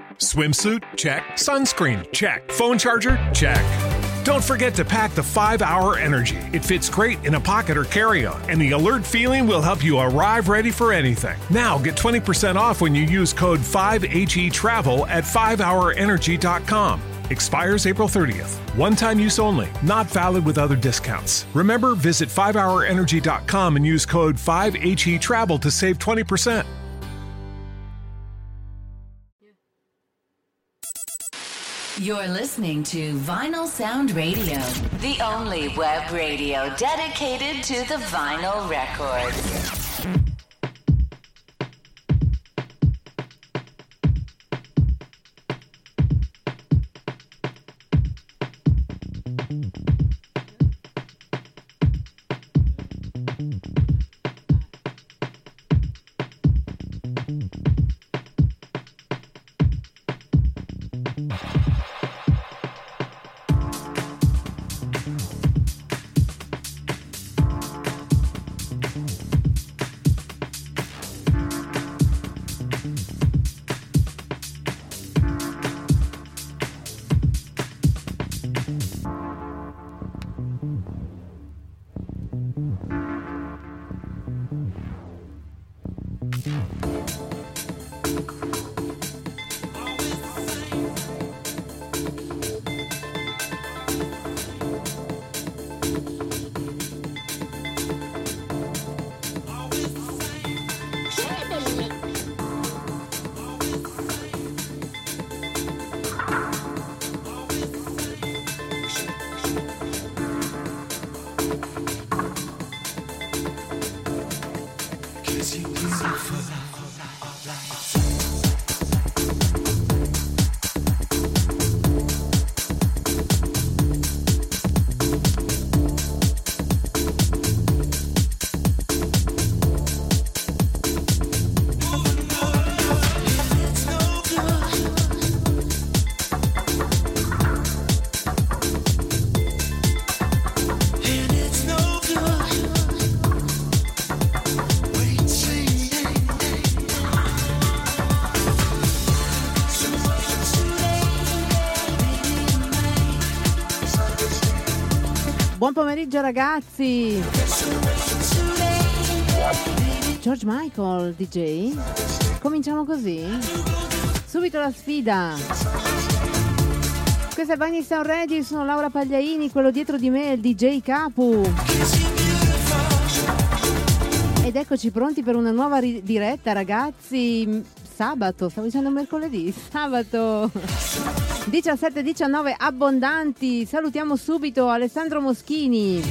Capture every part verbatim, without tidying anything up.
Swimsuit? Check. Sunscreen? Check. Phone charger? Check. Don't forget to pack the five hour Energy. It fits great in a pocket or carry-on, and the alert feeling will help you arrive ready for anything. Now get twenty percent off when you use code five H E Travel at five hour energy dot com. Expires April thirtieth. One-time use only. Not valid with other discounts. Remember, visit five hour energy dot com and use code five H E Travel to save twenty percent. You're listening to Vinyl Sound Radio, the only web radio dedicated to the vinyl record. Buon pomeriggio ragazzi. George Michael D J. Cominciamo così? Subito la sfida. Questa è Vinyl Sound Radio, io sono Laura Pagliaini, quello dietro di me è il D J Capu. Ed eccoci pronti per una nuova ri- diretta ragazzi. Sabato, stavo dicendo mercoledì, sabato diciassette diciannove abbondanti. Salutiamo subito Alessandro Moschini,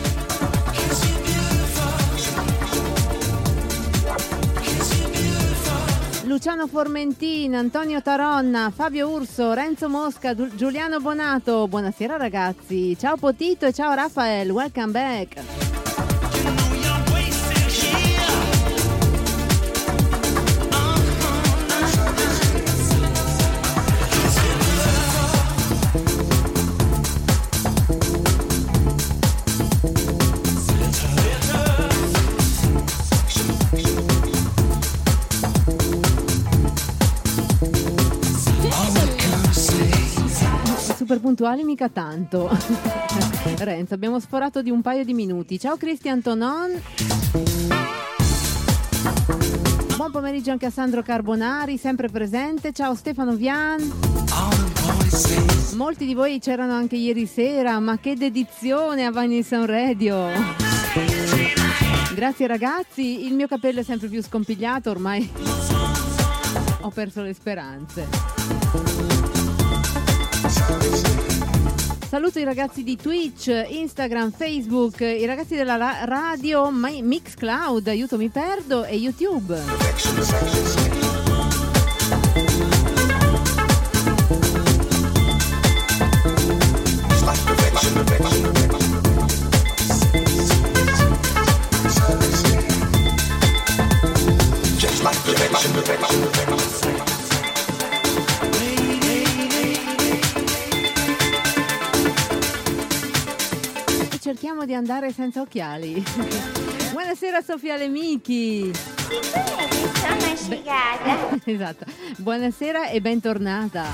Luciano Formentin, Antonio Taronna, Fabio Urso, Renzo Mosca, Du- Giuliano Bonato. Buonasera ragazzi, ciao Potito e ciao Rafael, welcome back. Super puntuali mica tanto. Renzo, abbiamo sforato di un paio di minuti. Ciao Cristian Tonon. Buon pomeriggio anche a Sandro Carbonari, sempre presente. Ciao Stefano Vian. Molti di voi c'erano anche ieri sera, ma che dedizione a Vinyl Sound Radio. Grazie ragazzi, il mio capello è sempre più scompigliato, ormai ho perso le speranze. Saluto i ragazzi di Twitch, Instagram, Facebook, i ragazzi della la- radio, My- Mixcloud, Aiuto Mi Perdo e YouTube. Cerchiamo di andare senza occhiali. Buonasera Sofia Lemichi. Sono sfigata. Esatto. Buonasera e bentornata.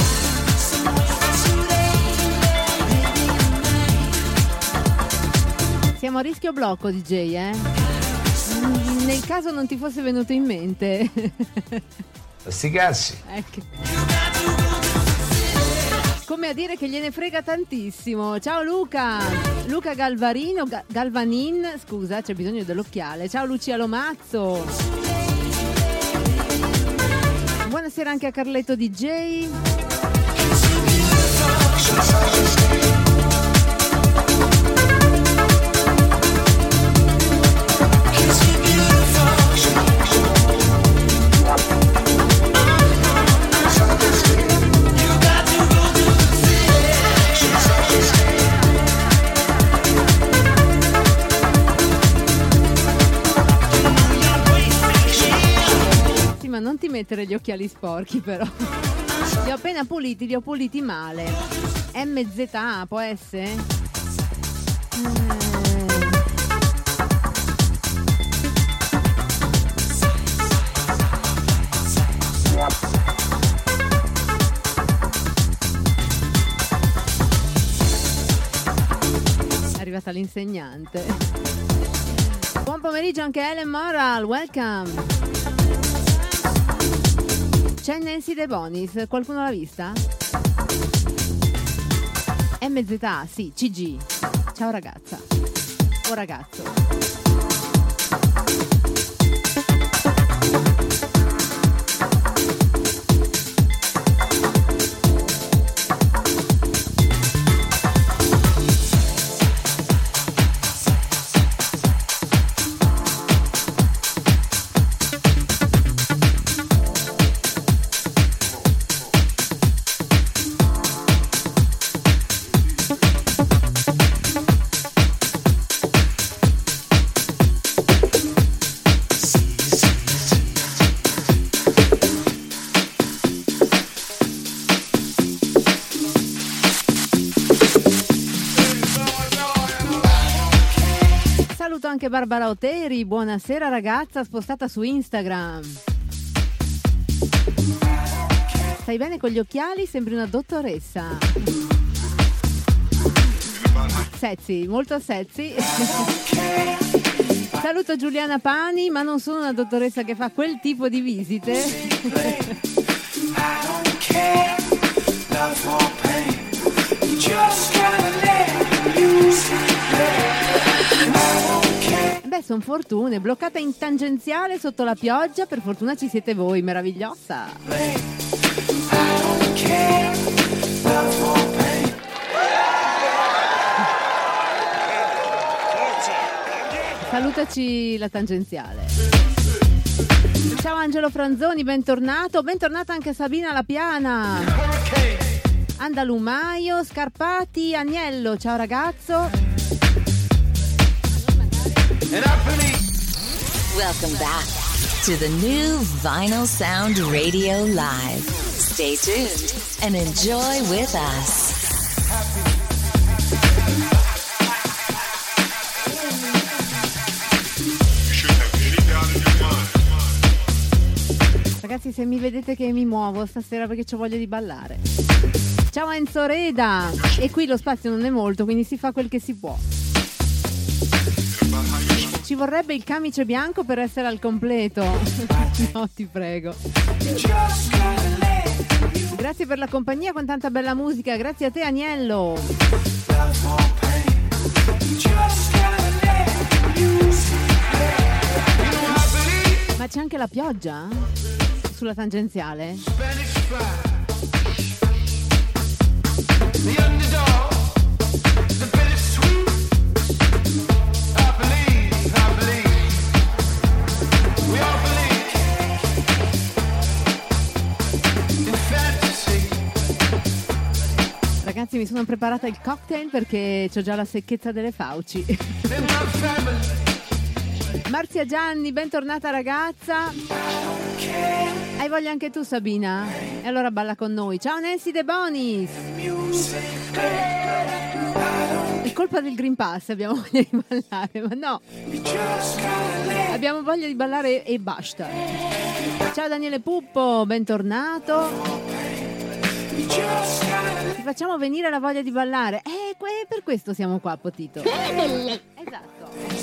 Siamo a rischio blocco, D J, eh? Nel caso non ti fosse venuto in mente. Sti cazzi. Ecco. Come a dire che gliene frega tantissimo. Ciao Luca, Luca Galvarino, Ga- Galvanin, scusa, c'è bisogno dell'occhiale. Ciao Lucia Lomazzo. Buonasera anche a Carletto D J. Ma non ti mettere gli occhiali sporchi, però. Li ho appena puliti, li ho puliti male. M Z A può essere? Eh... È arrivata l'insegnante. Buon pomeriggio anche a Ellen Moral, welcome. C'è Nancy De Bonis, qualcuno l'ha vista? M Z A, sì, C G. Ciao ragazza. O ragazzo. Anche Barbara Oteri, buonasera ragazza, spostata su Instagram. Stai bene con gli occhiali? Sembri una dottoressa. Sexy, molto sexy. Saluto Giuliana Pani, ma non sono una dottoressa che fa quel tipo di visite. Beh, son fortune, bloccata in tangenziale sotto la pioggia, per fortuna ci siete voi, meravigliosa. Salutaci la tangenziale. Ciao Angelo Franzoni, bentornato, bentornata anche Sabina La Piana. Andalumaio, Scarpati, Agnello, ciao ragazzo. Welcome back to the new Vinyl Sound Radio Live. Stay tuned and enjoy with us. Ragazzi, se mi vedete che mi muovo stasera perché c'ho voglia di ballare. Ciao Enzo Reda. E qui lo spazio non è molto, quindi si fa quel che si può. Ci vorrebbe il camice bianco per essere al completo. No, ti prego. Grazie per la compagnia con tanta bella musica. Grazie a te Agnello. Ma c'è anche la pioggia sulla tangenziale? Ragazzi, mi sono preparata il cocktail perché c'ho già la secchezza delle fauci. Marzia Gianni, bentornata ragazza. Hai voglia anche tu, Sabina? E allora balla con noi. Ciao Nancy De Bonis. È colpa del Green Pass, abbiamo voglia di ballare, ma no. Abbiamo voglia di ballare e basta. Ciao Daniele Puppo, bentornato. Ti facciamo venire la voglia di ballare. Eh, que- per questo siamo qua, Potito. Esatto.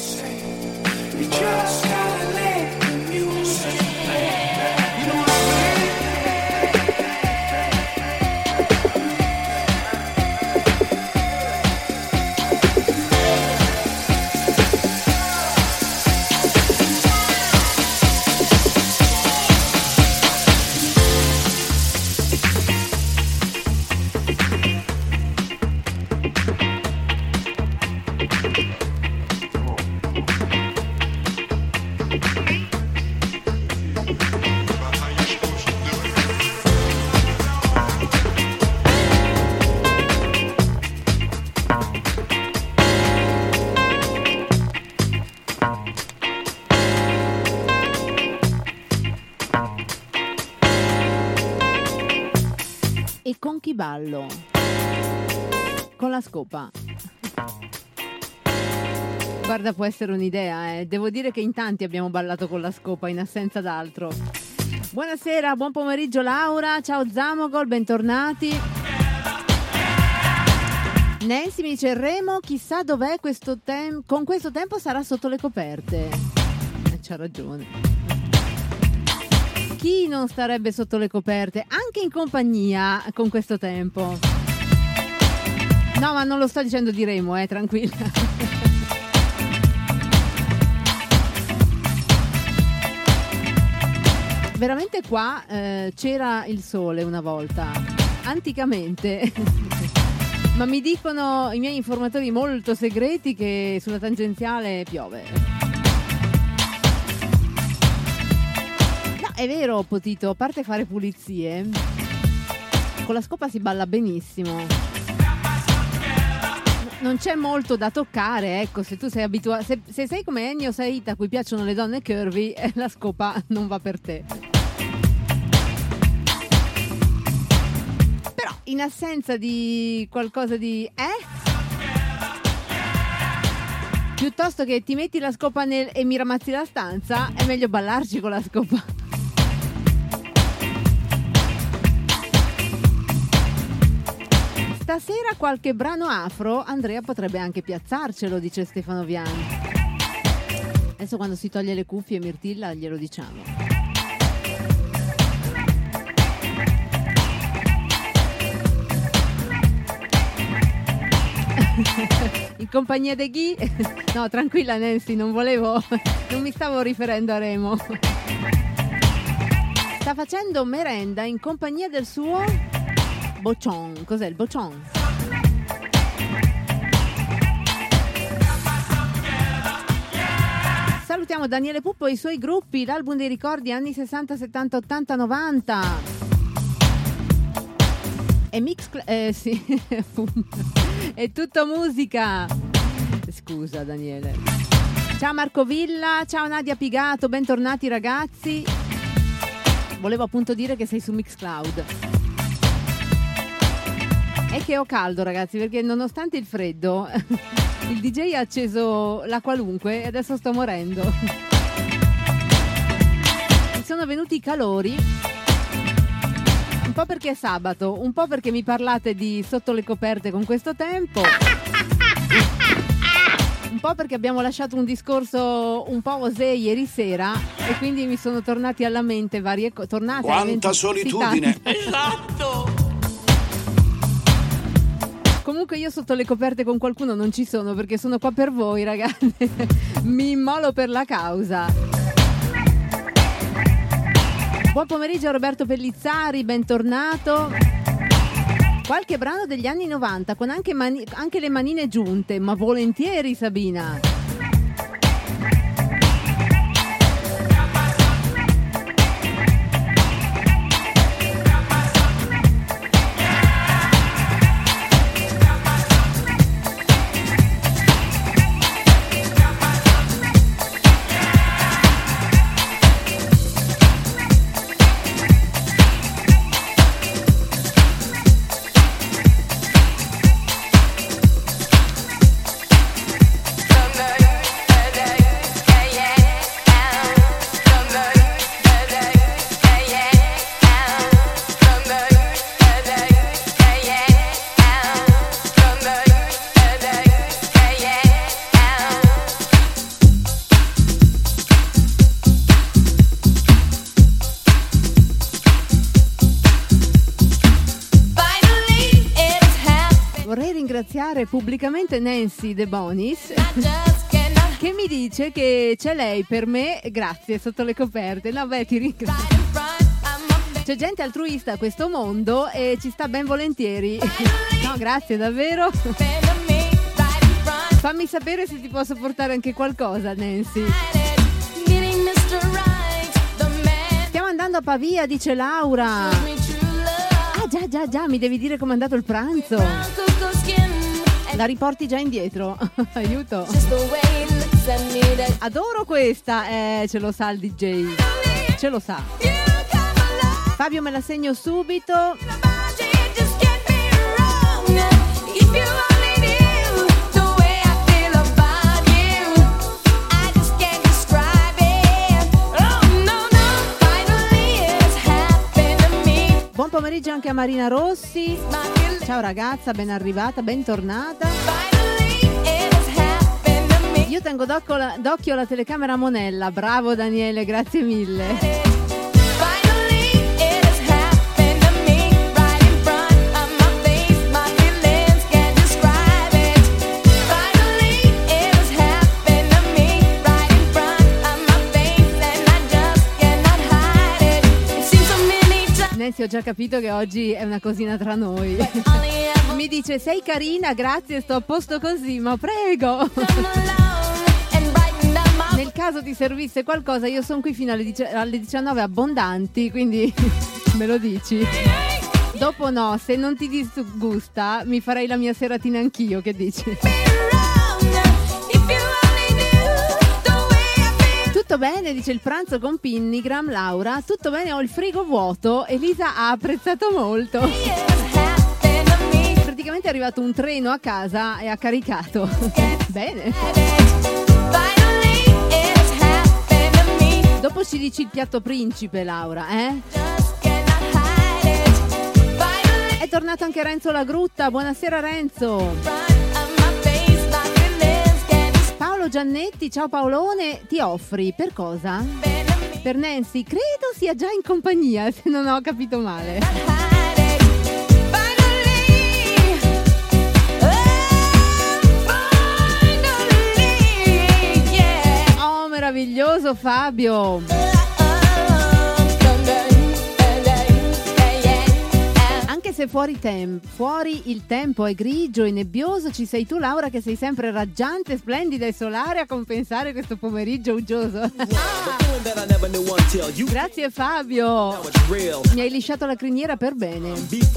E con chi ballo? Con la scopa. Guarda, può essere un'idea, eh. Devo dire che in tanti abbiamo ballato con la scopa in assenza d'altro. Buonasera, buon pomeriggio Laura, ciao Zamogol, bentornati. Nancy mi dice Remo, chissà dov'è questo tempo, con questo tempo sarà sotto le coperte. Eh, c'ha ragione. Chi non starebbe sotto le coperte, anche in compagnia con questo tempo? No, ma non lo sto dicendo di Remo, eh, tranquilla. Veramente qua eh, c'era il sole una volta, anticamente. Ma mi dicono i miei informatori molto segreti che sulla tangenziale piove. È vero, Potito, a parte fare pulizie, con la scopa si balla benissimo. Non c'è molto da toccare, ecco, se tu sei abituato, se, se sei come Ennio Saita a cui piacciono le donne curvy, eh, la scopa non va per te. Però in assenza di qualcosa di... eh? Piuttosto che ti metti la scopa nel, e mi ramazzi la stanza, è meglio ballarci con la scopa. Stasera qualche brano afro Andrea potrebbe anche piazzarcelo, dice Stefano Viani. Adesso quando si toglie le cuffie Mirtilla glielo diciamo. In compagnia de Ghi? No, tranquilla Nancy, non volevo, non mi stavo riferendo a Remo. Sta facendo merenda in compagnia del suo Bocion. Cos'è il Bocion? Salutiamo Daniele Puppo e i suoi gruppi, l'album dei ricordi anni sessanta, settanta, ottanta, novanta. E mix cl- eh sì, è tutto musica. Scusa Daniele. Ciao Marco Villa, ciao Nadia Pigato, bentornati ragazzi. Volevo appunto dire che sei su Mixcloud. È che ho caldo ragazzi, perché nonostante il freddo il D J ha acceso la qualunque e adesso sto morendo. Mi sono venuti i calori, un po' perché è sabato, un po' perché mi parlate di sotto le coperte con questo tempo, un po' perché abbiamo lasciato un discorso un po' osé ieri sera e quindi mi sono tornati alla mente varie cose. Tornate Quanta solitudine! Esatto! Comunque io sotto le coperte con qualcuno non ci sono perché sono qua per voi ragazzi. Mi immolo per la causa. Buon pomeriggio Roberto Pellizzari, bentornato. Qualche brano degli anni novanta con anche, mani- anche le manine giunte, ma volentieri Sabina. ringraziare pubblicamente Nancy De Bonis che mi dice che c'è lei per me, grazie, sotto le coperte. No, beh, ti ringrazio. C'è gente altruista a questo mondo e ci sta ben volentieri. No, grazie, davvero. Fammi sapere se ti posso portare anche qualcosa, Nancy. Stiamo andando a Pavia, dice Laura. Ah, già, già, già, mi devi dire com'è andato il pranzo. La riporti già indietro. Aiuto. Adoro questa. Eh, ce lo sa il D J. Ce lo sa. Fabio, me la segno subito. Buon pomeriggio anche a Marina Rossi. Ciao ragazza, ben arrivata, bentornata. Io tengo d'occhio la, d'occhio la telecamera Monella. Bravo Daniele, grazie mille. Nancy, ho già capito che oggi è una cosina tra noi. Mi dice sei carina, grazie, sto a posto così, ma prego. Nel caso ti servisse qualcosa, io sono qui fino alle, dici- alle diciannove abbondanti, quindi me lo dici. Dopo no, se non ti disgusta mi farei la mia seratina anch'io, che dici? Tutto bene, dice il pranzo con Pinnigram, Laura. Tutto bene, ho il frigo vuoto. Elisa ha apprezzato molto. Praticamente è arrivato un treno a casa e ha caricato. Bene. Dopo ci dici il piatto principe, Laura, eh? È tornato anche Renzo La Grutta. Buonasera Renzo. Paolo Giannetti, ciao Paolone, ti offri per cosa? Per Nancy? Credo sia già in compagnia, se non ho capito male. Oh, meraviglioso Fabio! Anche se fuori, tem- fuori il tempo è grigio e nebbioso, ci sei tu Laura che sei sempre raggiante, splendida e solare a compensare questo pomeriggio uggioso. Grazie Fabio, mi hai lisciato la criniera per bene.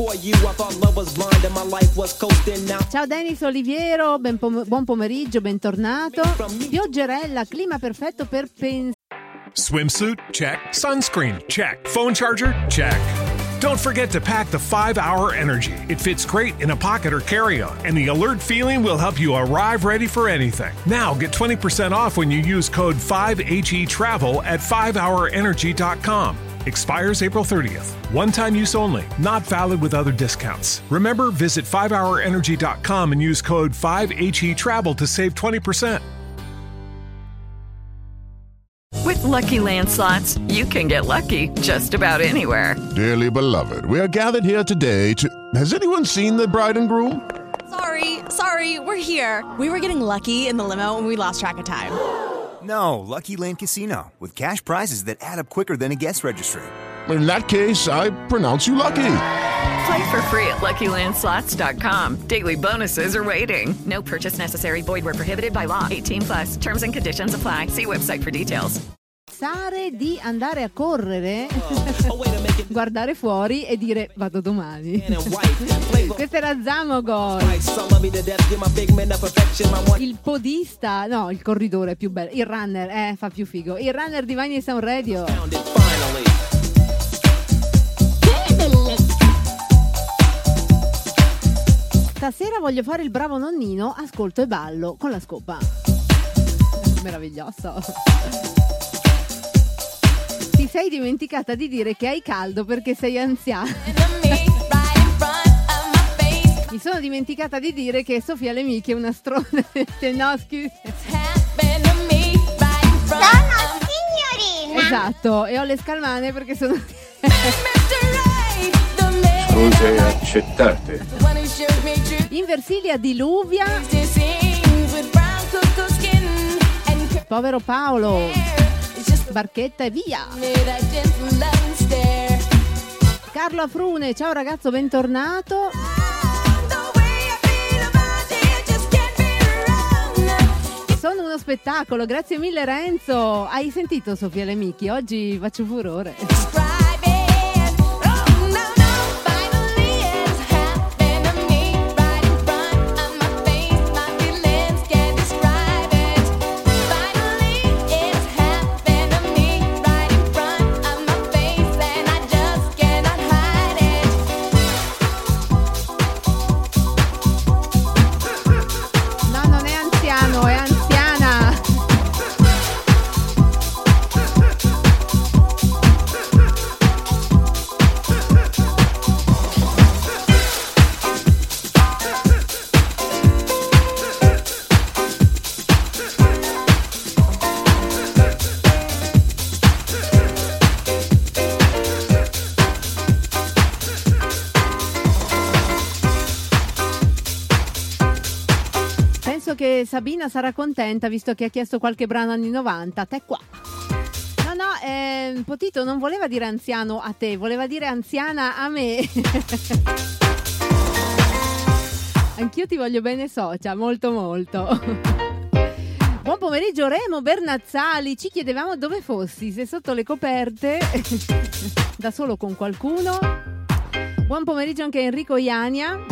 Ciao Dennis Oliviero, ben pom- buon pomeriggio, bentornato. Pioggerella, clima perfetto per pensare. Swimsuit? Check. Sunscreen? Check. Phone charger? Check. Don't forget to pack the five hour Energy. It fits great in a pocket or carry-on, and the alert feeling will help you arrive ready for anything. Now get twenty percent off when you use code five H E Travel at five hour energy dot com. Expires April thirtieth. One-time use only. Not valid with other discounts. Remember, visit five hour energy dot com and use code five H E Travel to save twenty percent. With Lucky Land Slots, you can get lucky just about anywhere. Dearly beloved, we are gathered here today to... Has anyone seen the bride and groom? Sorry, sorry, we're here. We were getting lucky in the limo and we lost track of time. No, Lucky Land Casino, with cash prizes that add up quicker than a guest registry. In that case, I pronounce you lucky. Play for free at lucky land slots dot com. Daily bonuses are waiting. No purchase necessary. Void where prohibited by law. eighteen plus. Terms and conditions apply. See website for details. Pensare di andare a correre, guardare fuori e dire vado domani. Questo era Zamogol. Il podista, no, il corridore è più bello. Il runner, eh, fa più figo. Il runner di Vinyl Sound Radio. Stasera voglio fare il bravo nonnino, ascolto e ballo con la scopa. Meraviglioso. Ti sei dimenticata di dire che hai caldo perché sei anziana. Mi sono dimenticata di dire che Sofia Lemichi è una stronza. No, scusa. Sono signorina. Esatto, e ho le scalmane perché sono... Scusi, accettate. In Versilia diluvia. Povero Paolo. Barchetta e via. Carlo Afrune, ciao ragazzo, bentornato. Sono uno spettacolo, grazie mille Renzo. Hai sentito Sofia Lemichi? Oggi faccio furore. Che Sabina sarà contenta visto che ha chiesto qualche brano anni novanta. Te qua. No no, eh, Potito non voleva dire anziano a te, voleva dire anziana a me. Anch'io ti voglio bene socia, molto molto. Buon pomeriggio Remo Bernazzali, ci chiedevamo dove fossi, se sotto le coperte da solo con qualcuno. Buon pomeriggio anche Enrico Iania.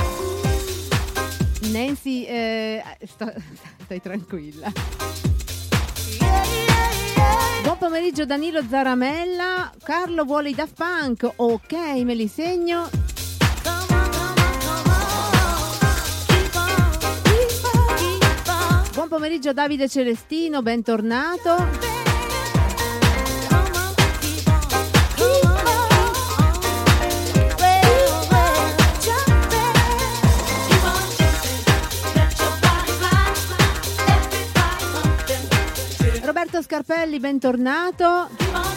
Nancy, eh, sto, stai tranquilla. Buon pomeriggio Danilo Zaramella. Carlo vuole i Daft Punk. Ok, me li segno. Buon pomeriggio Davide Celestino, bentornato. Roberto Scarpelli, bentornato.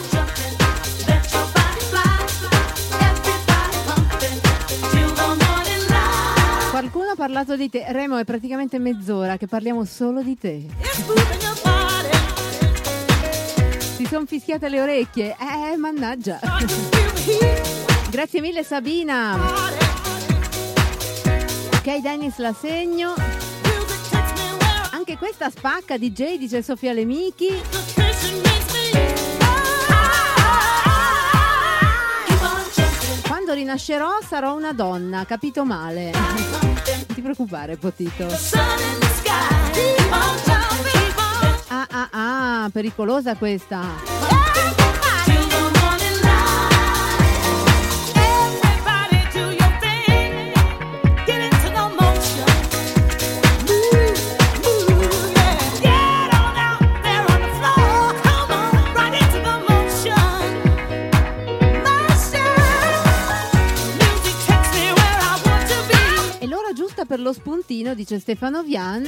Qualcuno ha parlato di te. Remo, è praticamente mezz'ora che parliamo solo di te. Si sono fischiate le orecchie. Eh, mannaggia. Grazie mille Sabina. Ok, Dennis la segno. Anche questa spacca D J, dice Sofia Lemichi. Quando rinascerò sarò una donna, capito male. Non ti preoccupare, Potito. Ah ah ah, pericolosa questa. Per lo spuntino, dice Stefano Vian,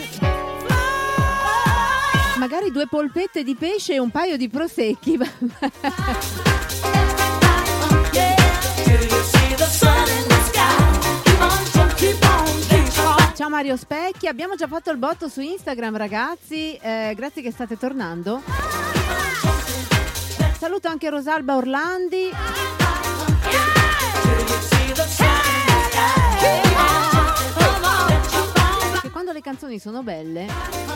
magari due polpette di pesce e un paio di prosecchi. Ciao Mario Specchi, abbiamo già fatto il botto su Instagram ragazzi, eh, grazie che state tornando. Saluto anche Rosalba Orlandi. Quando le canzoni sono belle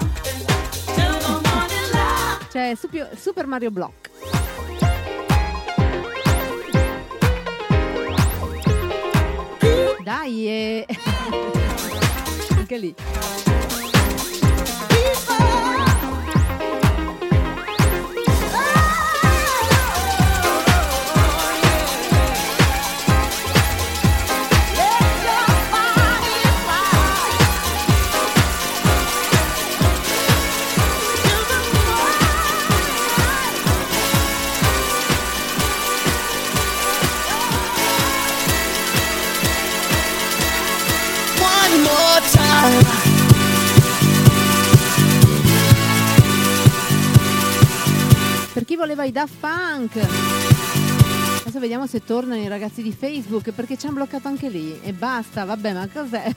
c'è Super Mario Block. Dai, e... anche lì. Per chi voleva i Daft Punk, Adesso vediamo se tornano i ragazzi di Facebook, perché ci hanno bloccato anche lì. E basta, vabbè, ma cos'è?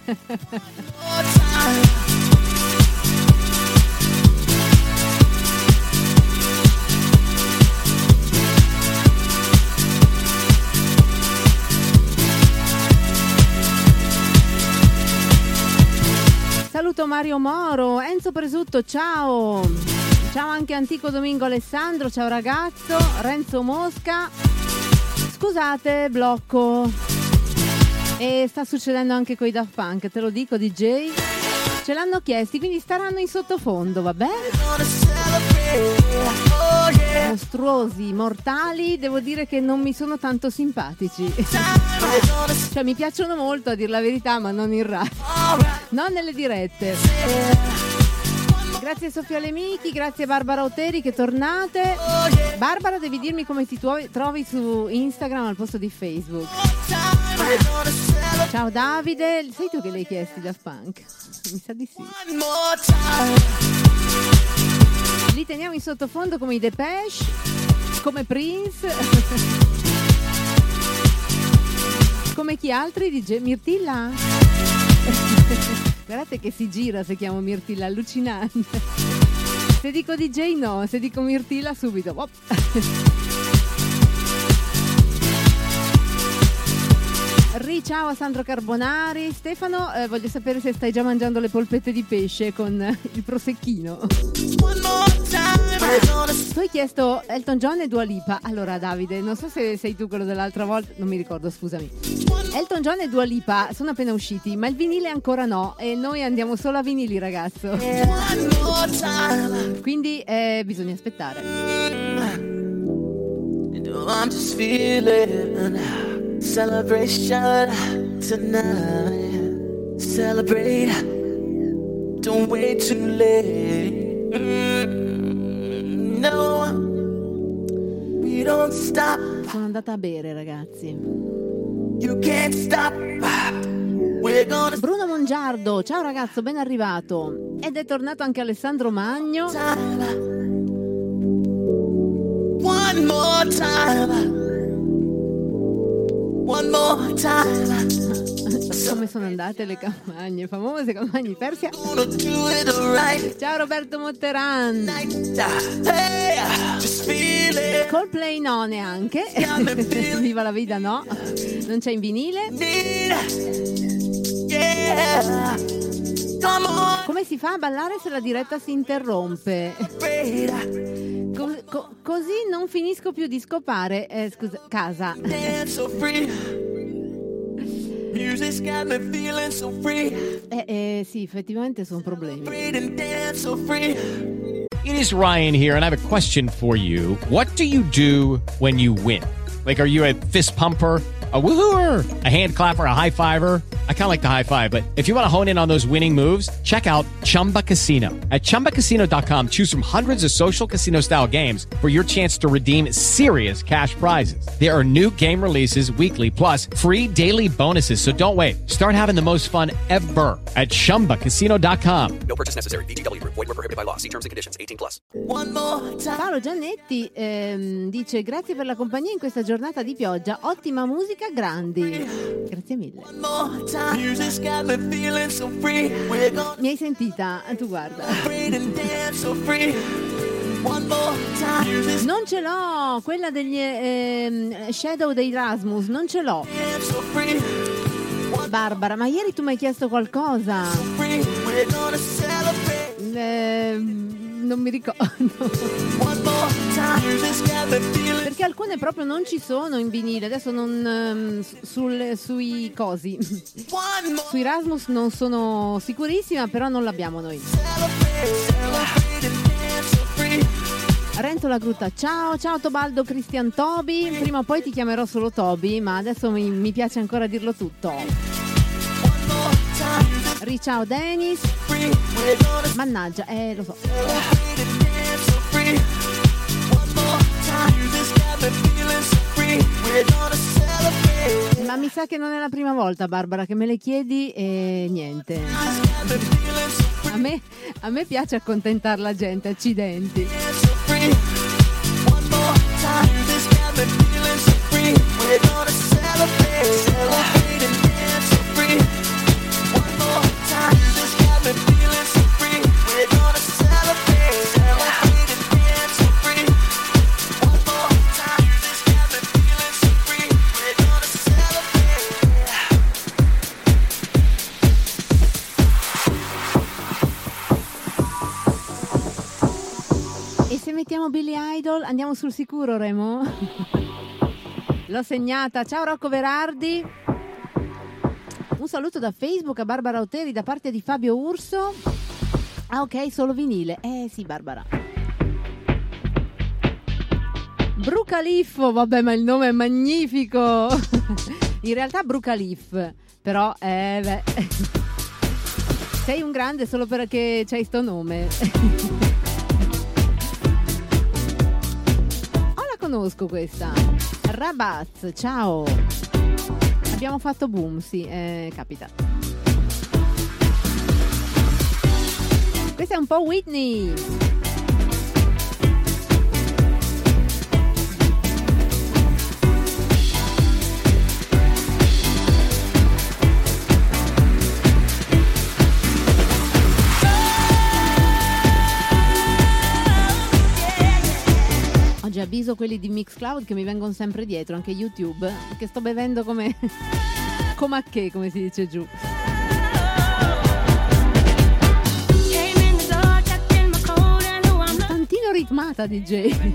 Saluto Mario Moro, Enzo Presutto, ciao. Ciao anche Antico Domingo Alessandro, ciao ragazzo, Renzo Mosca. Scusate, blocco. E sta succedendo anche con i Daft Punk, te lo dico D J. Ce l'hanno chiesti, quindi staranno in sottofondo, va bene? Mostruosi, mortali, devo dire che non mi sono tanto simpatici. Cioè mi piacciono molto, a dir la verità, ma non in radio, non nelle dirette. Grazie Sofia Lemichi, grazie Barbara Oteri che tornate. Barbara, devi dirmi come ti trovi su Instagram al posto di Facebook. Ciao Davide, sei tu che l'hai chiesti Daft Punk? Mi sa di sì. Li teniamo in sottofondo come i Depeche, come Prince, come chi altri? D J Mirtilla? Guardate che si gira se chiamo Mirtilla, allucinante. Se dico D J no, se dico Mirtilla subito. Oh. Ri, ciao a Sandro Carbonari. Stefano, eh, voglio sapere se stai già mangiando le polpette di pesce con eh, il prosecchino. Tu hai chiesto Elton John e Dua Lipa. Allora Davide, non so se sei tu quello dell'altra volta, non mi ricordo, scusami. Elton John e Dua Lipa sono appena usciti, ma il vinile ancora no, e noi andiamo solo a vinili, ragazzo. Quindi eh, bisogna aspettare. I'm just feeling celebration tonight. Celebrate, don't wait too late. Mm, no, we don't stop. Sono andata a bere, ragazzi. You can't stop. We're gonna... Bruno Mongiardo, ciao ragazzo, ben arrivato. Ed è tornato anche Alessandro Magno. One more time. One more time. Come sono andate le campagne, famose campagne di Persia. Ciao Roberto Motteran. Coldplay no, neanche. Viva la vita no. Non c'è in vinile. Come si fa a ballare se la diretta si interrompe? Co- co- così non finisco più di scopare eh, scusa, casa. eh, eh, sì, effettivamente sono problemi. It is Ryan here, and I have a question for you. What do you do when you win? Like, are you a fist pumper, a woohooer, a hand clapper, a high fiver? I kind of like the high five, but if you want to hone in on those winning moves, check out Chumba Casino. At chumba casino dot com, choose from hundreds of social casino style games for your chance to redeem serious cash prizes. There are new game releases weekly, plus free daily bonuses. So don't wait. Start having the most fun ever at chumba casino dot com. No purchase necessary. V G W Group. Void where prohibited by law. See terms and conditions. eighteen plus. One more time. Paolo Giannetti ehm, dice grazie per la compagnia in questa giornata di pioggia. Ottima musica, grandi. Grazie mille. Mi hai sentita? Tu guarda. Non ce l'ho, quella degli eh, Shadow dei Rasmus, non ce l'ho. Barbara, ma ieri tu mi hai chiesto qualcosa. Eh, non mi ricordo. Perché alcune proprio non ci sono in vinile. Adesso non sul, sui cosi sui Rasmus non sono sicurissima, però non l'abbiamo noi. Renzo La Grutta, ciao, ciao Tobaldo Cristian Tobi. Prima o poi ti chiamerò solo Tobi, ma adesso mi, mi piace ancora dirlo tutto. Ciao Dennis. Mannaggia, eh lo so. Ma mi sa che non è la prima volta, Barbara, che me le chiedi e niente. A me, a me piace accontentare la gente, accidenti. We're gonna celebrate, celebrate and dance so free. One more time, you just got me feeling so free. We're gonna celebrate, celebrate and dance so free. One more time, you just got me feeling so free. We're gonna celebrate. E se mettiamo Billy Idol andiamo sul sicuro, Remo? L'ho segnata. Ciao Rocco Verardi. Un saluto da Facebook a Barbara Oteri da parte di Fabio Urso. Ah ok, solo vinile. Eh sì, Barbara. Brucaliffo, vabbè, ma il nome è magnifico. In realtà Brucaliff, però eh beh. Sei un grande solo perché c'hai sto nome. Oh, la conosco questa. Rabaz, ciao. Abbiamo fatto boom, sì, eh, capita. Questa è un po' Whitney. Oggi avviso quelli di Mixcloud che mi vengono sempre dietro, anche YouTube, che sto bevendo come come a che, come si dice giù. Un tantino ritmata D J.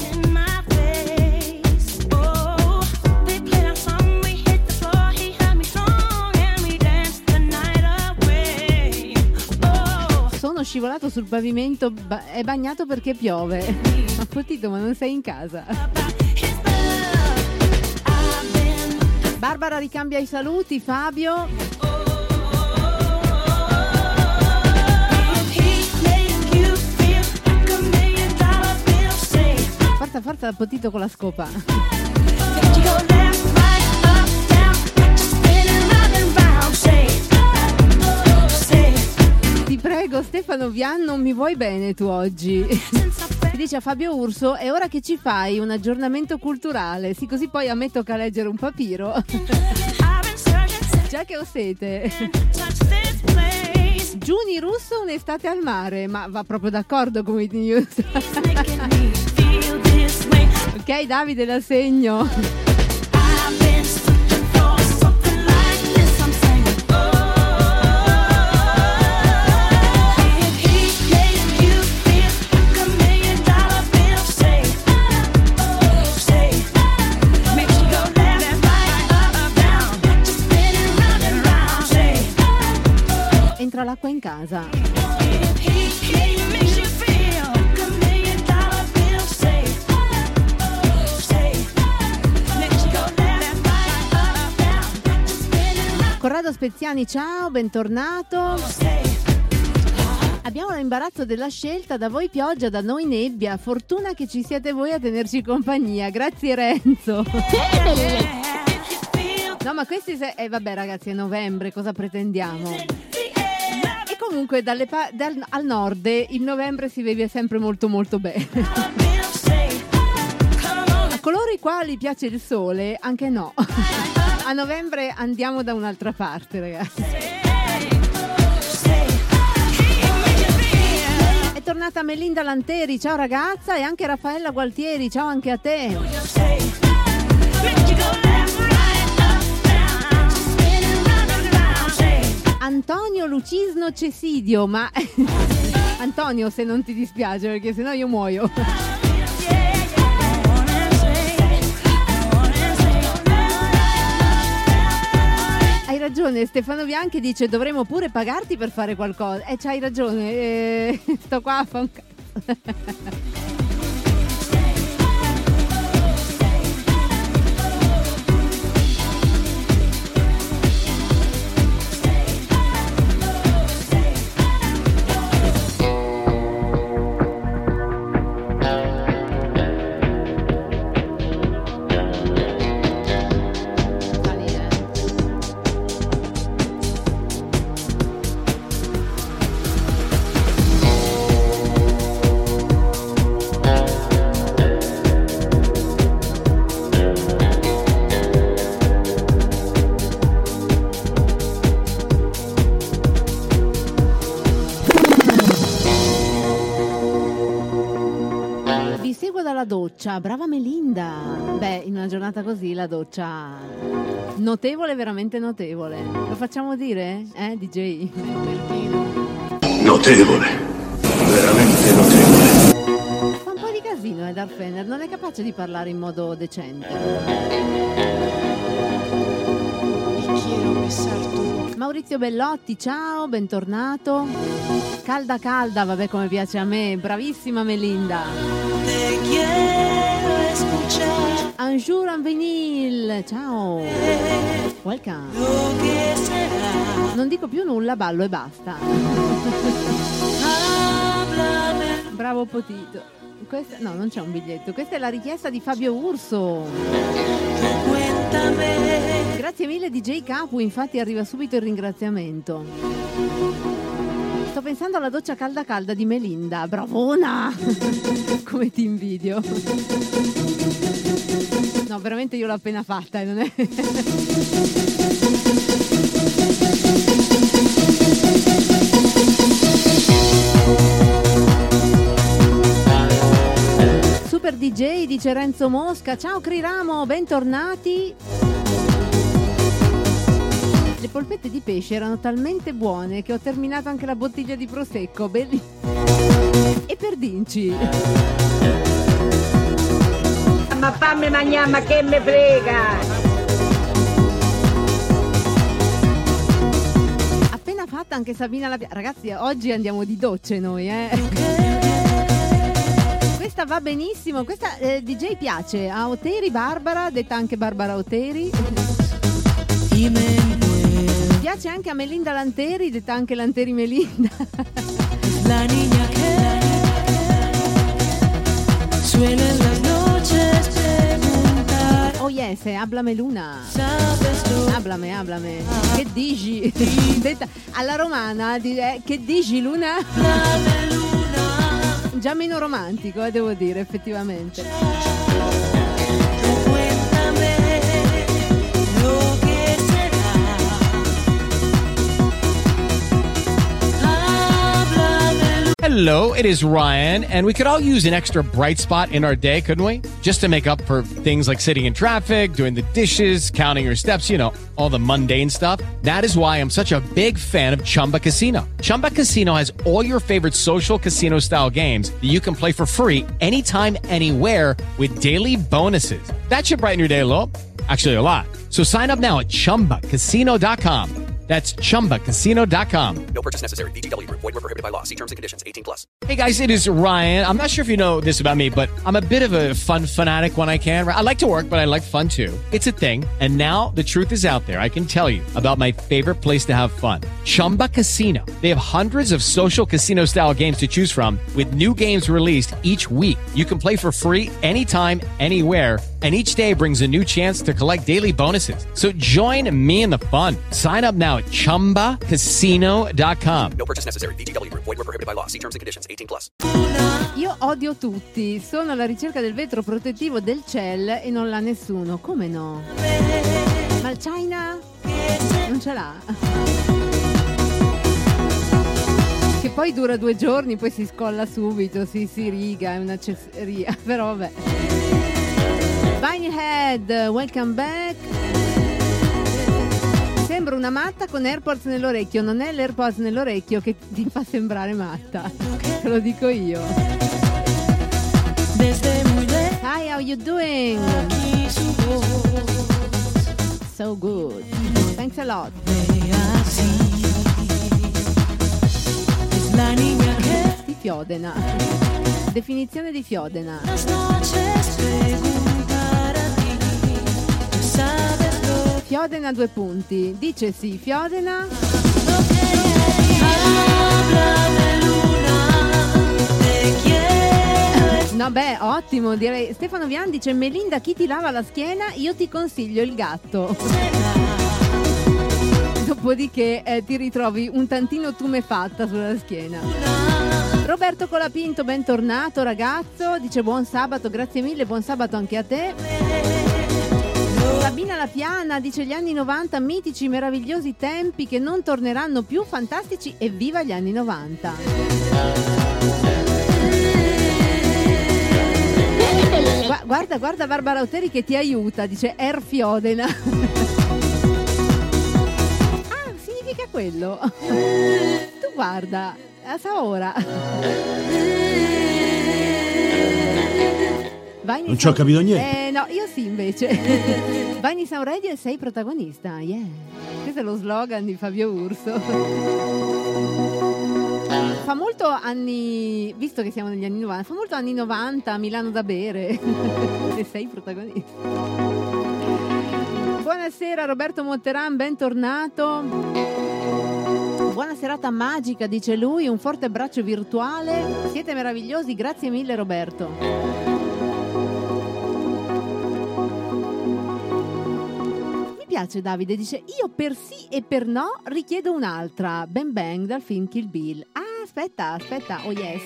Sono scivolato sul pavimento, ba- è bagnato perché piove. Ma fottito, ma non sei in casa. Barbara ricambia i saluti, Fabio. Forza, forza, potito con la scopa. Ti prego, Stefano Vian, non mi vuoi bene tu oggi. Si dice a Fabio Urso, è ora che ci fai un aggiornamento culturale, sì, così poi a me tocca leggere un papiro. Già che ho sete. Giuni Russo, un'estate al mare, ma va proprio d'accordo con i news. Ok, Davide, la segno. Entra l'acqua in casa. Corrado Speziani, ciao, bentornato. Abbiamo l'imbarazzo della scelta, da voi pioggia, da noi nebbia. Fortuna che ci siete voi a tenerci compagnia. Grazie Renzo. No, ma questi se... eh vabbè ragazzi, è novembre, cosa pretendiamo? E comunque dalle pa- dal, al nord il novembre si vive sempre molto molto bene. A coloro i quali piace il sole, anche no. A novembre andiamo da un'altra parte, ragazzi. È tornata Melinda Lanteri, ciao ragazza, e anche Raffaella Gualtieri, ciao anche a te. Antonio Lucisno Cesidio, ma Antonio, se non ti dispiace, perché sennò io muoio. Hai ragione, Stefano Bianchi dice dovremmo pure pagarti per fare qualcosa. Eh, c'hai ragione, eh, sto qua a fa un cazzo. alla doccia, brava Melinda. Beh, in una giornata così la doccia notevole, veramente notevole. Lo facciamo dire? Eh, D J? Notevole, veramente notevole. Fa un po' di casino, eh, Darth Fener, non è capace di parlare in modo decente. Maurizio Bellotti, ciao, bentornato. Calda calda, vabbè, come piace a me, bravissima Melinda. Anjour en vinil, ciao. Welcome. Non dico più nulla, ballo e basta. Bravo Potito. Questa, no, non c'è un biglietto. Questa è la richiesta di Fabio Urso. Grazie mille D J Capu, infatti arriva subito il ringraziamento. Sto pensando alla doccia calda calda di Melinda. Bravona! Come ti invidio. No, veramente io l'ho appena fatta, eh, non è... Super D J, dice Renzo Mosca. Ciao Criramo, bentornati. Le polpette di pesce erano talmente buone che ho terminato anche la bottiglia di prosecco. Belli. E per Dinci. Ma fammi mangiare, ma che me frega. Appena fatta anche Sabina la... Ragazzi, oggi andiamo di docce noi, eh. Questa va benissimo, questa eh, D J piace a Oteri Barbara, detta anche Barbara Oteri. Piace anche a Melinda Lanteri, detta anche Lanteri Melinda. La niña que suena en las noches preguntar. Oh yes, háblame Luna. Háblame, háblame. Che dici? Detta alla romana, eh, che dici Luna? Già meno romantico, eh, devo dire, effettivamente. Hello, it is Ryan, and we could all use an extra bright spot in our day, couldn't we? Just to make up for things like sitting in traffic, doing the dishes, counting your steps, you know, all the mundane stuff. That is why I'm such a big fan of Chumba Casino. Chumba Casino has all your favorite social casino-style games that you can play for free anytime, anywhere with daily bonuses. That should brighten your day a little. Actually, a lot. So sign up now at chumba casino dot com. That's chumba casino dot com. No purchase necessary. V G W Group. Void where prohibited by law. See terms and conditions. eighteen plus. Hey guys, it is Ryan. I'm not sure if you know this about me, but I'm a bit of a fun fanatic when I can. I like to work, but I like fun too. It's a thing. And now the truth is out there. I can tell you about my favorite place to have fun. Chumba Casino. They have hundreds of social casino style games to choose from with new games released each week. You can play for free anytime, anywhere. And each day brings a new chance to collect daily bonuses. So join me in the fun. Sign up now at chumba casino dot com. No purchase necessary. V G W Group. Void where prohibited by law. See terms and conditions. eighteen plus. Io odio tutti. Sono alla ricerca del vetro protettivo del C E L e non l'ha nessuno. Come no? Ma il China non ce l'ha. Che poi dura due giorni, poi si scolla subito, si, si riga, è una cesseria. Però vabbè. Vinyl Head, welcome back. Sembra una matta con AirPods nell'orecchio. Non è l'AirPods nell'orecchio che ti fa sembrare matta, te lo dico io. Hi, how you doing? So good. Thanks a lot. Di Fiodena. Definizione di Fiodena. Fiodena due punti. Dice sì, Fiodena. No beh, ottimo, direi. Stefano Vian dice: Melinda, chi ti lava la schiena? Io ti consiglio il gatto. Dopodiché eh, ti ritrovi un tantino tumefatta sulla schiena. Roberto Colapinto, bentornato ragazzo. Dice buon sabato, grazie mille, buon sabato anche a te. Sabina La Piana dice: gli anni novanta, mitici, meravigliosi tempi che non torneranno più, fantastici, e viva gli anni novanta. guarda, guarda Barbara Otteri che ti aiuta, dice Erfiodena. Ah, significa quello. Tu guarda, sa ora. Non ci ho capito niente. Eh no, io sì invece. Vai in Sound Radio e sei protagonista. Yeah. Questo è lo slogan di Fabio Urso. Fa molto anni, visto che siamo negli anni novanta, fa molto anni novanta, Milano da bere. E sei protagonista. Buonasera Roberto Monteran, bentornato. Buona serata magica, dice lui, un forte abbraccio virtuale. Siete meravigliosi, grazie mille Roberto. Mi piace Davide, dice io per sì e per no richiedo un'altra. Bang Bang dal film Kill Bill. Ah, aspetta, aspetta, oh yes.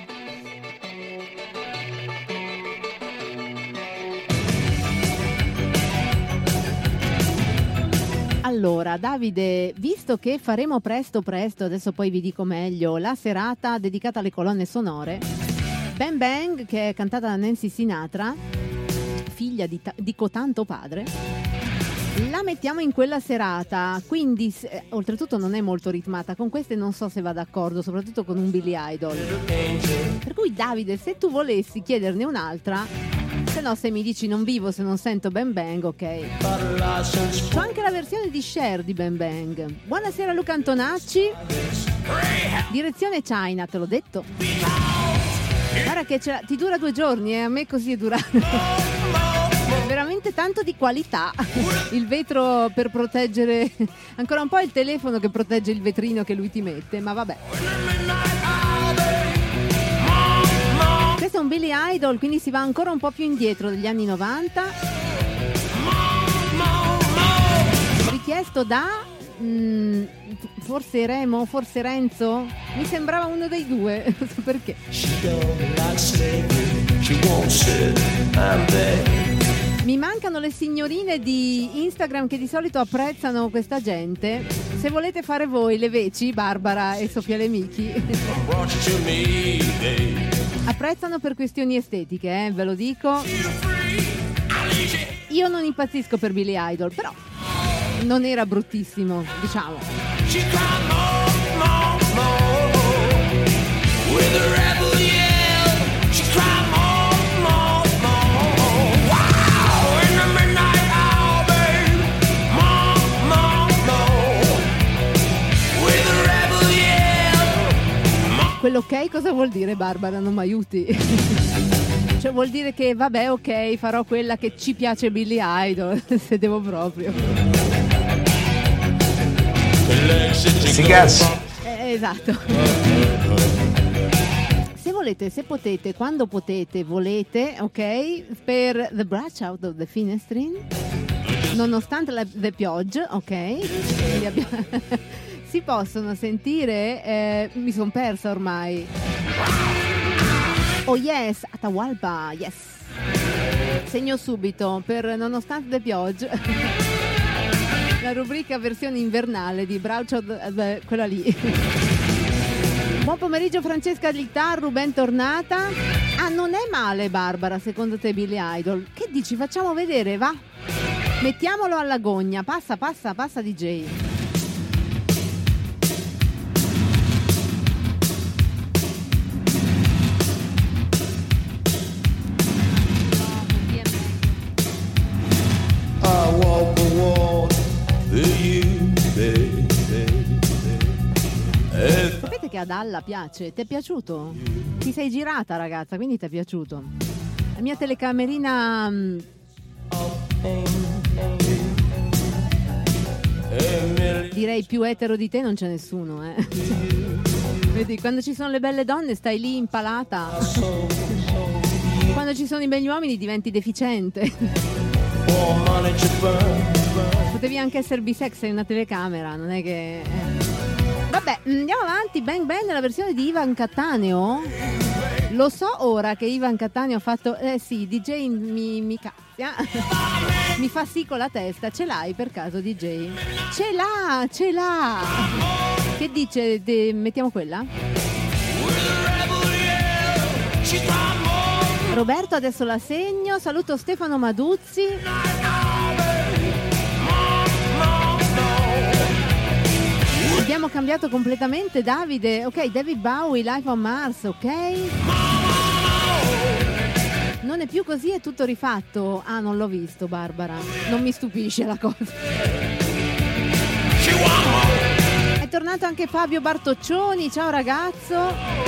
Allora, Davide, visto che faremo presto presto, adesso poi vi dico meglio, la serata dedicata alle colonne sonore, Bang Bang, che è cantata da Nancy Sinatra, figlia di, ta- di cotanto padre, la mettiamo in quella serata, quindi eh, oltretutto non è molto ritmata, con queste non so se va d'accordo, soprattutto con un Billy Idol. Per cui Davide, se tu volessi chiederne un'altra, se no se mi dici non vivo se non sento Bang Bang, ok. C'ho anche la versione di Cher di Bang Bang. Buonasera Luca Antonacci, direzione China, te l'ho detto. Guarda che ce ti dura due giorni e eh? A me così è durato. Veramente tanto di qualità. Il vetro per proteggere, ancora un po' il telefono che protegge il vetrino che lui ti mette, ma vabbè. Questo è un Billy Idol, quindi si va ancora un po' più indietro degli anni novanta. Richiesto da mm, forse Remo, forse Renzo, mi sembrava uno dei due, non so perché. Mi mancano le signorine di Instagram che di solito apprezzano questa gente. Se volete fare voi le veci, Barbara e Sofia Lemichi, apprezzano per questioni estetiche, eh, ve lo dico. Io non impazzisco per Billy Idol, però non era bruttissimo, diciamo. Quell'ok cosa vuol dire, Barbara? Non mi aiuti? Cioè vuol dire che vabbè, ok, farò quella che ci piace Billy Idol, se devo proprio. Sti cazzi. Eh, esatto. Se volete, se potete, quando potete, volete, ok, per The Brush Out of the Finestrin, nonostante la the pioggia, ok, quindi abbiamo... si possono sentire, eh, mi sono persa ormai. Oh yes, Atahualpa, yes. Segno subito per nonostante le piogge. La rubrica versione invernale di Braccio, eh, quella lì. Buon pomeriggio Francesca Litarru, bentornata. Ah, non è male Barbara, secondo te Billy Idol? Che dici? Facciamo vedere, va? Mettiamolo alla gogna, passa, passa, passa D J. Sapete che ad Alla piace? Ti è piaciuto? Ti sei girata ragazza, quindi ti è piaciuto. La mia telecamerina mh, direi più etero di te non c'è nessuno, eh. Vedi, quando ci sono le belle donne stai lì impalata, quando ci sono i begli uomini diventi deficiente. Potevi anche essere bisex in una telecamera, non è che... Eh. Vabbè, andiamo avanti. Bang Bang nella versione di Ivan Cattaneo. Lo so ora che Ivan Cattaneo ha fatto... Eh sì, D J mi, mi cazzia. Mi fa sì con la testa. Ce l'hai per caso D J? Ce l'ha, ce l'ha. Che dice? De, mettiamo quella? Roberto, adesso la segno. Saluto Stefano Maduzzi. Abbiamo cambiato completamente, Davide. Ok, David Bowie, Life on Mars, ok? Non è più così, è tutto rifatto. Ah, non l'ho visto, Barbara. Non mi stupisce la cosa. È tornato anche Fabio Bartoccioni. Ciao ragazzo.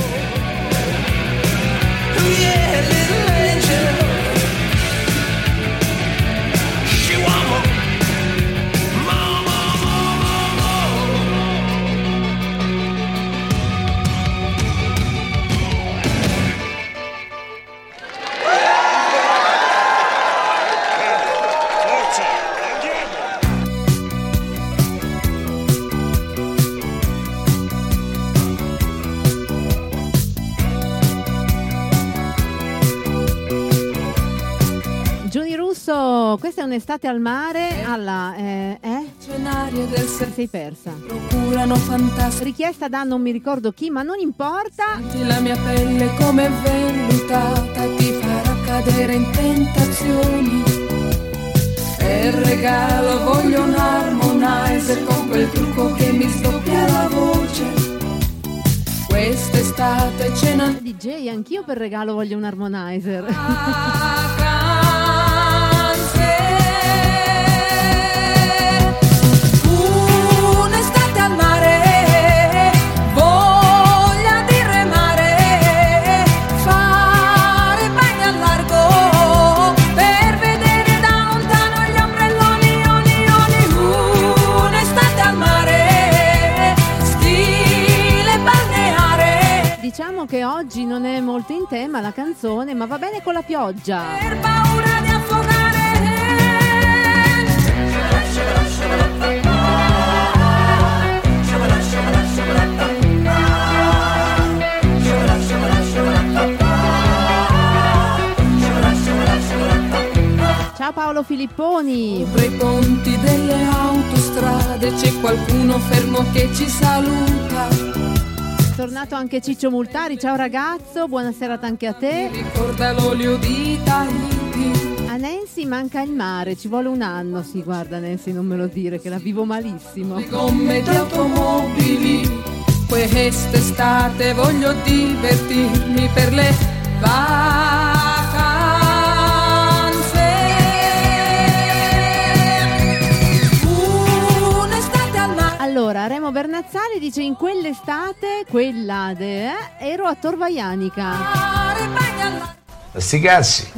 Questa è un'estate al mare alla eh, eh? Ti sei persa. Procurano fantasmi. Richiesta da non mi ricordo chi, ma non importa. Senti la mia pelle come vellutata, ti farà cadere in tentazioni. Per regalo voglio un harmonizer con quel trucco che mi sdoppia la voce. Quest'estate cena D J, anch'io per regalo voglio un harmonizer. Un'estate al mare, voglia di remare, fare bagni al largo, per vedere da lontano gli ombrelloni, oni, oni. Un'estate al mare, stile balneare. Diciamo che oggi non è molto in tema la canzone, ma va bene con la pioggia. Per paura di affogare. Ciao Paolo Filipponi. Sopra i ponti delle autostrade c'è qualcuno fermo che ci saluta. Tornato anche Ciccio Multari. Ciao ragazzo, buona serata anche a te. Ricorda l'olio di Tahiti. A Nancy manca il mare, ci vuole un anno. Sì, guarda Nancy, non me lo dire che la vivo malissimo. Le gomme di automobili, quest'estate voglio divertirmi per le vacanze. Un'estate al mare. Allora, Remo Bernazzali dice: in quell'estate, quella de, eh, ero a Tor Vaianica. Sti cazzi.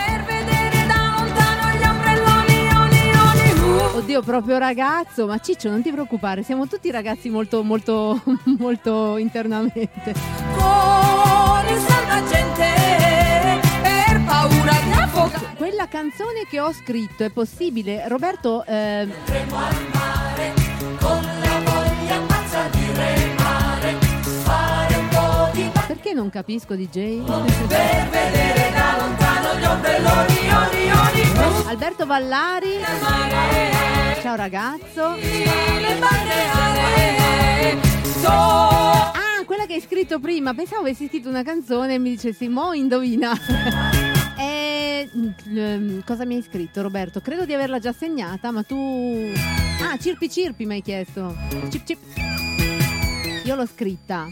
Oddio, proprio ragazzo, ma Ciccio non ti preoccupare, siamo tutti ragazzi molto molto molto internamente. Con il salvagente per paura di affogare. Quella canzone che ho scritto è possibile, Roberto? Eh... Andremo al mare con la voglia pazza di remare, fare un po' di pa- Perché non capisco, D J? Per vedere da lontano gli ombrelloni, oni, oni. Alberto Vallari. Ciao ragazzo. Ah, quella che hai scritto prima. Pensavo avessi scritto una canzone e mi dicessi: mo indovina. E cosa mi hai scritto, Roberto? Credo di averla già segnata, ma tu... Ah, Cirpi Cirpi mi hai chiesto. Cip cip. Io l'ho scritta.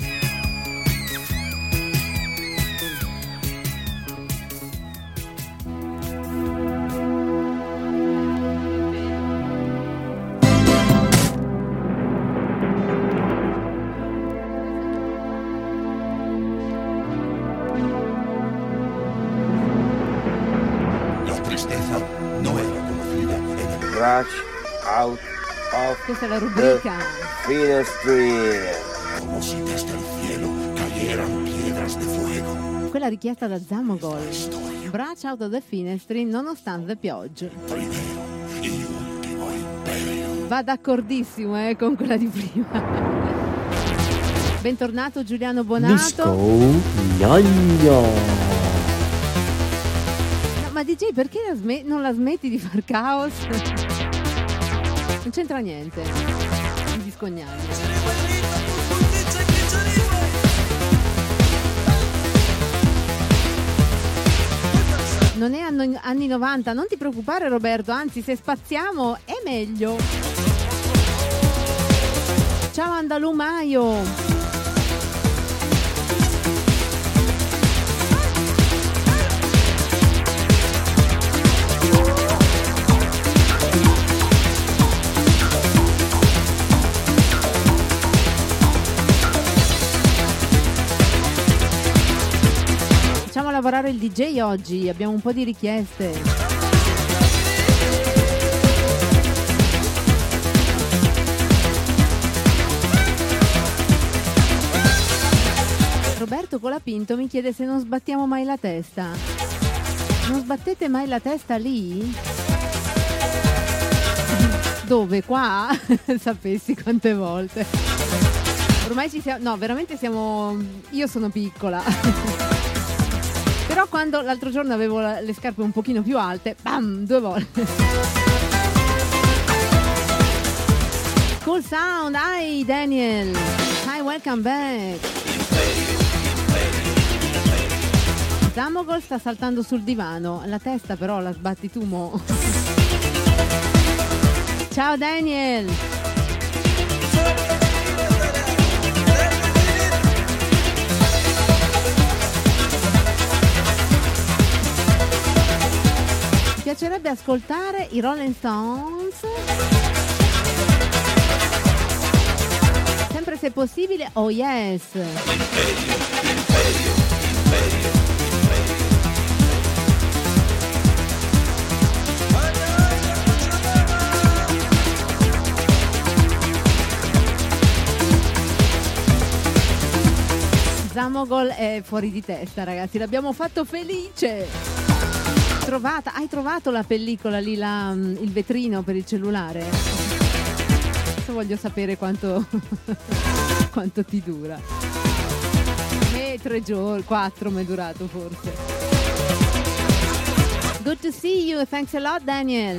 Out of Questa è la rubrica Finestri. Como si desde el cielo cayeran piedras de fuego. Quella richiesta da Zamogol. Brush out of the Finestri nonostante pioggia. Va d'accordissimo eh, con quella di prima. Bentornato Giuliano Bonato. Disco gnagno. No, ma D J, perché la sm- non la smetti di far caos? Non c'entra niente. Il disco gnagno. Non è anno- anni novanta, non ti preoccupare Roberto, anzi se spaziamo è meglio. Ciao Andalumaio. Facciamo lavorare il D J oggi, abbiamo un po' di richieste. Roberto Colapinto mi chiede se non sbattiamo mai la testa. Non sbattete mai la testa lì? Dove? Qua? Sapessi quante volte. Ormai ci siamo... No, veramente siamo... Io sono piccola. Però quando l'altro giorno avevo le scarpe un pochino più alte, bam, due volte. Cool sound, hi Daniel. Hi, welcome back. Zamogol sta saltando sul divano, la testa però la sbatti tu mo. Ciao Daniel. Mi piacerebbe ascoltare i Rolling Stones. Sempre se possibile, oh yes. Zamogol è fuori di testa, ragazzi, l'abbiamo fatto felice. Trovata, hai trovato la pellicola lì, la, il vetrino per il cellulare? Adesso voglio sapere quanto, quanto ti dura. E tre giorni, quattro mi è durato forse. Good to see you, thanks a lot Daniel.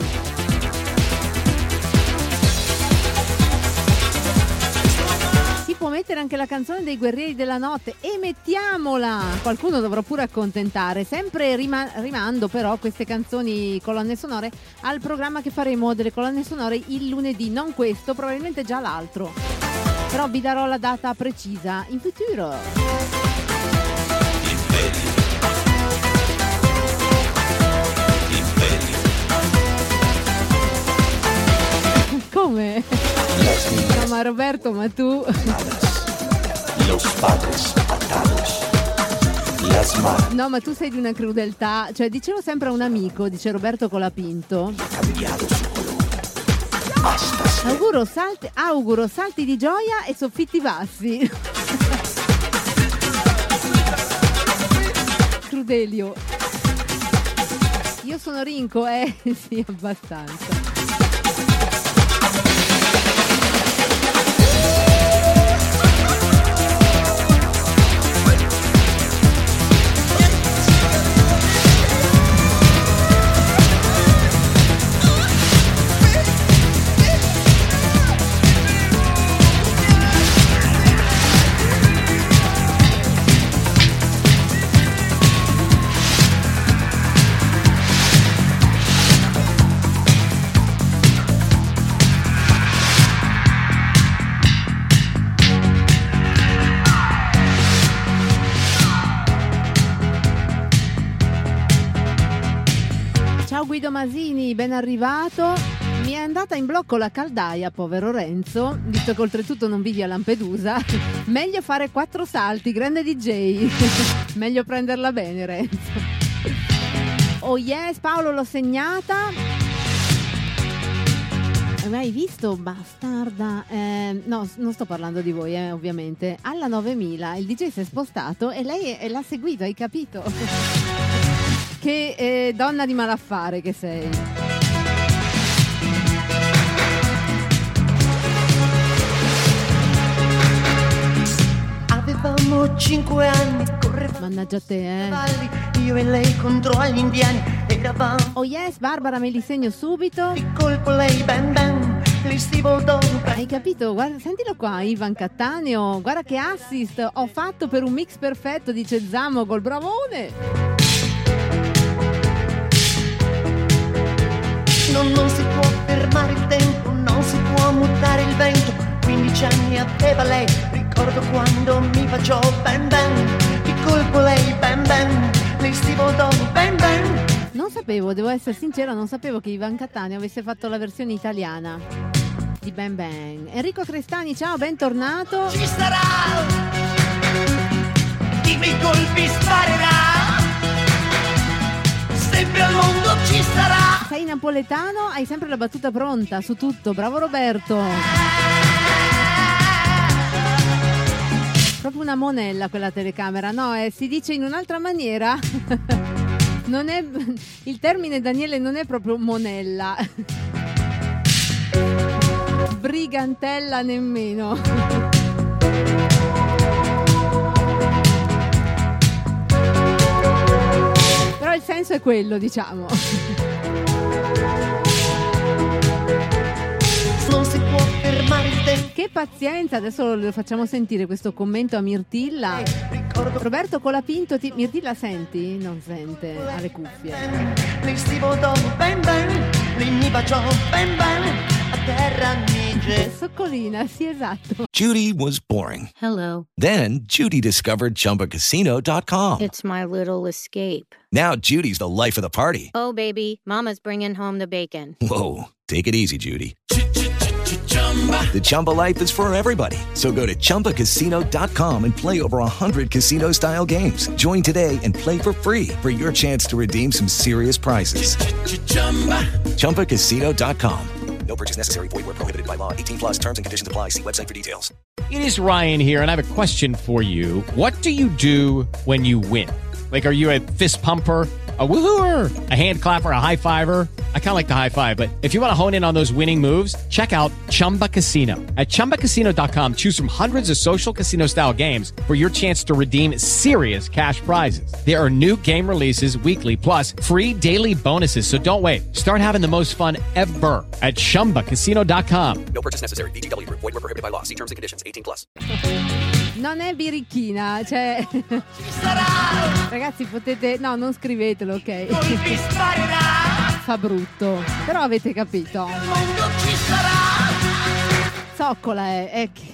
Si può mettere anche la canzone dei Guerrieri della Notte e mettiamola! Qualcuno dovrà pure accontentare, sempre rima- rimando però queste canzoni colonne sonore al programma che faremo delle colonne sonore il lunedì, non questo, probabilmente già l'altro, però vi darò la data precisa in futuro. Come? No, ma Roberto, ma tu... Los padres atados. Las madres. No, ma tu sei di una crudeltà. Cioè, dicevo sempre a un amico, dice Roberto Colapinto. Auguro salti, auguro salti di gioia e soffitti bassi. Crudelio. Io sono rinco, eh? Sì, abbastanza. Guido Masini, ben arrivato. Mi è andata in blocco la caldaia, povero Renzo, visto che oltretutto non vivi a Lampedusa. Meglio fare quattro salti, grande D J. Meglio prenderla bene, Renzo. Oh yes, Paolo, l'ho segnata. Hai visto Bastarda? Eh, no, non sto parlando di voi, eh, ovviamente. Alla novemila il D J si è spostato e lei è, l'ha seguito, hai capito? Che eh, donna di malaffare che sei. Avevamo cinque anni, correvamo. Mannaggia te, eh. Io e lei contro gli indiani. Eravamo. Oh yes, Barbara, me li segno subito. Il colpo lei, bam bam. Hai capito? Guarda, sentilo qua, Ivan Cattaneo. Guarda che assist ho fatto per un mix perfetto, dice Zamogol, bravone. non si può fermare il tempo, non si può mutare il vento. quindici anni aveva lei, ricordo quando mi baciò, ben ben, che colpo lei, ben ben, vestivo d'oro, ben ben. Non sapevo, devo essere sincera, non sapevo che Ivan Cattaneo avesse fatto la versione italiana di Ben Ben. Enrico Crestani, ciao, bentornato. Ci sarà chi mi colpi sparerà, sempre al mondo ci sarà. Sei napoletano, hai sempre la battuta pronta su tutto, bravo Roberto. Proprio una monella quella telecamera, no? Eh, si dice in un'altra maniera. Non è, il termine, Daniele, non è proprio monella. Brigantella nemmeno. Però il senso è quello, diciamo. Non si può fermare il tempo. Che pazienza, adesso lo facciamo sentire questo commento a Mirtilla. Roberto Colapinto, ti... Mirtilla senti? Non sente, ha le cuffie. Vestivo d'oro, ben ben, lei mi baciò, ben ben, a terra mi ge- Soccolina, sì, esatto. Judy was boring. Hello. Then Judy discovered Chumba Casino dot com. It's my little escape. Now Judy's the life of the party. Oh, baby, mama's bringing home the bacon. Whoa, take it easy, Judy. The Chumba life is for everybody. So go to Chumba Casino dot com and play over one hundred casino-style games. Join today and play for free for your chance to redeem some serious prizes. Chumba Casino dot com. No purchase necessary. Void where prohibited by law. eighteen plus terms and conditions apply. See website for details. It is Ryan here, and I have a question for you. What do you do when you win? Like, are you a fist pumper, a woohooer, a hand clapper, a high fiver? I kind of like the high five, but if you want to hone in on those winning moves, check out Chumba Casino. At Chumba Casino dot com, choose from hundreds of social casino style games for your chance to redeem serious cash prizes. There are new game releases weekly, plus free daily bonuses. So don't wait. Start having the most fun ever at Chumba Casino dot com. No purchase necessary. V G W Group. Void where prohibited by law. See terms and conditions. eighteen plus. Non è birichina, cioè. Ragazzi, potete. No, non scrivetelo, ok? Fa brutto, però avete capito. Zoccola è, è che.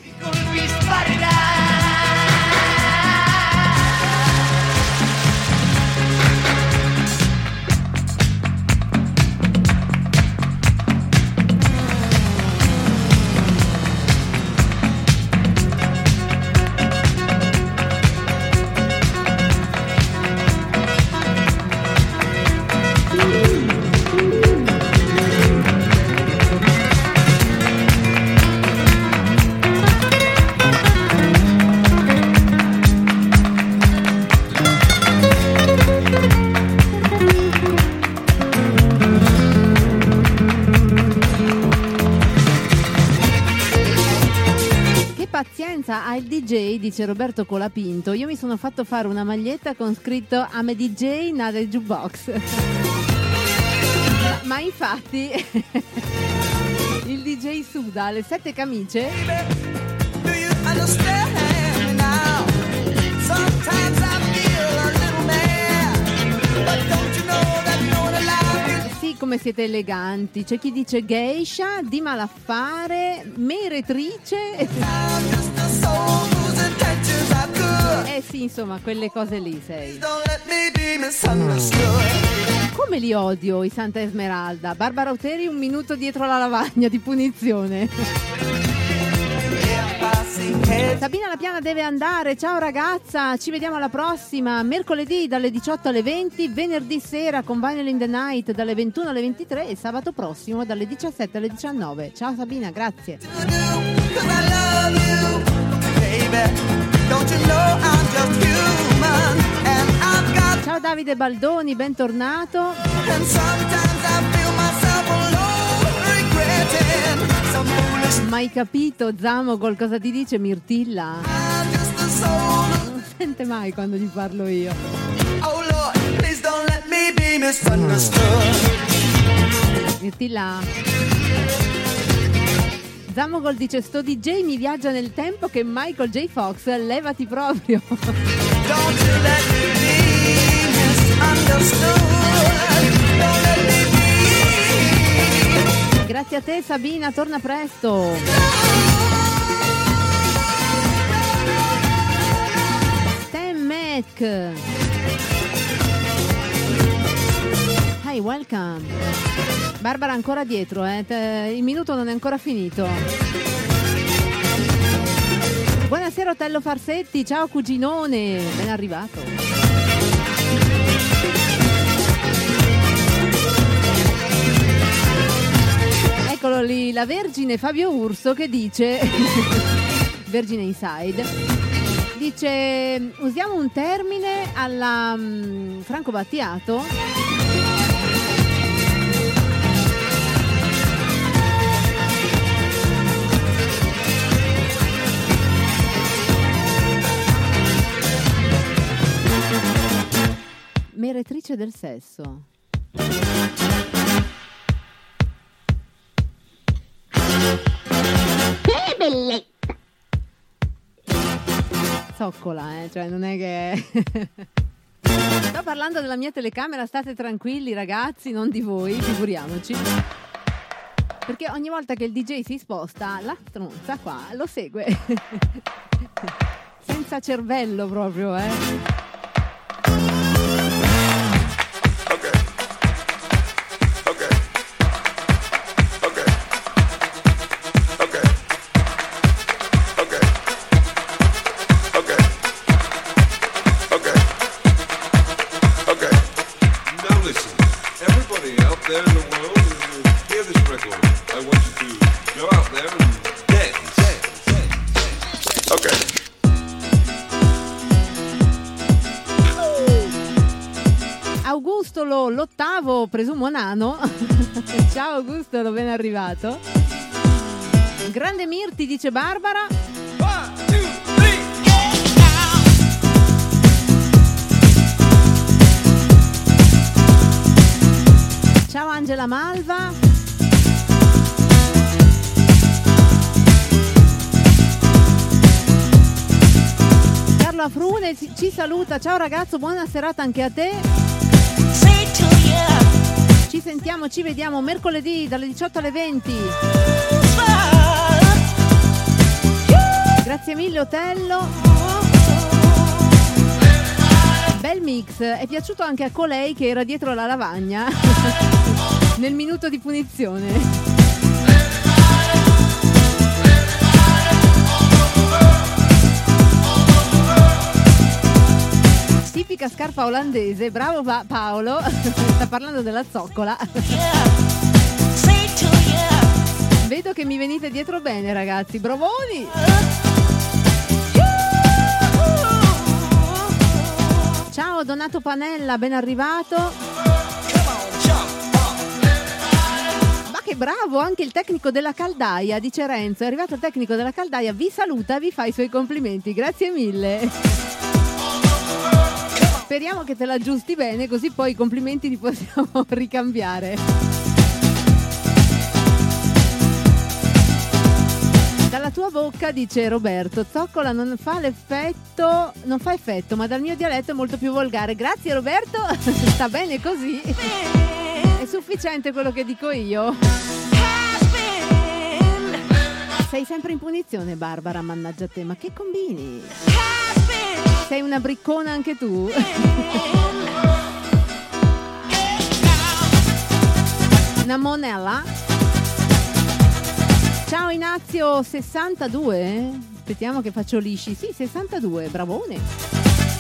Pazienza al D J, dice Roberto Colapinto. Io mi sono fatto fare una maglietta con scritto I'm a D J, not a jukebox. ma, ma infatti il D J suda le sette camicie. Sì, come siete eleganti. C'è chi dice geisha, di malaffare, meretrice. Eh sì, insomma, quelle cose lì sei. Come li odio i Santa Esmeralda. Barbara Oteri un minuto dietro la lavagna di punizione. Sabina La Piana deve andare. Ciao ragazza, ci vediamo alla prossima. Mercoledì dalle diciotto alle venti, venerdì sera con Vinyl in the Night dalle ventuno alle ventitré e sabato prossimo dalle diciassette alle diciannove. Ciao Sabina, grazie. Ciao Davide Baldoni, bentornato. Mai capito Zamogol cosa ti dice Mirtilla? Non sente mai quando gli parlo io. Mirtilla. Zamogol dice sto D J mi viaggia nel tempo che Michael J. Fox, levati proprio. Don't you let me be misunderstood. Don't let me be Grazie a te Sabina, torna presto. Stan Mac. Hi, welcome. Barbara ancora dietro, eh? Te- il minuto non è ancora finito. Buonasera Otello Farsetti, ciao cuginone, ben arrivato. Eccolo lì, la Vergine Fabio Urso che dice, Vergine Inside, dice usiamo un termine alla um, Franco Battiato. Meretrice del sesso. Che bellezza! Zoccola, eh, cioè non è che... Sto parlando della mia telecamera, state tranquilli ragazzi, non di voi, figuriamoci. Perché ogni volta che il D J si sposta, la stronza qua lo segue. Senza cervello proprio, eh. Augustolo, l'ottavo, presumo nano. Ciao Augustolo, ben arrivato. Grande Mirti, dice Barbara. One, two, three, ciao Angela Malva. Carlo Afrune ci saluta. Ciao ragazzo, buona serata anche a te. Ci sentiamo, ci vediamo mercoledì dalle diciotto alle venti. Grazie mille Otello. Bel mix. È piaciuto anche a colei che era dietro la lavagna nel minuto di punizione. Tipica scarpa olandese, bravo pa- Paolo, sta parlando della zoccola. Vedo che mi venite dietro bene ragazzi, bravoni! Ciao Donato Panella, ben arrivato. Ma che bravo, anche il tecnico della caldaia, dice Renzo, è arrivato il tecnico della caldaia, vi saluta, vi fa i suoi complimenti, grazie mille. Speriamo che te la aggiusti bene, così poi i complimenti li possiamo ricambiare. Dalla tua bocca, dice Roberto, zoccola non fa l'effetto, non fa effetto, ma dal mio dialetto è molto più volgare. Grazie Roberto, sta bene così. È sufficiente quello che dico io. Sei sempre in punizione Barbara, mannaggia te, ma che combini? Sei una briccona anche tu. Una monella. Ciao Inazio sessantadue. Aspettiamo che faccio lisci. Sì, sessantadue, bravone.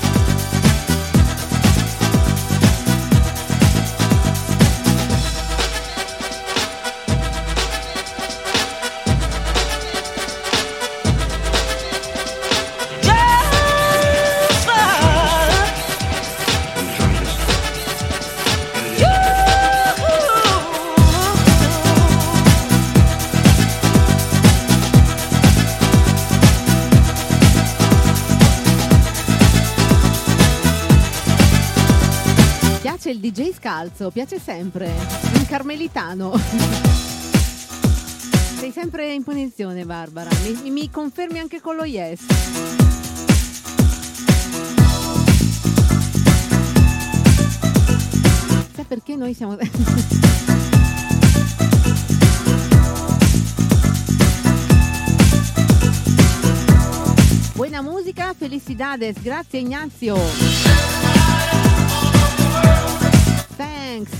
Il D J scalzo, piace sempre, un carmelitano. Sei sempre in punizione Barbara, mi, mi confermi anche con lo yes. Sai perché noi siamo... buena musica, felicidades, grazie Ignazio. Thanks.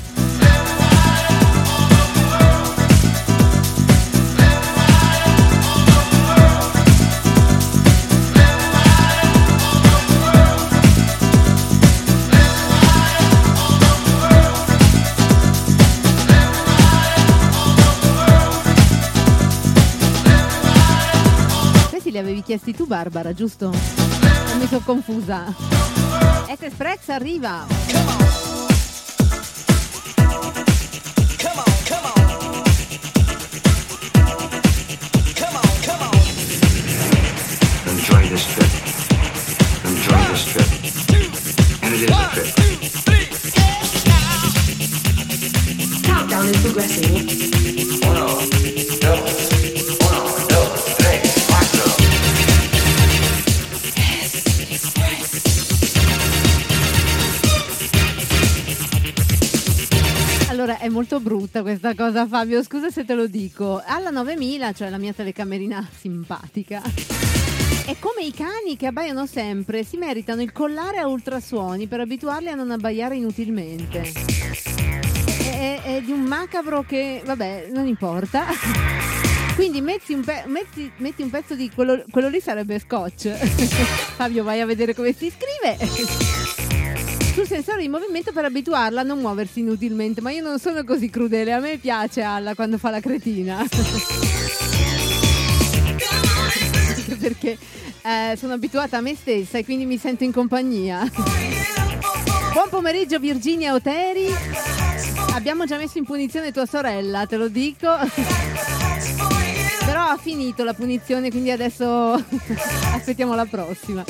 Li avevi chiesti tu, Barbara, giusto? Non mi sono confusa. Et Esprex arriva. Enjoy this trip. Enjoy this trip. And it is a trip. Countdown is progressing. Uno, dos. Allora, è molto brutta questa cosa, Fabio, scusa se te lo dico. Alla novemila, cioè la mia telecamerina simpatica, è come i cani che abbaiano sempre, si meritano il collare a ultrasuoni per abituarli a non abbaiare inutilmente. È, è di un macabro che, vabbè, non importa. Quindi metti un, pe- metti, metti un pezzo di quello, quello lì sarebbe Scotch. Fabio, vai a vedere come si scrive. Sul sensore di movimento per abituarla a non muoversi inutilmente, ma io non sono così crudele, a me piace Alla quando fa la cretina. Perché eh, sono abituata a me stessa e quindi mi sento in compagnia. Buon pomeriggio Virginia Oteri, abbiamo già messo in punizione tua sorella, te lo dico. Però ha finito la punizione, quindi adesso aspettiamo la prossima.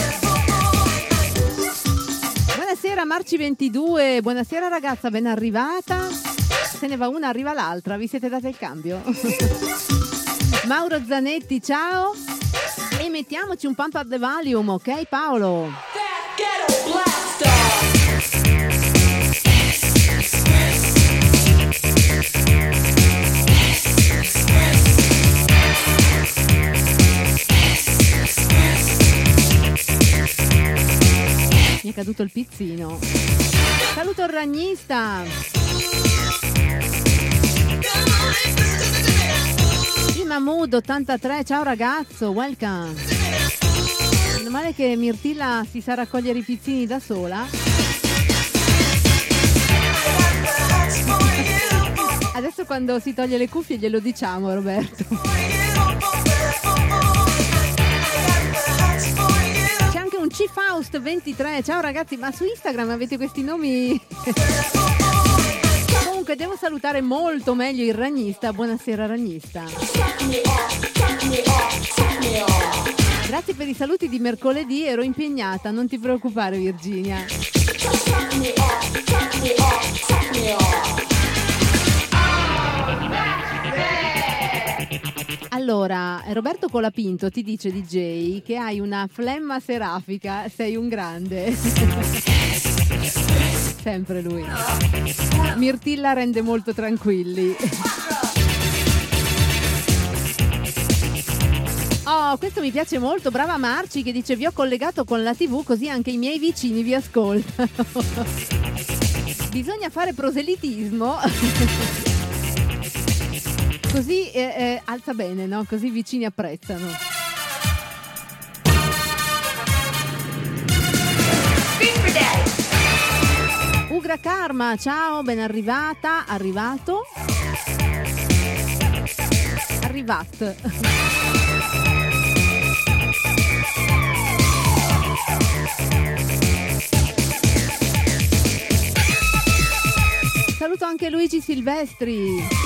Buonasera Marci ventidue, buonasera ragazza, ben arrivata. Se ne va una, arriva l'altra, vi siete date il cambio? Mauro Zanetti, ciao. E mettiamoci un pump up the volume, ok Paolo? Mi è caduto il pizzino. Saluto il ragnista. Il Mahmood ottantatré, ciao ragazzo, welcome. Meno male che Mirtilla si sa raccogliere i pizzini da sola. Adesso quando si toglie le cuffie glielo diciamo, Roberto. Un C-Faust ventitré, ciao ragazzi, ma su Instagram avete questi nomi? Comunque devo salutare molto meglio il ragnista, buonasera ragnista. Grazie per i saluti di mercoledì, ero impegnata, non ti preoccupare Virginia. Allora, Roberto Colapinto ti dice D J che hai una flemma serafica, sei un grande. Sempre lui. Mirtilla rende molto tranquilli. Oh, questo mi piace molto, brava Marci che dice vi ho collegato con la tivù così anche i miei vicini vi ascoltano. Bisogna fare proselitismo. Così eh, eh, alza bene, no? Così i vicini apprezzano. Ugra Karma, ciao, ben arrivata, arrivato. Arrivat. Saluto anche Luigi Silvestri.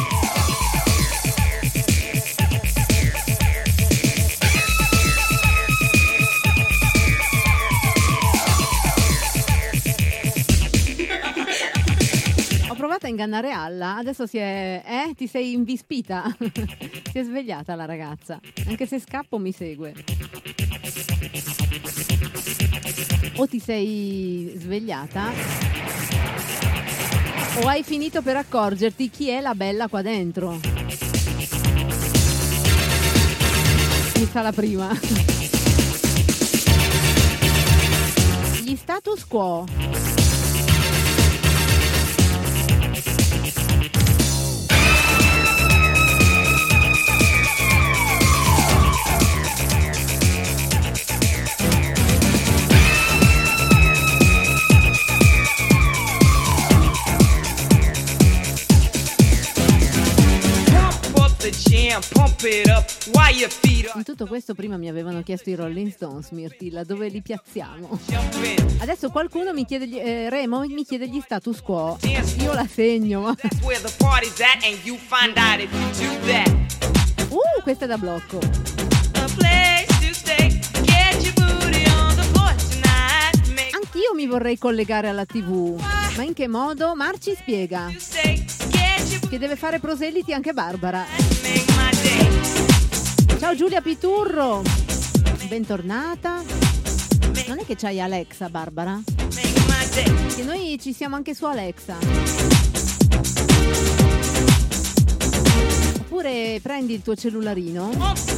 Provato a ingannare Alla, adesso si è eh ti sei invispita. Si è svegliata la ragazza, anche se scappo mi segue. O ti sei svegliata o hai finito per accorgerti chi è la bella qua dentro. Mi sa la prima. gli status quo. In tutto questo prima mi avevano chiesto i Rolling Stones, Mirtilla, dove li piazziamo? Adesso qualcuno mi chiede, gli, eh, Remo mi chiede gli status quo. Io la segno, ma... Uh, questa è da blocco. Anch'io mi vorrei collegare alla tivù, ma in che modo? Marci spiega. Che deve fare proseliti anche Barbara. Ciao Giulia Piturro, bentornata. Non è che c'hai Alexa, Barbara? Che noi ci siamo anche su Alexa. Oppure prendi il tuo cellularino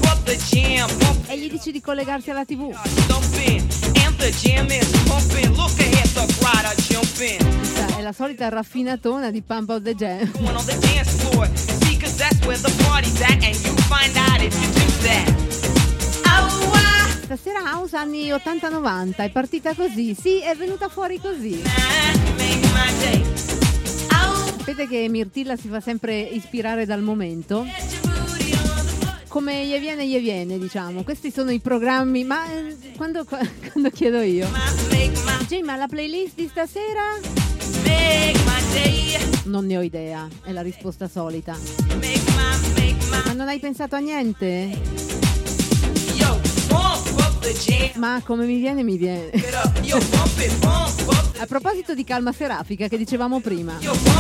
e gli dici di collegarsi alla tivù. Questa è la solita raffinatona di Pump Up the Jam. Stasera house anni ottanta novanta, è partita così, sì, è venuta fuori così. Sapete che Mirtilla si fa sempre ispirare dal momento? Come gli viene, gli viene, diciamo. Questi sono i programmi, ma eh, quando, quando chiedo io? D J, ma la playlist di stasera? Non ne ho idea, è la risposta solita. Ma non hai pensato a niente? Ma come mi viene, mi viene. A proposito di calma serafica che dicevamo prima.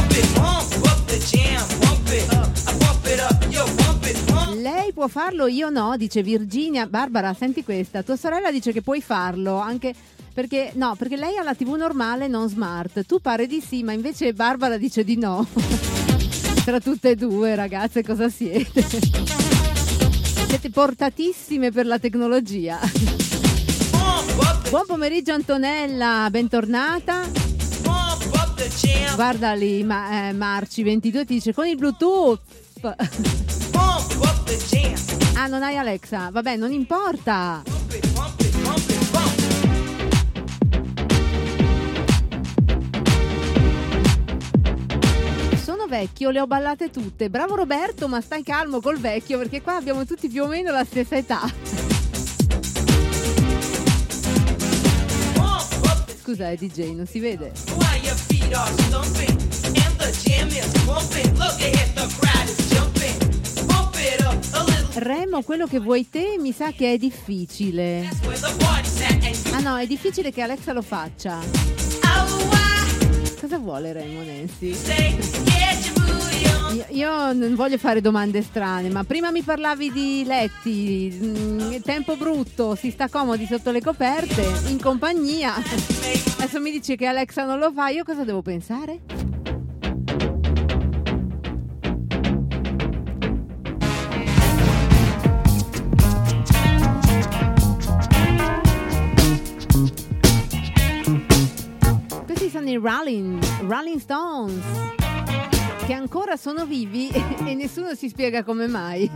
Lei può farlo, io no, dice Virginia. Barbara, senti questa. Tua sorella dice che puoi farlo, anche perché no, perché lei ha la tivù normale, non smart. Tu pare di sì, ma invece Barbara dice di no. Tra tutte e due, ragazze, cosa siete? Siete portatissime per la tecnologia. Buon pomeriggio Antonella, bentornata. Guarda lì, ma, eh, Marci ventidue ti dice con il Bluetooth. Ah, non hai Alexa? Vabbè, non importa. Sono vecchio, le ho ballate tutte. Bravo Roberto, ma stai calmo col vecchio, perché qua abbiamo tutti più o meno la stessa età. Scusa, è D J, non si vede. Remo, quello che vuoi te mi sa che è difficile. Ah no, è difficile che Alexa lo faccia. Cosa vuole Remo Nancy? Io, io non voglio fare domande strane, ma prima mi parlavi di letti, mh, tempo brutto, si sta comodi sotto le coperte, in compagnia. Adesso mi dici che Alexa non lo fa, io cosa devo pensare? Questi sono i Rolling, Rolling Stones, che ancora sono vivi e nessuno si spiega come mai.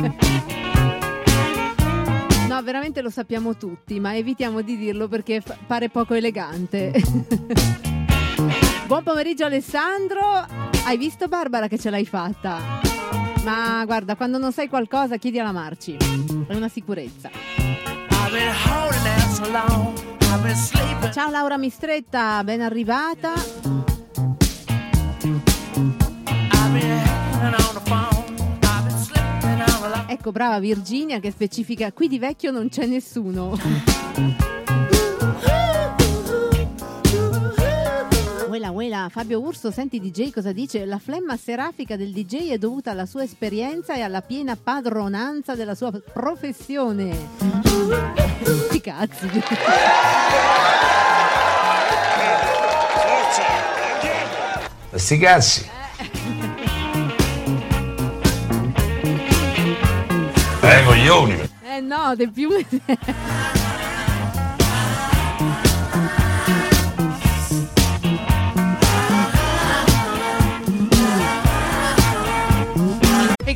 No, veramente lo sappiamo tutti, ma evitiamo di dirlo perché f- pare poco elegante. Buon pomeriggio Alessandro. Hai visto Barbara che ce l'hai fatta? Ma guarda, quando non sai qualcosa chiedi alla Marci. È una sicurezza. Ciao Laura Mistretta, ben arrivata. Ecco, brava Virginia che specifica: qui di vecchio non c'è nessuno. Uela, uela. Fabio Urso, senti D J cosa dice? La flemma serafica del D J è dovuta alla sua esperienza e alla piena padronanza della sua professione. Sti cazzi. Sti cazzi. Eh, coglioni. Eh no, di più.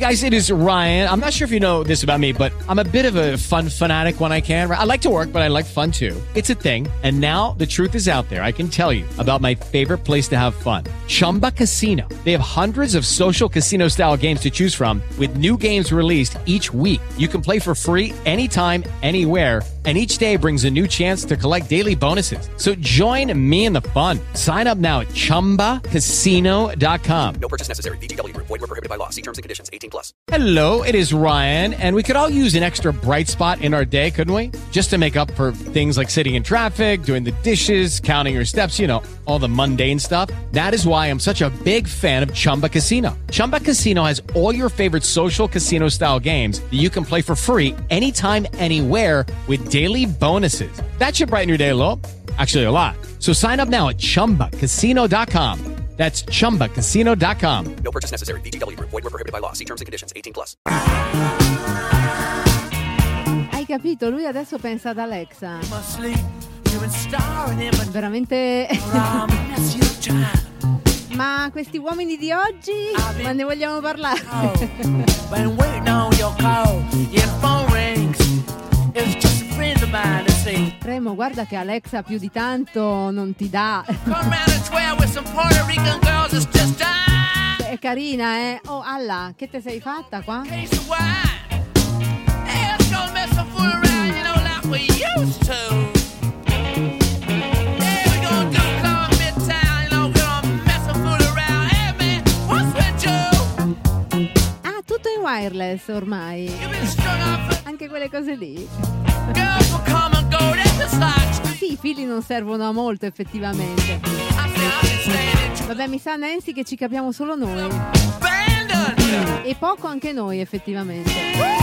guys, it is Ryan. I'm not sure if you know this about me, but I'm a bit of a fun fanatic when I can. I like to work, but I like fun too. It's a thing. And now the truth is out there. I can tell you about my favorite place to have fun. Chumba Casino. They have hundreds of social casino style games to choose from with new games released each week. You can play for free anytime, anywhere. And each day brings a new chance to collect daily bonuses. So join me in the fun. Sign up now at chumba casino dot com. No purchase necessary. V G W Group. Void where prohibited by law. See terms and conditions. eighteen plus. Hello, it is Ryan, and we could all use an extra bright spot in our day, couldn't we? Just to make up for things like sitting in traffic, doing the dishes, counting your steps, you know, all the mundane stuff. That is why I'm such a big fan of Chumba Casino. Chumba Casino has all your favorite social casino style games that you can play for free anytime, anywhere with daily bonuses. That should brighten your day a little. Actually, a lot. So sign up now at chumba casino dot com. That's chumba casino dot com. No purchase necessary. V G W Group. Void where prohibited by law. See terms and conditions. eighteen plus. Hai capito? Lui adesso pensa ad Alexa. Veramente. Ma questi uomini di oggi, ma ne vogliamo parlare? Remo, guarda che Alexa più di tanto non ti dà. È carina, eh? Oh, Allah, che te sei fatta qua? Ah, tutto in wireless ormai. Anche quelle cose lì. Sì, i fili non servono a molto effettivamente. Vabbè, mi sa Nancy che ci capiamo solo noi. E poco anche noi effettivamente.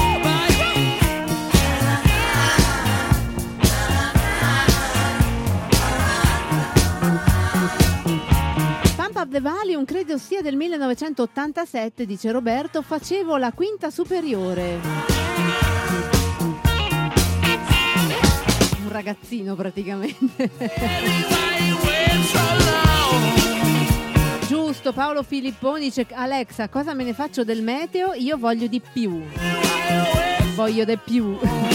Pump Up the Valium credo sia del millenovecentottantasette, dice Roberto, facevo la quinta superiore. Un ragazzino praticamente. Giusto, Paolo Filipponi dice: Alexa, cosa me ne faccio del meteo? Io voglio di più. Voglio di più.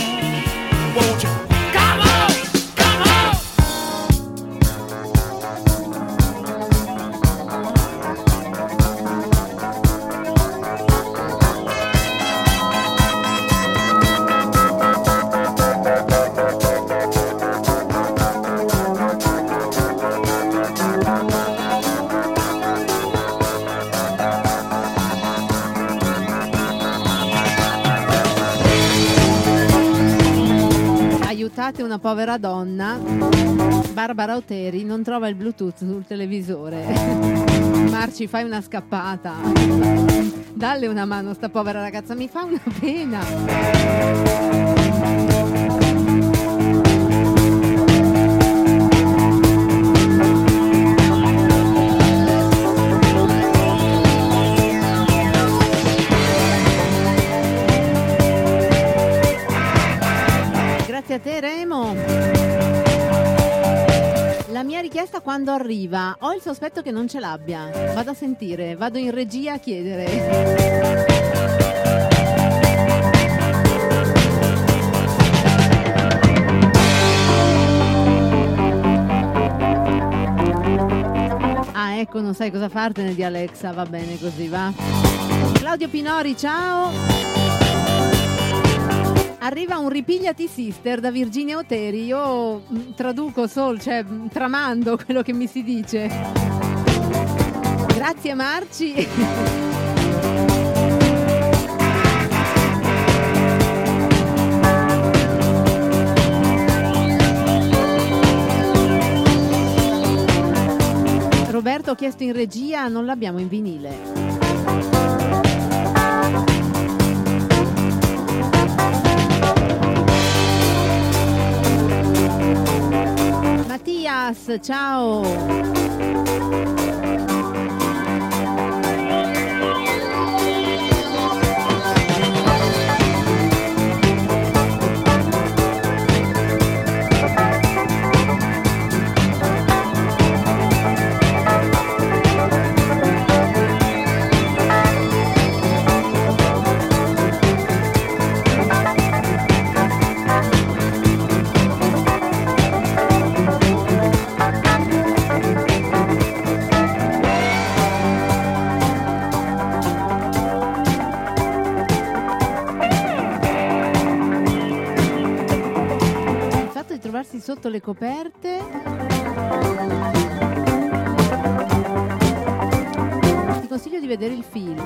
Aiutate una povera donna. Barbara Oteri non trova il Bluetooth sul televisore. Marci, fai una scappata. Dalle una mano sta povera ragazza, mi fa una pena. Grazie a te, Remo. La mia richiesta quando arriva? Ho il sospetto che non ce l'abbia. Vado a sentire, vado in regia a chiedere. Ah, ecco, non sai cosa fartene di Alexa, va bene così, va. Claudio Pinori, ciao. Arriva un ripigliati sister da Virginia Oteri. Io mh, traduco sol, cioè mh, tramando quello che mi si dice. Grazie Marci. Roberto, ho chiesto in regia, non l'abbiamo in vinile. Mattias, ciao. di trovarsi sotto le coperte. Ti consiglio di vedere il film.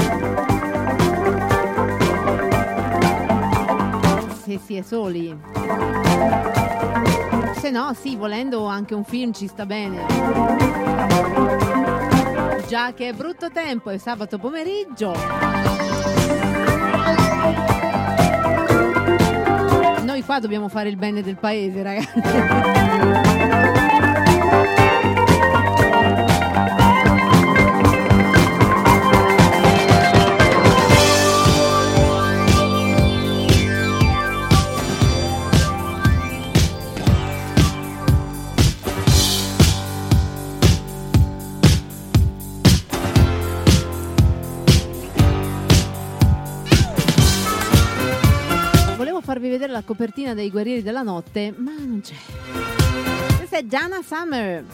Se si è soli. Se no, sì, volendo anche un film ci sta bene. Già che è brutto tempo, è sabato pomeriggio. Noi qua dobbiamo fare il bene del paese, ragazzi. Farvi vedere la copertina dei Guerrieri della Notte, ma non c'è. Questa è Donna Summer,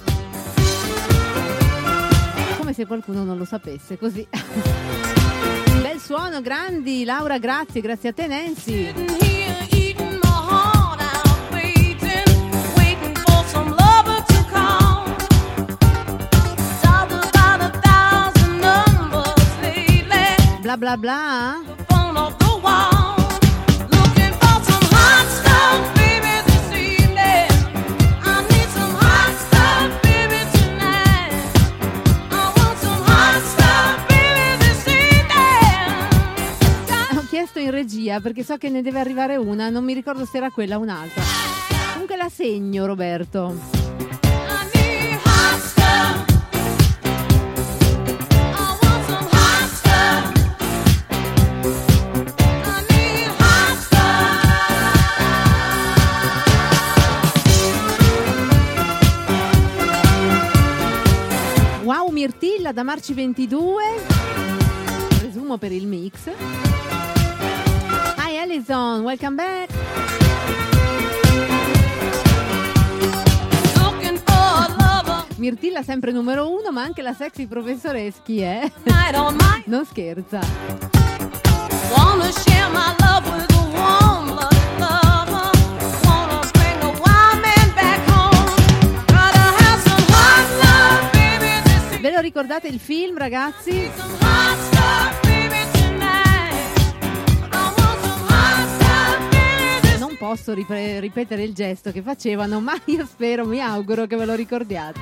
come se qualcuno non lo sapesse, così. Bel suono, grandi. Laura, grazie, grazie a te, Nancy. Bla bla bla. In regia perché so che ne deve arrivare una, non mi ricordo se era quella o un'altra. Comunque la segno, Roberto. Wow, Mirtilla da Marci ventidue, presumo per il mix. Hi Alison, welcome back. Mirtilla sempre numero uno, ma anche la sexy professoreschi, eh? Non scherza. Wanna share my love with a warm lover. Wanna bring a wild man back home. Gotta have some hot love, baby. Ve lo ricordate il film, ragazzi? Posso ripre- ripetere il gesto che facevano, ma io spero, mi auguro che ve lo ricordiate.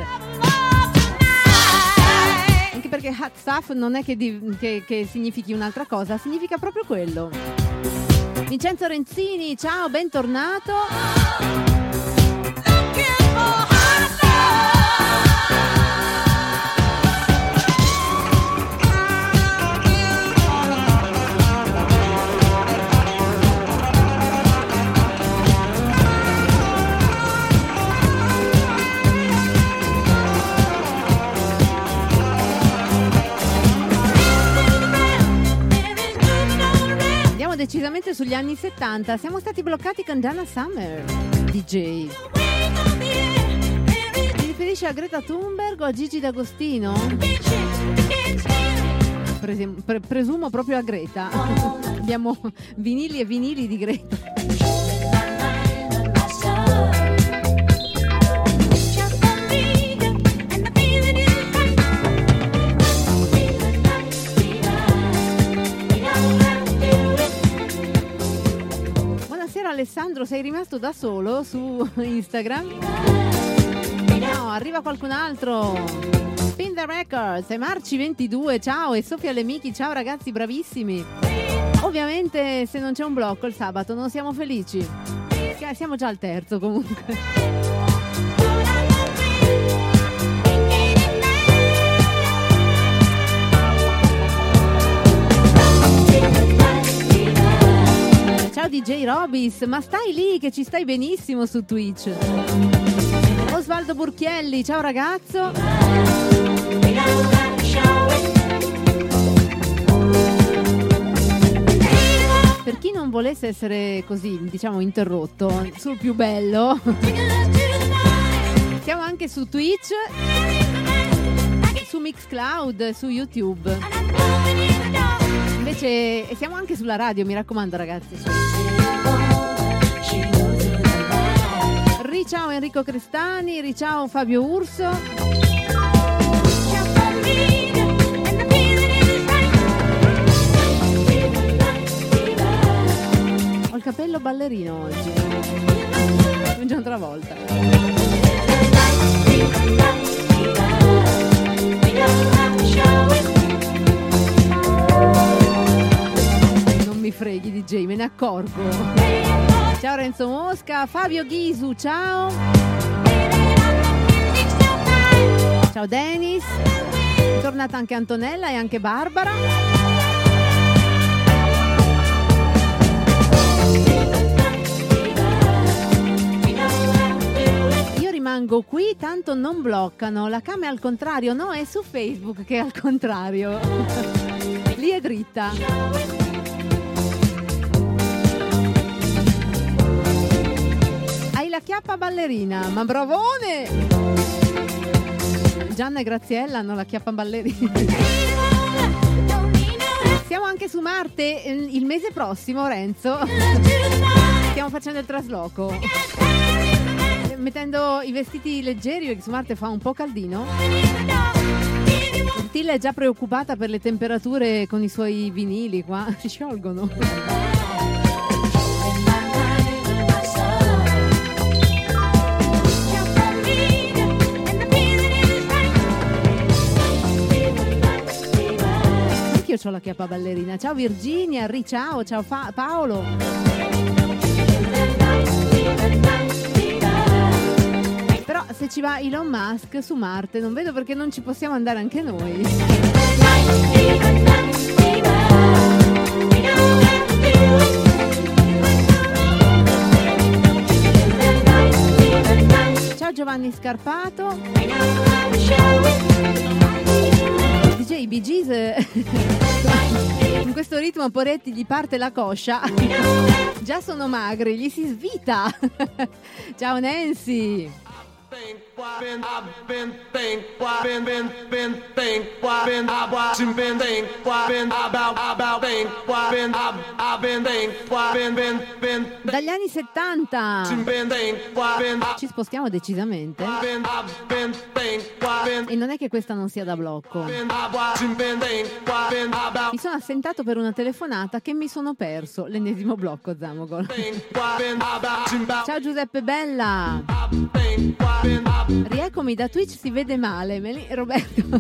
Anche perché hot stuff non è che, di- che-, che significhi un'altra cosa, significa proprio quello. Vincenzo Renzini, ciao, bentornato. Decisamente sugli anni settanta, siamo stati bloccati con Donna Summer, D J. Ti riferisci a Greta Thunberg o a Gigi D'Agostino? Presum- pre- presumo proprio a Greta. Abbiamo vinili e vinili di Greta. Alessandro, sei rimasto da solo su Instagram? No, arriva qualcun altro. Spin the Records e Marci ventidue, ciao, e Sofia Lemichi, ciao ragazzi, bravissimi. Ovviamente se non c'è un blocco il sabato non siamo felici. Siamo già al terzo comunque. Ciao D J Robis, ma stai lì che ci stai benissimo su Twitch. Osvaldo Burchielli, ciao ragazzo. Per chi non volesse essere così, diciamo, interrotto, sul più bello, siamo anche su Twitch, su Mixcloud, su YouTube. Invece siamo anche sulla radio, mi raccomando ragazzi. Riciao Enrico Crestani, riciao Fabio Urso. Ho il capello ballerino oggi, come già un'altra volta. Non mi freghi D J, me ne accorgo. Ciao Renzo Mosca, Fabio Ghisu, ciao. Ciao Denis. È tornata anche Antonella e anche Barbara. Io rimango qui, tanto non bloccano. La cam è al contrario, no? È su Facebook che è al contrario. Lì è dritta. La chiappa ballerina, ma bravone! Gianna e Graziella hanno la chiappa ballerina. Siamo anche su Marte il mese prossimo, Renzo. Stiamo facendo il trasloco, mettendo i vestiti leggeri perché su Marte fa un po' caldino. Tilla è già preoccupata per le temperature con i suoi vinili qua, si sciolgono. Io ho la chiappa ballerina. Ciao Virginia, riciao, ciao Fa- Paolo. Però se ci va Elon Musk su Marte non vedo perché non ci possiamo andare anche noi. Ciao Giovanni Scarpato. D J Bee Gees, in questo ritmo Poretti gli parte la coscia. Già sono magri, gli si svita. Ciao Nancy. Dagli anni settanta ci spostiamo decisamente e non è che questa non sia da blocco. Mi sono assentato per una telefonata che mi sono perso l'ennesimo blocco Zamogol. Ciao Giuseppe Bella. Rieccomi da Twitch, si vede male. Meli- Roberto.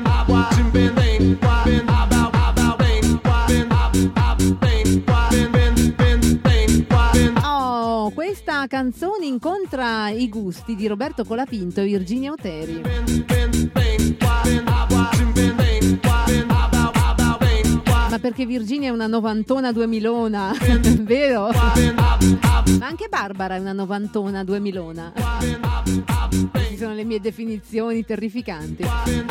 Oh, questa canzone incontra i gusti di Roberto Colapinto e Virginia Oteri. Ma perché Virginia è una novantona duemilona, vero? Ma anche Barbara è una novantona duemilona. Queste sono le mie definizioni terrificanti.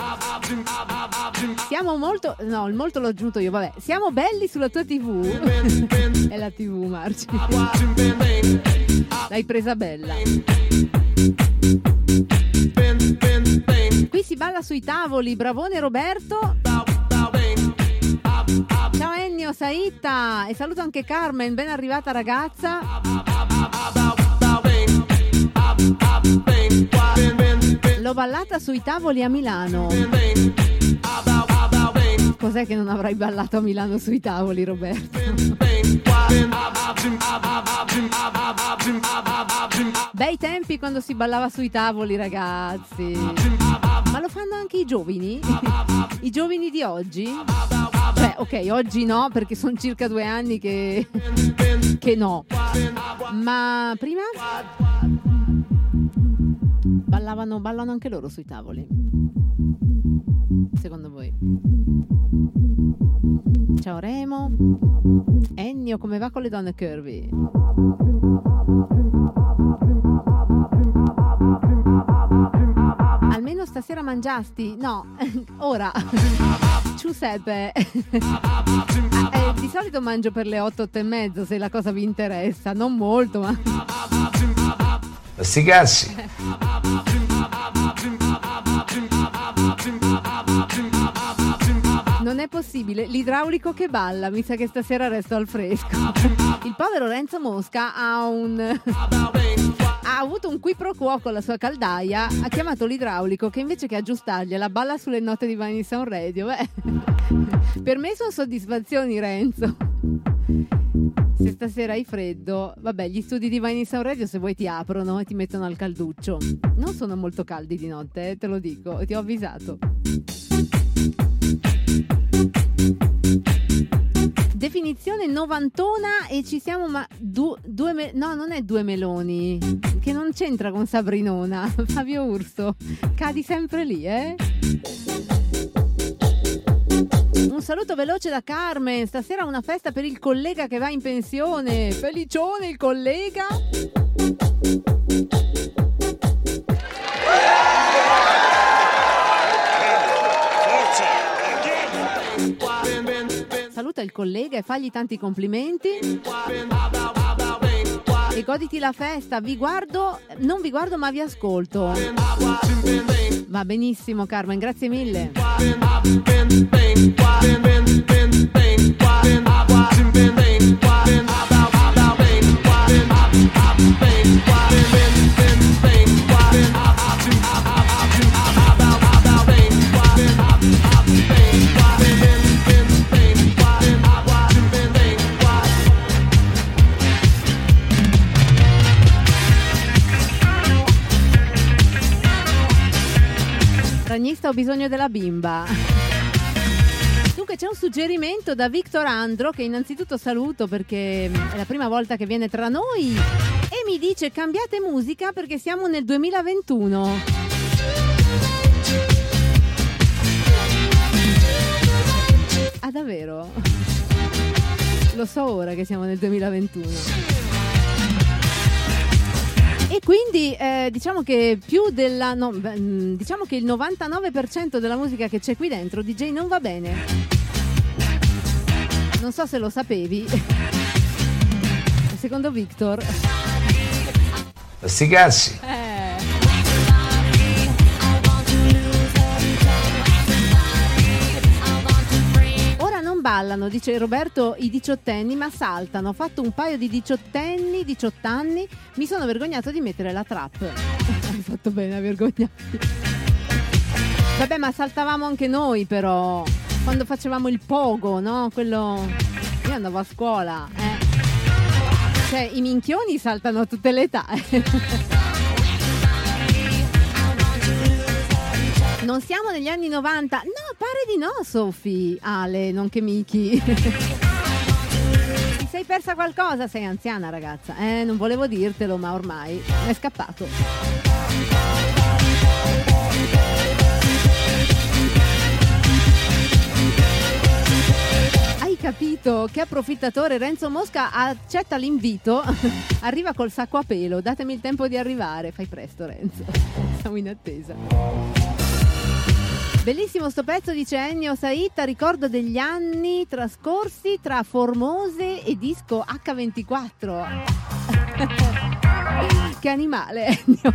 Siamo molto, no, il molto l'ho aggiunto io, vabbè. Siamo belli sulla tua tivù. È la tivù, Marci. L'hai presa bella. Qui si balla sui tavoli, bravone Roberto. Ciao Ennio, Saita, e saluto anche Carmen, ben arrivata ragazza. L'ho ballata sui tavoli a Milano. Cos'è che non avrai ballato a Milano sui tavoli, Roberto? Bei tempi quando si ballava sui tavoli, ragazzi. Ma lo fanno anche i giovani? I giovani di oggi? Cioè, ok, oggi no, perché sono circa due anni che, che no. Ma prima? Ballavano, ballano anche loro sui tavoli. Secondo voi? Ciao Remo. Ennio, come va con le donne curvy? Almeno stasera mangiasti? No, ora. Giuseppe. eh, di solito mangio per le otto, otto e mezzo, se la cosa vi interessa. Non molto, ma... Sti cazzi. Non è possibile, l'idraulico che balla, mi sa che stasera resto al fresco. Il povero Renzo Mosca ha un ha avuto un qui pro quo con la sua caldaia ha chiamato l'idraulico che invece che aggiustargliela balla sulle note di Vinyl Sound Radio. Beh, per me sono soddisfazioni, Renzo. Se stasera hai freddo, vabbè, gli studi di Vinyl Sound Radio se vuoi ti aprono e ti mettono al calduccio. Non sono molto caldi di notte, eh, te lo dico, ti ho avvisato. Definizione novantona e ci siamo ma du, due me, no non è due meloni che non c'entra con Sabrinona. Fabio Urso, cadi sempre lì, eh? Un saluto veloce da Carmen, stasera una festa per il collega che va in pensione. Felicione il collega. Saluta il collega e fagli tanti complimenti e goditi la festa. Vi guardo, non vi guardo ma vi ascolto. Va benissimo Carmen, grazie mille. Ragnista, ho bisogno della bimba. Dunque c'è un suggerimento da Victor Andro, che innanzitutto saluto perché è la prima volta che viene tra noi, e mi dice: cambiate musica perché siamo nel duemilaventuno. Ah, davvero? Lo so ora che siamo nel duemilaventuno. E quindi eh, diciamo che più della no, diciamo che il novantanove per cento della musica che c'è qui dentro D J non va bene. Non so se lo sapevi. Secondo Victor. Sti cazzi. Eh. Ballano, dice Roberto, i diciottenni, ma saltano. Ho fatto un paio di diciottenni, diciotto anni, mi sono vergognato di mettere la trap. Hai fatto bene a vergognarti. Vabbè, ma saltavamo anche noi però, quando facevamo il pogo, no? Quello... Io andavo a scuola, eh. Cioè, i minchioni saltano a tutte le età. Non siamo negli anni novanta? No, pare di no, Sofì. Ale, nonché Miki. Ti sei persa qualcosa? Sei anziana, ragazza. Eh, non volevo dirtelo, ma ormai è scappato. Hai capito? Che approfittatore. Renzo Mosca accetta l'invito. Arriva col sacco a pelo. Datemi il tempo di arrivare. Fai presto, Renzo. Siamo in attesa. Bellissimo sto pezzo, dice Ennio Saita, ricordo degli anni trascorsi tra Formose e disco acca ventiquattro. Che animale, Ennio.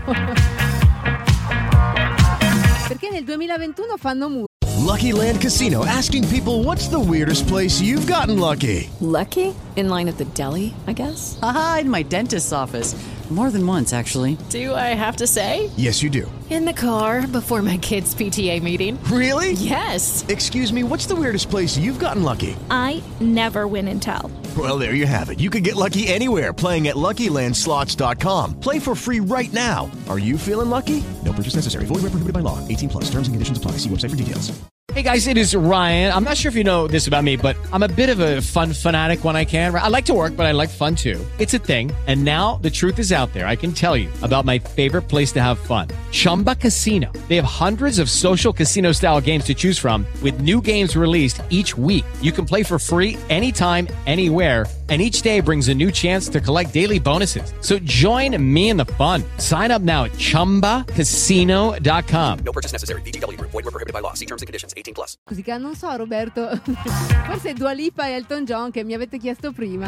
Perché nel duemilaventuno fanno musica. Lucky Land Casino, asking people, what's the weirdest place you've gotten lucky? Lucky? In line at the deli, I guess? Aha, in my dentist's office. More than once, actually. Do I have to say? Yes, you do. In the car before my kids' P T A meeting. Really? Yes. Excuse me, what's the weirdest place you've gotten lucky? I never win and tell. Well, there you have it. You can get lucky anywhere, playing at Lucky Land Slots dot com. Play for free right now. Are you feeling lucky? No purchase necessary. Void where prohibited by law. eighteen plus. Terms and conditions apply. See website for details. Hey guys, it is Ryan. I'm not sure if you know this about me, but I'm a bit of a fun fanatic when I can. I like to work, but I like fun too. It's a thing. And now the truth is out there. I can tell you about my favorite place to have fun. Chumba Casino. They have hundreds of social casino style games to choose from with new games released each week. You can play for free anytime, anywhere. And each day brings a new chance to collect daily bonuses. So join me in the fun. Sign up now at chumba casino dot com. No purchase necessary. V G W Group. Void where prohibited by law. See terms and conditions. eighteen plus. Così che non so, Roberto. Forse Dua Lipa e Elton John che mi avete chiesto prima.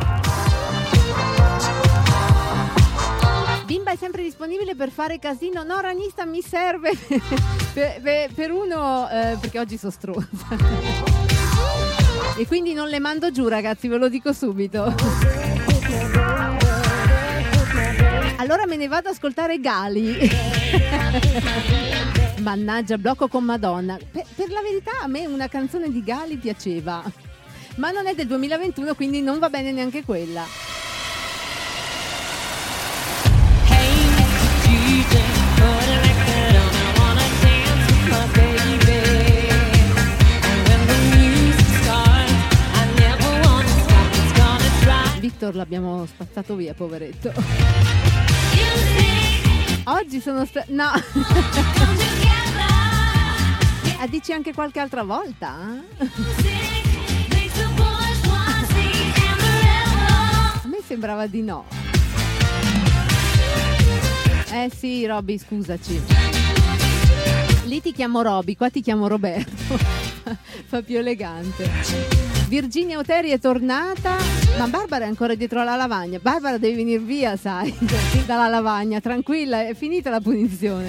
Bimba è sempre disponibile per fare casino. No, Ragnista mi serve per, per, per uno eh, perché oggi sono stronza. E quindi non le mando giù, ragazzi, ve lo dico subito. Allora me ne vado ad ascoltare Gali. Mannaggia, blocco con Madonna. Per, per la verità a me una canzone di Gali piaceva, ma non è del duemilaventuno, quindi non va bene neanche quella. Victor l'abbiamo spazzato via, poveretto. Oggi sono sta- no. Ah, dici anche qualche altra volta? A me sembrava di no. Eh sì, Robby, scusaci. Lì ti chiamo Robby, qua ti chiamo Roberto. Fa più elegante. Virginia Oteri è tornata, ma Barbara è ancora dietro alla lavagna. Barbara devi venire via, sai, dalla lavagna, tranquilla, è finita la punizione.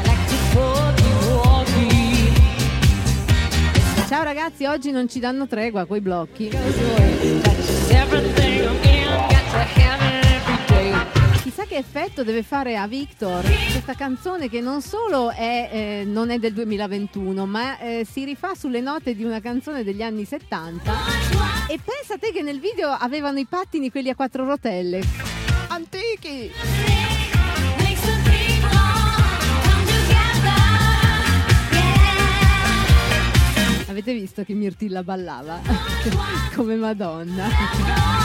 Ciao ragazzi, oggi non ci danno tregua coi blocchi. Chissà che effetto deve fare a Victor questa canzone che non solo è, eh, non è del duemilaventuno, ma eh, si rifà sulle note di una canzone degli anni settanta. E pensa te che nel video avevano i pattini quelli a quattro rotelle. Antichi! Avete visto che Mirtilla ballava? Come Madonna.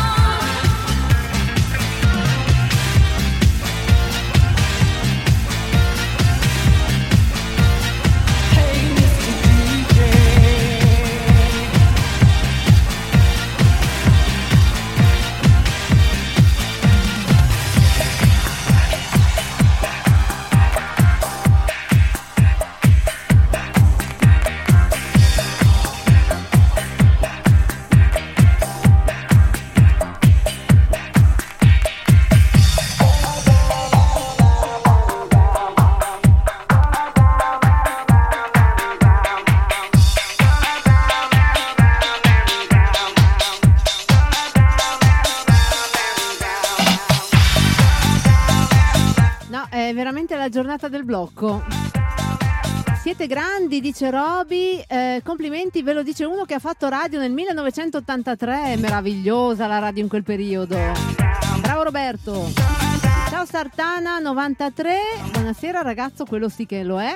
È veramente la giornata del blocco. Siete grandi, dice Roby. Eh, complimenti, ve lo dice uno che ha fatto radio nel millenovecentottantatré. Meravigliosa la radio in quel periodo. Bravo Roberto. Ciao Sartana novantatré. Buonasera ragazzo, quello sì che lo è.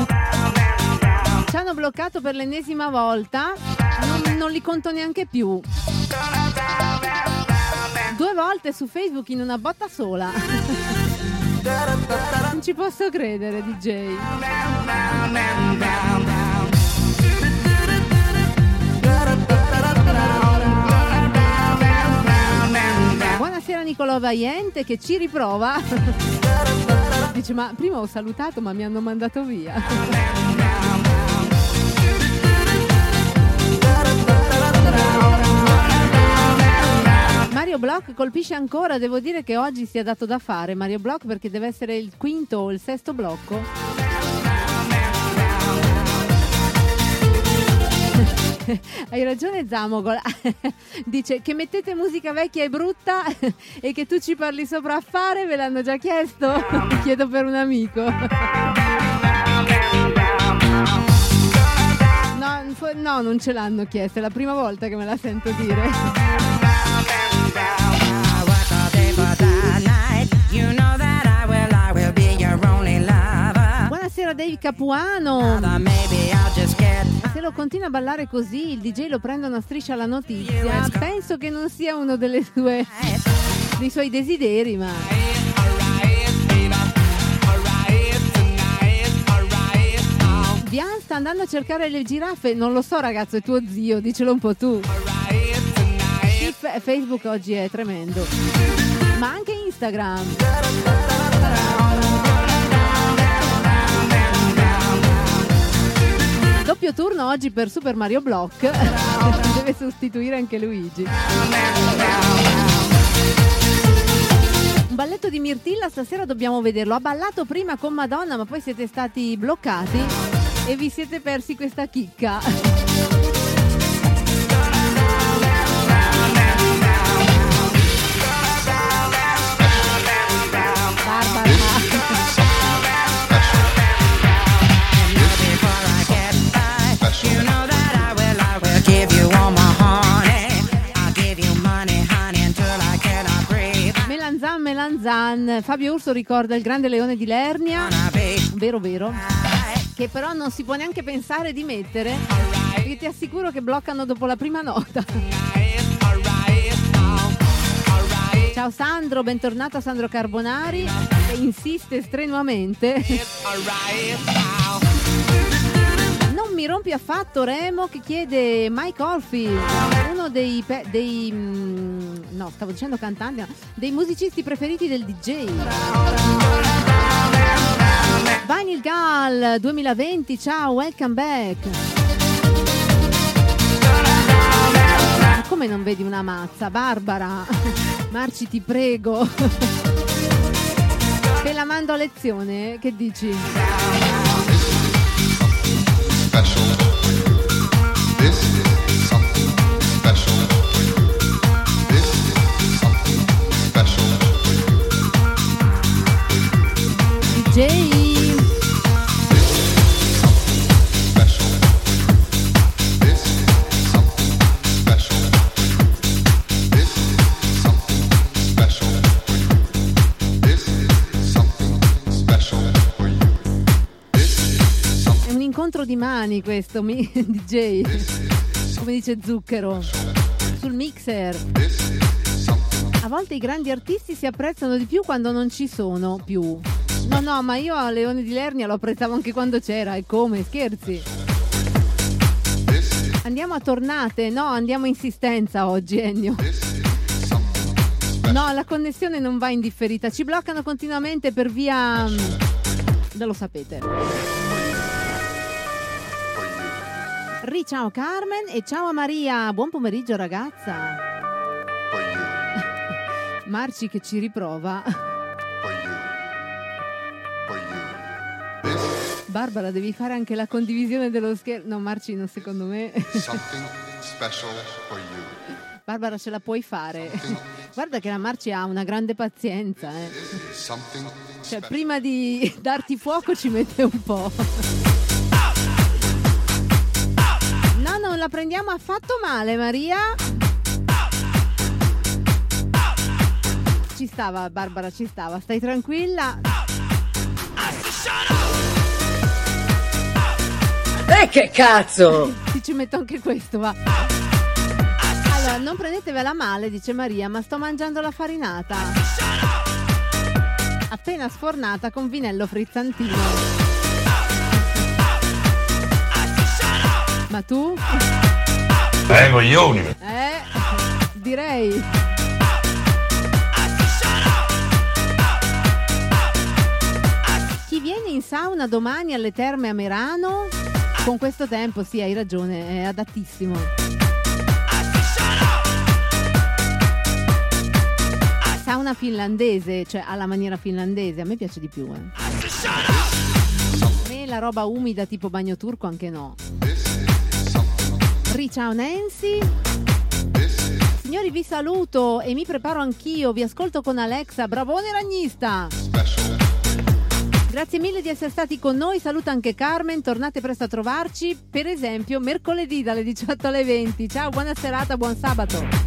Ci hanno bloccato per l'ennesima volta. Non, non li conto neanche più. Due volte su Facebook in una botta sola. Non ci posso credere, D J. Buonasera Nicolò Vaiente che ci riprova. Dice, ma prima ho salutato ma mi hanno mandato via. Mario Block colpisce ancora, devo dire che oggi si è dato da fare Mario Block perché deve essere il quinto o il sesto blocco. Hai ragione Zamogol. Dice che mettete musica vecchia e brutta e che tu ci parli sopra a fare, ve l'hanno già chiesto? Chiedo per un amico. No, no, non ce l'hanno chiesto, è la prima volta che me la sento dire. Buonasera Dave Capuano. Se lo continua a ballare così il D J lo prendono a striscia alla notizia. Penso che non sia uno delle sue, dei suoi desideri, ma Bian sta andando a cercare le giraffe. Non lo so ragazzo, è tuo zio, dicelo un po' tu. Facebook oggi è tremendo, ma anche Instagram. Doppio turno oggi per Super Mario Block. Deve sostituire anche Luigi. Un balletto di Mirtilla stasera dobbiamo vederlo. Ha ballato prima con Madonna, ma poi siete stati bloccati e vi siete persi questa chicca. Tarzan. Fabio Urso ricorda il grande leone di Lernia, vero vero, che però non si può neanche pensare di mettere, perché ti assicuro che bloccano dopo la prima nota. Ciao Sandro, bentornato a Sandro Carbonari, che insiste strenuamente. Non mi rompi affatto Remo, che chiede Mike Oldfield, uno dei, pe- dei no, stavo dicendo cantanti, no, dei musicisti preferiti del D J. Vinyl Gal duemilaventi, ciao, welcome back. Ma come non vedi una mazza? Barbara, Marci ti prego. Te la mando a lezione, che dici? Special. This is something special. This is something special. D J. Incontro di mani questo mi- D J, come dice Zucchero sul mixer. A volte i grandi artisti si apprezzano di più quando non ci sono più. No no, ma io a Leone di Lernia lo apprezzavo anche quando c'era. E come, scherzi? Andiamo a tornate? No, andiamo a insistenza oggi, Ennio. No, la connessione non va indifferita, ci bloccano continuamente per via, non lo sapete. Ri, ciao Carmen e ciao a Maria, buon pomeriggio ragazza. Marci che ci riprova. Barbara, devi fare anche la condivisione dello schermo. No, Marci, non, secondo me. Barbara, ce la puoi fare. Guarda che la Marci ha una grande pazienza, eh. Cioè, prima di darti fuoco ci mette un po'. No, non la prendiamo affatto male, Maria. Ci stava, Barbara, ci stava. Stai tranquilla. E che cazzo? Ti ci metto anche questo, va. Allora, non prendetevela male, dice Maria, ma sto mangiando la farinata appena sfornata con vinello frizzantino. Ma tu? Eh, coglioni! Eh, direi. Chi viene in sauna domani alle terme a Merano? Con questo tempo, sì, hai ragione, è adattissimo. Sauna finlandese, cioè alla maniera finlandese, a me piace di più, eh. A me la roba umida tipo bagno turco anche no. Ri, ciao Nancy. Signori, vi saluto e mi preparo anch'io, vi ascolto con Alexa. Bravone ragnista. Grazie mille di essere stati con noi, saluta anche Carmen, tornate presto a trovarci, per esempio mercoledì dalle diciotto alle venti. Ciao, buona serata, buon sabato.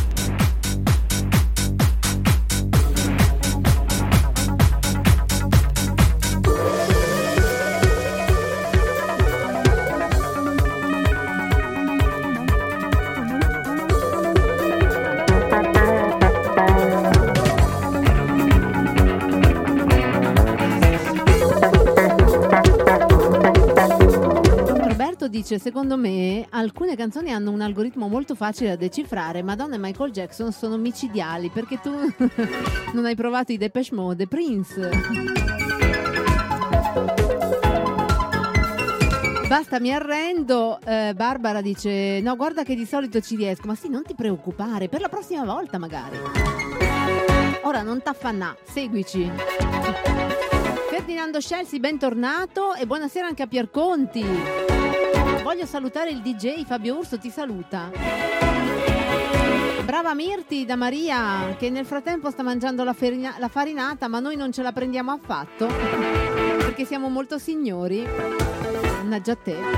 Dice, secondo me alcune canzoni hanno un algoritmo molto facile da decifrare. Madonna e Michael Jackson sono micidiali, perché tu non hai provato i Depeche Mode, Prince. Basta, mi arrendo. eh, Barbara dice, no, guarda che di solito ci riesco. Ma sì, non ti preoccupare, per la prossima volta magari. Ora non t'affannà, seguici. Ferdinando Scelsi, bentornato e buonasera anche a Pierconti. Voglio salutare il D J, Fabio Urso ti saluta. Brava Mirti da Maria, che nel frattempo sta mangiando la, ferina- la farinata, ma noi non ce la prendiamo affatto, perché siamo molto signori. Mannaggia a te.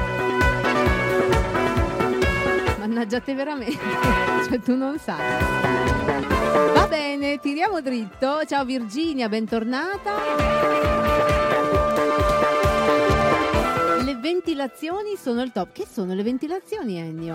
Mannaggia a te veramente. Cioè tu non sai. Va bene, bene, tiriamo dritto. Ciao Virginia, bentornata. Le ventilazioni sono il top. Che sono le ventilazioni, Ennio?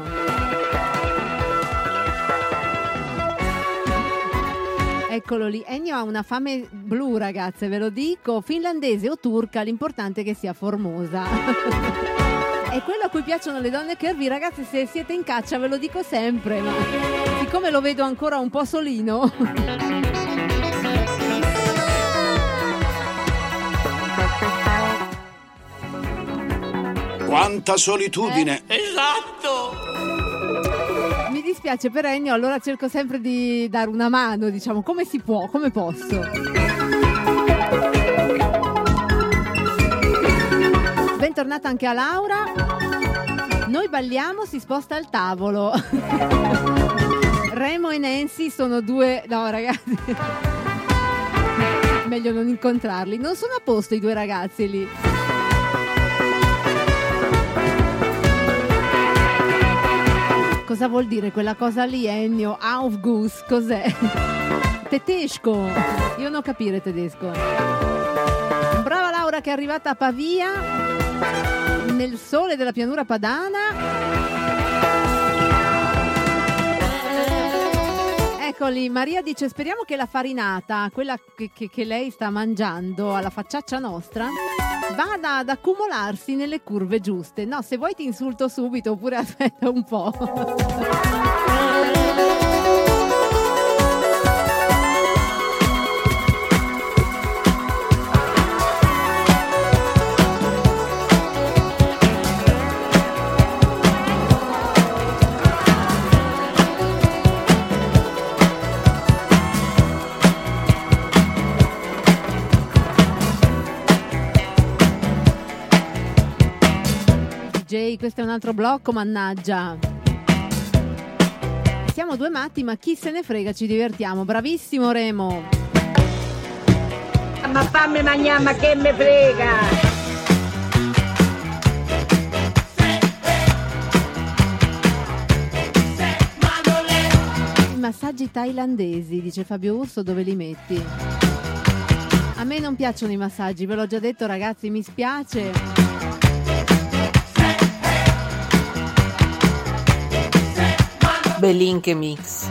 Eccolo lì. Ennio ha una fame blu, ragazze, ve lo dico. Finlandese o turca, l'importante è che sia formosa. È quello a cui piacciono le donne curvy, ragazzi. Se siete in caccia ve lo dico sempre, ma siccome lo vedo ancora un po' solino. Quanta solitudine! Eh, esatto! Mi dispiace per Ennio, allora cerco sempre di dare una mano, diciamo, come si può, come posso. Bentornata anche a Laura. Noi balliamo, si sposta il tavolo. Remo e Nancy sono due... No, ragazzi. Meglio non incontrarli. Non sono a posto i due ragazzi lì. Cosa vuol dire quella cosa lì, Ennio? Aufguss, cos'è? Tedesco. Io non capire tedesco. Brava Laura che è arrivata a Pavia, nel sole della pianura padana. Eccoli, Maria dice: speriamo che la farinata, quella che, che, che lei sta mangiando alla facciaccia nostra, vada ad accumularsi nelle curve giuste. No, se vuoi ti insulto subito, oppure aspetta un po'. Questo è un altro blocco, mannaggia. Siamo due matti, ma chi se ne frega, ci divertiamo. Bravissimo Remo. Ma fammi mangiare, ma che me frega. I massaggi thailandesi, dice Fabio Urso, dove li metti? A me non piacciono i massaggi, ve l'ho già detto ragazzi, mi spiace. Belinche mix.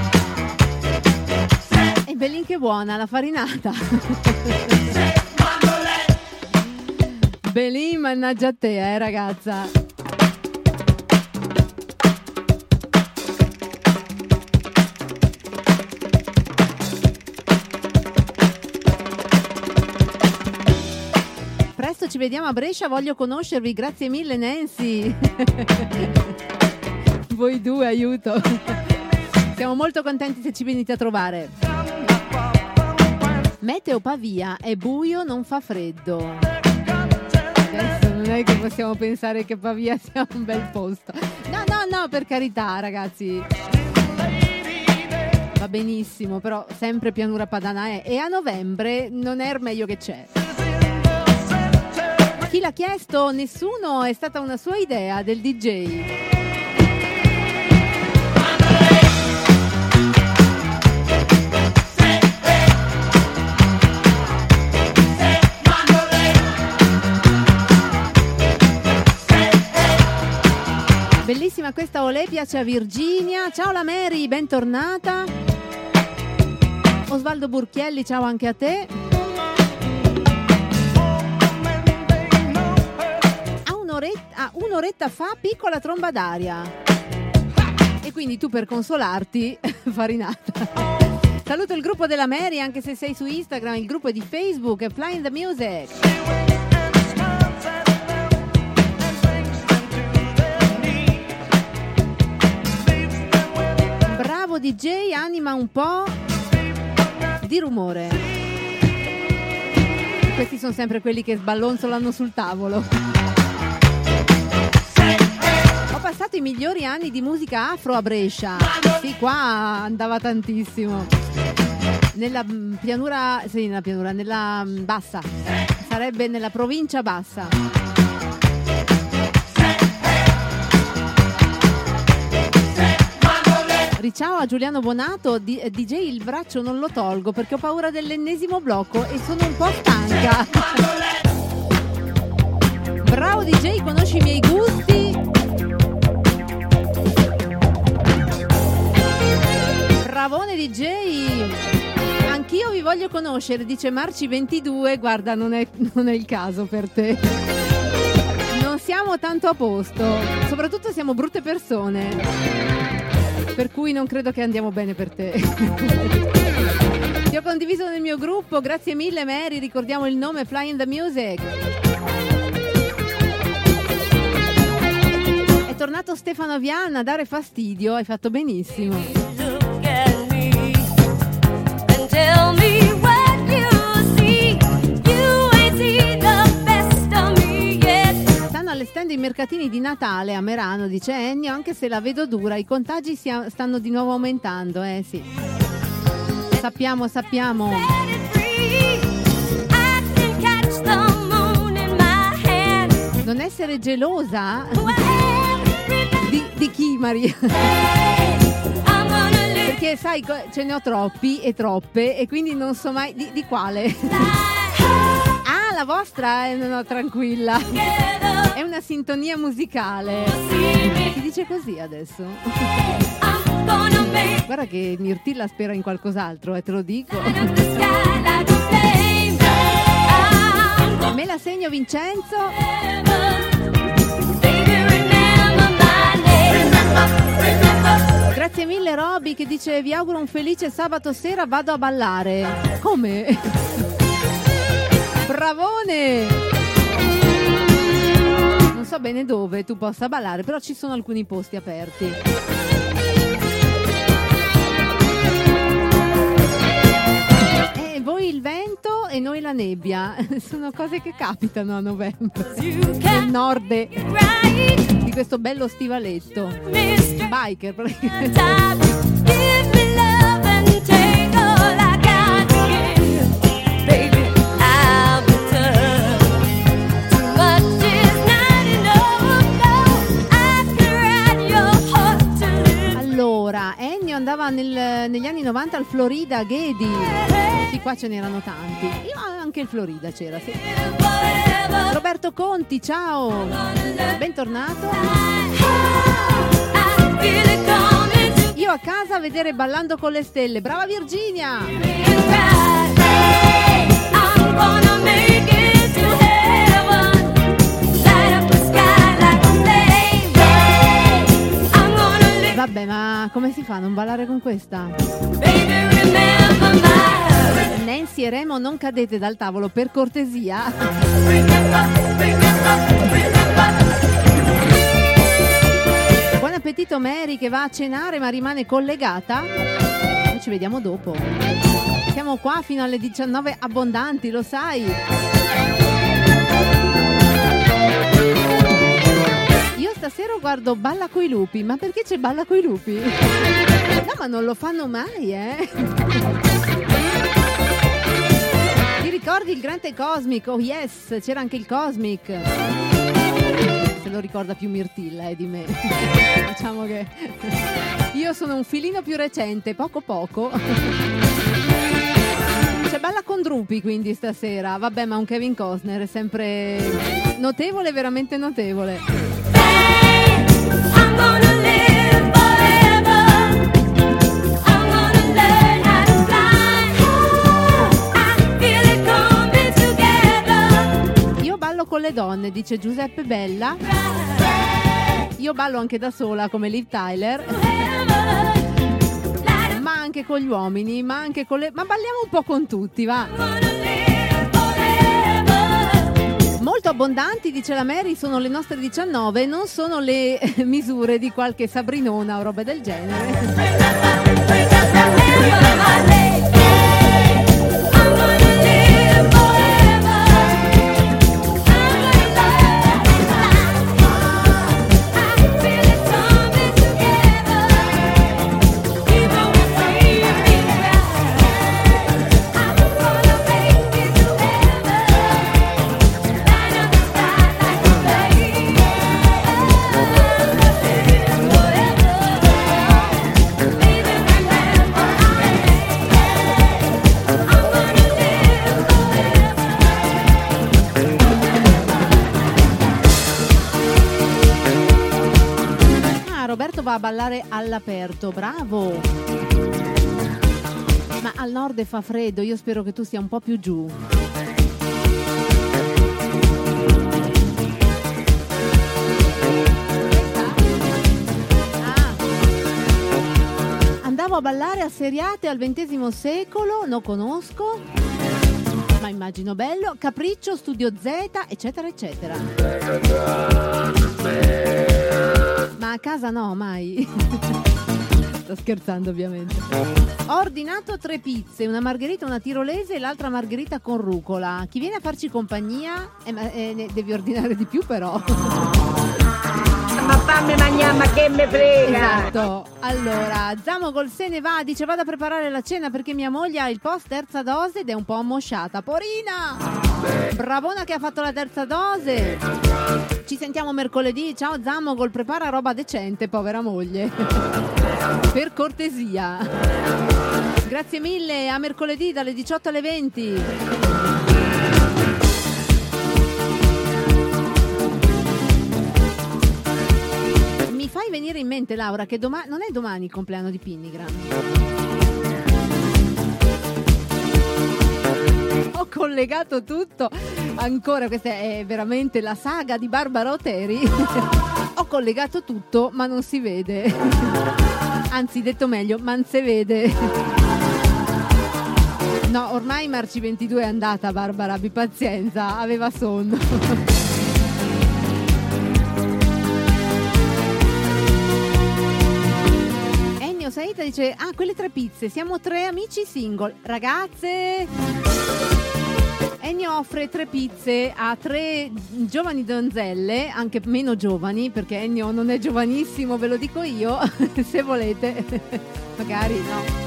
E Belinche buona, la farinata. Belin, mannaggia a te, eh ragazza. Presto ci vediamo a Brescia, voglio conoscervi, grazie mille Nancy. Voi due, aiuto. Siamo molto contenti se ci venite a trovare. Meteo Pavia, è buio, non fa freddo. Adesso non è che possiamo pensare che Pavia sia un bel posto. No, no, no, per carità, ragazzi. Va benissimo, però sempre pianura padana è. E a novembre non è il meglio che c'è. Chi l'ha chiesto? Nessuno, è stata una sua idea del D J. Bellissima questa olè, piace a Virginia. Ciao la Mary, bentornata. Osvaldo Burchielli, ciao anche a te. A un'oretta, a un'oretta fa piccola tromba d'aria. E quindi tu per consolarti farinata. Saluto il gruppo della Mary, anche se sei su Instagram, il gruppo di Facebook è Flying the Music. Bravo D J, anima un po' di rumore. Questi sono sempre quelli che sballonzolano sul tavolo. Ho passato i migliori anni di musica afro a Brescia. Sì, qua andava tantissimo. Nella pianura, sì, nella pianura, nella bassa. Sarebbe nella provincia bassa. Rossi, ciao a Giuliano Bonato, D- D J il braccio non lo tolgo perché ho paura dell'ennesimo blocco e sono un po' stanca. Bravo D J, conosci i miei gusti. Bravone D J. Anch'io vi voglio conoscere, dice Marci ventidue. Guarda, non è, non è il caso per te. Non siamo tanto a posto, soprattutto siamo brutte persone, per cui non credo che andiamo bene per te. Ti ho condiviso nel mio gruppo, grazie mille Mary, ricordiamo il nome Flying the Music. È tornato Stefano Vianna a dare fastidio, hai fatto benissimo. Tell me what you see. You ain't seen the best of me yet. Stanno allestendo i mercatini di Natale a Merano, dice Ennio, anche se la vedo dura, i contagi si a- stanno di nuovo aumentando, eh sì. Sappiamo, sappiamo. Non essere gelosa? Di, di chi, Maria? Perché sai, ce ne ho troppi e troppe e quindi non so mai di, di quale. Ah, la vostra? Eh, no, no, tranquilla. È una sintonia musicale. Si dice così adesso. Guarda che Mirtilla spera in qualcos'altro, eh, te lo dico. Me la segno, Vincenzo. Grazie mille Roby che dice vi auguro un felice sabato sera, vado a ballare. Come? Bravone! Non so bene dove tu possa ballare, però ci sono alcuni posti aperti. E voi il vento e noi la nebbia. Sono cose che capitano a novembre. Nel nord di questo bello stivaletto. Biker Allora, Ennio andava nel, negli anni novanta al Florida a Ghedi. Sì, qua ce n'erano tanti. Io anche il Florida c'era, sì. Roberto Conti, ciao. Bentornato. Io a casa a vedere Ballando con le stelle. Brava Virginia. Vabbè, ma come si fa a non ballare con questa? Nancy e Remo, non cadete dal tavolo, per cortesia. Buon appetito Mary che va a cenare ma rimane collegata. Noi ci vediamo dopo. Siamo qua fino alle diciannove abbondanti, lo sai. Io stasera guardo Balla coi lupi, ma perché c'è Balla coi lupi? No, ma non lo fanno mai, eh. Ti ricordi il grande Cosmic? Oh yes, c'era anche il Cosmic. Se lo ricorda più Mirtilla, eh, di me. Diciamo che io sono un filino più recente, poco poco. C'è Balla con Drupi quindi stasera. Vabbè, ma un Kevin Costner è sempre notevole, veramente notevole. I'm gonna live forever. I'm gonna learn how to fly. I feel it coming together. Io ballo con le donne, dice Giuseppe Bella. Io ballo anche da sola come Liv Tyler. Ma anche con gli uomini, ma anche con le... Ma balliamo un po' con tutti, va. Molto abbondanti, dice la Mary, sono le nostre diciannove, non sono le misure di qualche Sabrinona o roba del genere. Baby va a ballare all'aperto, bravo. Ma al nord fa freddo, io spero che tu sia un po' più giù. Andavo a ballare a Seriate al ventesimo secolo, non conosco, ma immagino bello. Capriccio, Studio Z, eccetera, eccetera. Ma a casa no, mai. Sto scherzando, ovviamente. Ho ordinato tre pizze, una margherita, una tirolese e l'altra margherita con rucola. Chi viene a farci compagnia? Eh, ma, eh, ne devi ordinare di più, però. Ma fammi mangiare, ma che me frega! Esatto. Allora, Zamogol se ne va, dice vado a preparare la cena perché mia moglie ha il post terza dose ed è un po' ammosciata. Porina! Bravona che ha fatto la terza dose. Ci sentiamo mercoledì. Ciao Zamogol, prepara roba decente, povera moglie. Per cortesia. Grazie mille, a mercoledì dalle diciotto alle venti. Mi fai venire in mente, Laura, che domani non è domani il compleanno di Pinnigram. Ho collegato tutto. Ancora, questa è veramente la saga di Barbara Oteri. Ho collegato tutto, ma non si vede. Anzi, detto meglio, ma non si vede. No, ormai Marci ventidue è andata, Barbara, abbi pazienza, aveva sonno. Ennio Saita dice, ah, quelle tre pizze, siamo tre amici single. Ragazze, Ennio offre tre pizze a tre giovani donzelle, anche meno giovani, perché Ennio non è giovanissimo, ve lo dico io, se volete. Magari no.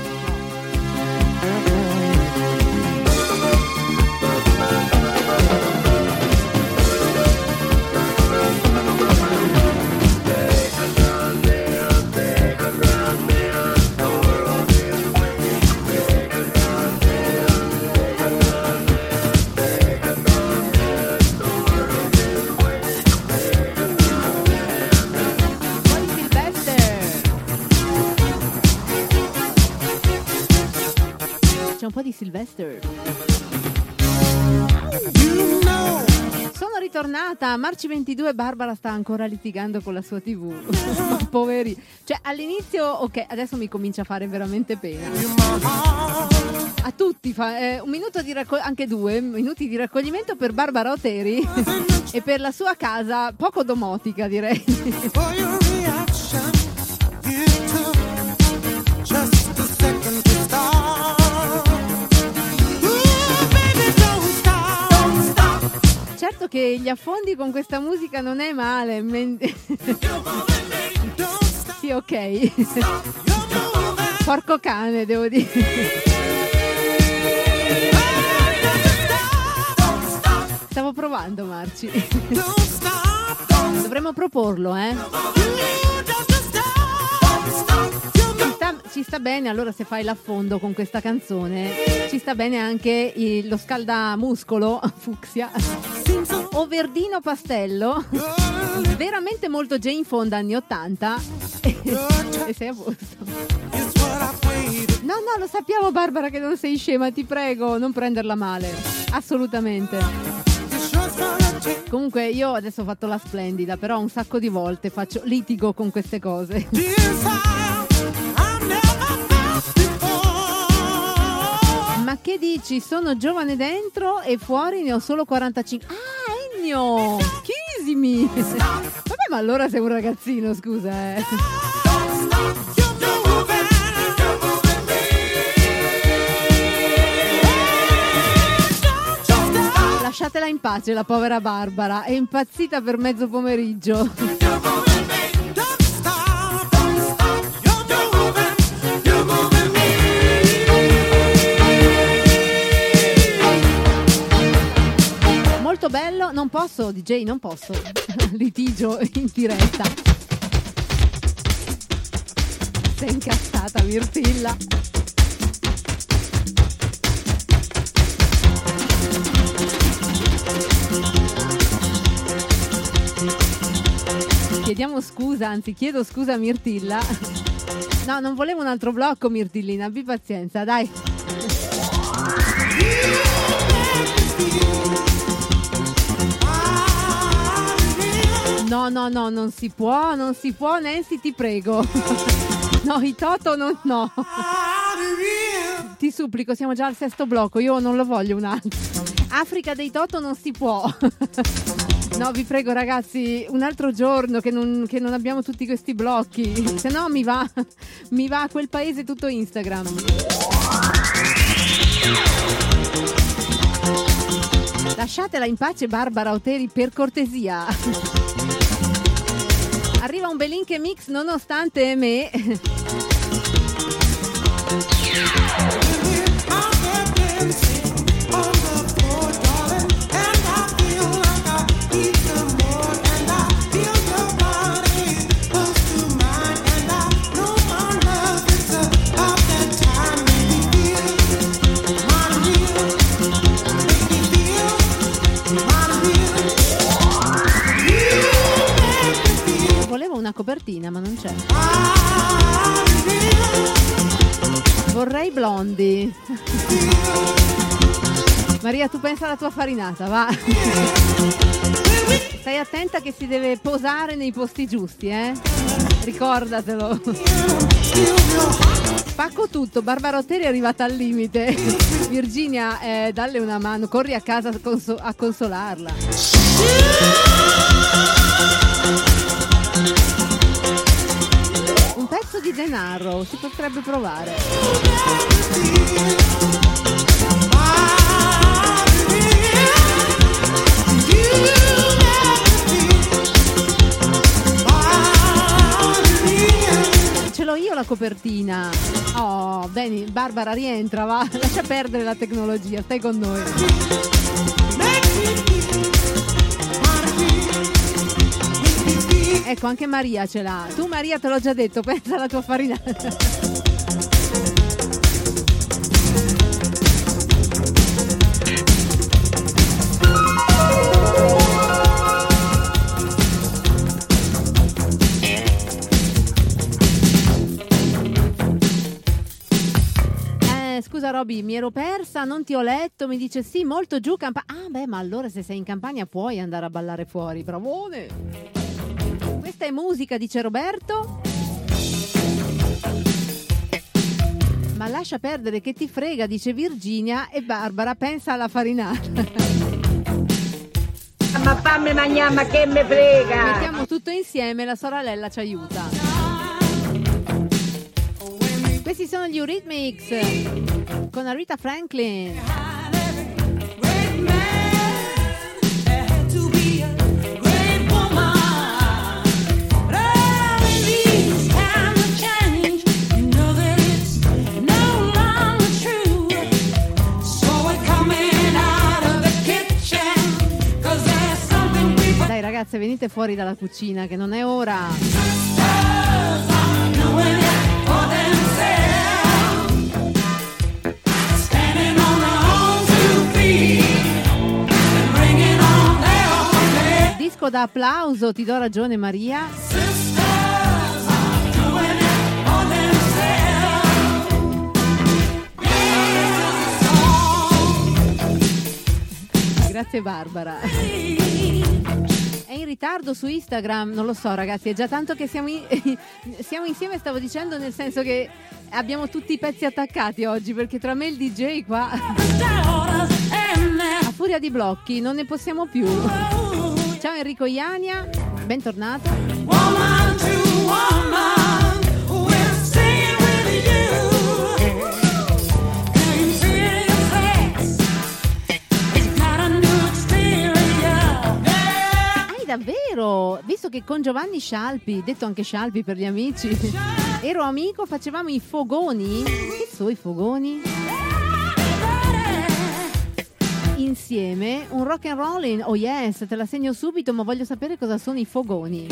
C'è un po' di Sylvester. Sono ritornata. Marci ventidue, Barbara sta ancora litigando con la sua tivù. Poveri. Cioè all'inizio, ok, adesso mi comincia a fare veramente pena. A tutti fa eh, un minuto di raccoglimento, anche due minuti di raccoglimento per Barbara Oteri e per la sua casa poco domotica, direi. Certo che gli affondi con questa musica non è male. Men- sì, ok. Porco cane, devo dire. Stavo provando, Marci. Dovremmo proporlo, eh. Ci sta, ci sta bene, allora, se fai l'affondo con questa canzone, ci sta bene anche il, lo scaldamuscolo fucsia o verdino pastello, veramente molto Jane Fonda anni ottanta. E sei a posto. No, no, lo sappiamo, Barbara, che non sei scema, ti prego, non prenderla male, assolutamente. Comunque io adesso ho fatto la splendida, però un sacco di volte faccio litigo con queste cose. Ma che dici? Sono giovane dentro e fuori ne ho solo quarantacinque. Ah, Ennio! Chisimi! Vabbè, ma allora sei un ragazzino, scusa, eh. Lasciatela in pace, la povera Barbara, è impazzita per mezzo pomeriggio. Molto bello, non posso, D J, non posso. Litigio in diretta. Sei incazzata, Mirtilla. Chiediamo scusa, anzi chiedo scusa a Mirtilla. No, non volevo un altro blocco, Mirtillina, abbi pazienza, dai. No, no, no, non si può, non si può, Nancy, ti prego. No, i Toto non, no. Ti supplico, siamo già al sesto blocco, io non lo voglio un altro. Africa dei Toto non si può. No, vi prego ragazzi, un altro giorno che non, che non abbiamo tutti questi blocchi, se no mi va, mi va a quel paese tutto Instagram. Lasciatela in pace Barbara Oteri, per cortesia. Arriva un Belinche mix nonostante me. Volevo una copertina, ma non c'è. Vorrei Blondi. Maria, tu pensa alla tua farinata, va. Stai attenta che si deve posare nei posti giusti, eh? Ricordatelo. Spacco tutto, Barbara Otteri è arrivata al limite. Virginia, eh, dalle una mano, corri a casa a, conso- a consolarla. Un pezzo di denaro si potrebbe provare. Ce l'ho io la copertina. Oh, bene, Barbara rientra, va. Lascia perdere la tecnologia, stai con noi. Ecco, anche Maria ce l'ha. Tu Maria, te l'ho già detto, pensa alla tua farinata. Scusa Roby, mi ero persa, non ti ho letto, mi dice sì, molto giù Campania. Ah beh, ma allora se sei in Campania puoi andare a ballare fuori, bravone. Questa è musica, dice Roberto. Ma lascia perdere che ti frega, dice Virginia, e Barbara pensa alla farinata. Ma fammi mangiare, ma che me frega. Mettiamo tutto insieme, la sorella ci aiuta. Questi sono gli Eurythmics con Aretha Franklin. Dai ragazze, venite fuori dalla cucina che non è ora. Disco da applauso, ti do ragione Maria. Grazie Barbara. È in ritardo su Instagram, non lo so ragazzi, è già tanto che siamo, in, siamo insieme, stavo dicendo, nel senso che abbiamo tutti i pezzi attaccati oggi, perché tra me e il D J qua a furia di blocchi non ne possiamo più. Ciao Enrico Iania, bentornato. Woman to woman, we're staying with you. Can you feel your face? It's got a new exterior. Hai davvero? Visto che con Giovanni Scialpi, detto anche Scialpi per gli amici, ero amico, facevamo i fogoni. Che sono i fogoni? Insieme un rock and rollin', oh yes, te la segno subito, ma voglio sapere cosa sono i fogoni.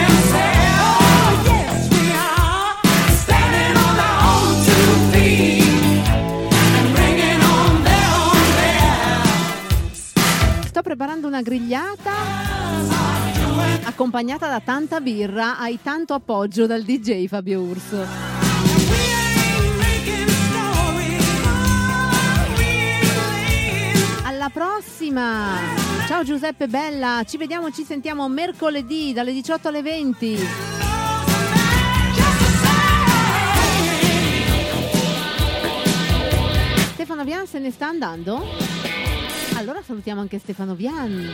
Standing on their own two feet. buona grigliata accompagnata da tanta birra, hai tanto appoggio dal D J Fabio Urso. Alla prossima, ciao Giuseppe Bella, ci vediamo, ci sentiamo mercoledì dalle diciotto alle venti. Stefano Vian se ne sta andando? Allora salutiamo anche Stefano Vian.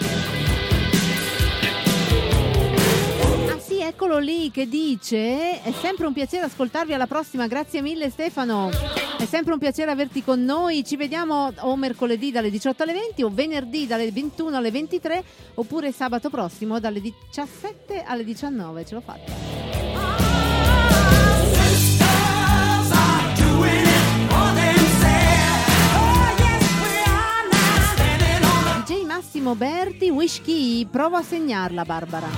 Ah sì, eccolo lì che dice: è sempre un piacere ascoltarvi, alla prossima. Grazie mille Stefano, è sempre un piacere averti con noi. Ci vediamo o mercoledì dalle diciotto alle venti, o venerdì dalle ventuno alle ventitré, oppure sabato prossimo dalle diciassette alle diciannove. Ce l'ho fatta. D J Massimo Berti, Wish Key, provo a segnarla Barbara.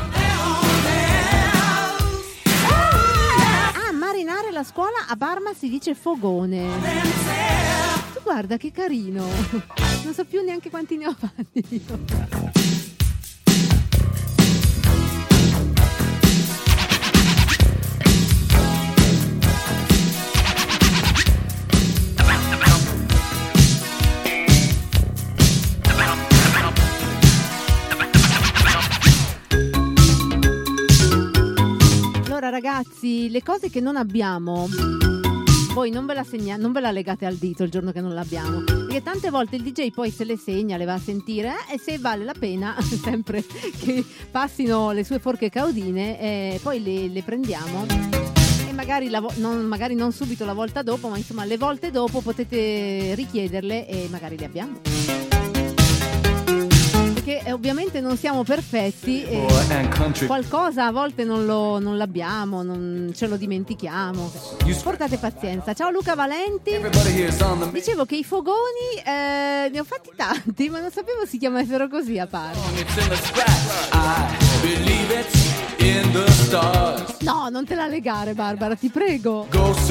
Ah, marinare la scuola a Parma si dice fogone. Tu guarda che carino, non so più neanche quanti ne ho fatti io. Allora ragazzi, le cose che non abbiamo, voi non ve la segna, non ve la legate al dito il giorno che non l'abbiamo, perché tante volte il D J poi se le segna, le va a sentire eh, e se vale la pena sempre che passino le sue forche caudine, eh, poi le, le prendiamo e magari, la, non, magari non subito la volta dopo, ma insomma le volte dopo potete richiederle e magari le abbiamo. Che eh, ovviamente non siamo perfetti e qualcosa a volte non, lo, non l'abbiamo, non ce lo dimentichiamo. Portate pazienza. Ciao Luca Valenti. Dicevo che i fogoni eh, ne ho fatti tanti, ma non sapevo si chiamassero così a Parma. No, non te la legare Barbara, ti prego.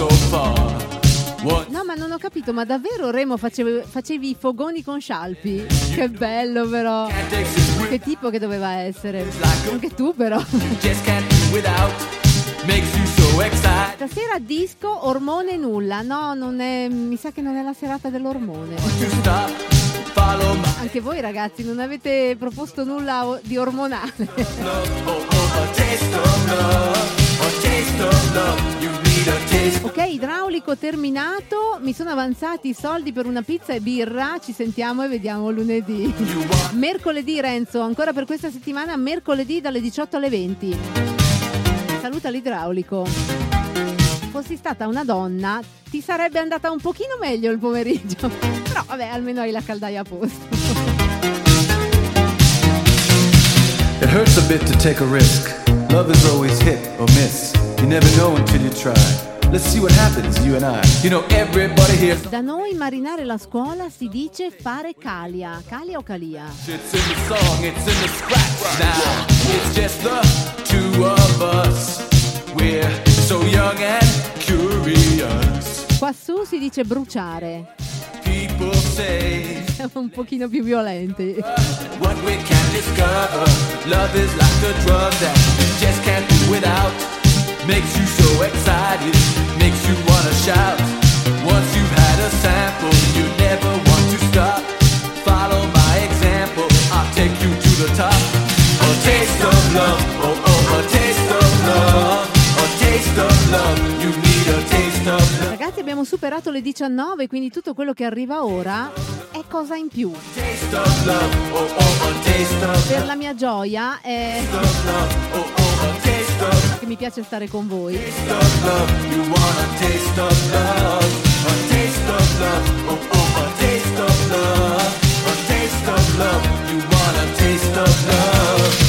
No, ma non ho capito, ma davvero Remo facevi, facevi i fogoni con Scialpi? Che bello però. Che tipo che doveva essere. Anche tu però. Stasera disco, ormone nulla. No, non è, mi sa che non è la serata dell'ormone. Anche voi ragazzi non avete proposto nulla di ormonale. Ok, idraulico terminato, mi sono avanzati i soldi per una pizza e birra, ci sentiamo e vediamo lunedì. Mercoledì Renzo, ancora per questa settimana, mercoledì dalle diciotto alle venti. Saluta l'idraulico. Fossi stata una donna ti sarebbe andata un pochino meglio il pomeriggio, però vabbè, almeno hai la caldaia a posto. It hurts a bit to take a risk. Love is always hit or miss. You never know until you try. Let's see what happens, you and I. You know everybody here. Da noi marinare la scuola si dice fare calia. Calia o calia? It's in the song, it's in the scratch now. It's just the two of us. We're so young and curious. Quassù si dice bruciare. People say siamo un pochino più violenti. What we can discover. Love is like a drug that you just can't do without. Makes you so excited, makes you wanna shout. Once you've had a sample, you never want to stop. Follow my example, I'll take you to the top. A taste of love, oh oh, a taste of love. A taste of love, you need a taste of love. Ragazzi, abbiamo superato le diciannove, quindi tutto quello che arriva ora è cosa in più. Taste of love, oh oh, a taste of Per la mia gioia è love, oh oh, a taste of che mi piace stare con voi. taste of love, you want a taste of love. A taste of love, oh oh, a taste of love. A taste of love, you want a taste of love.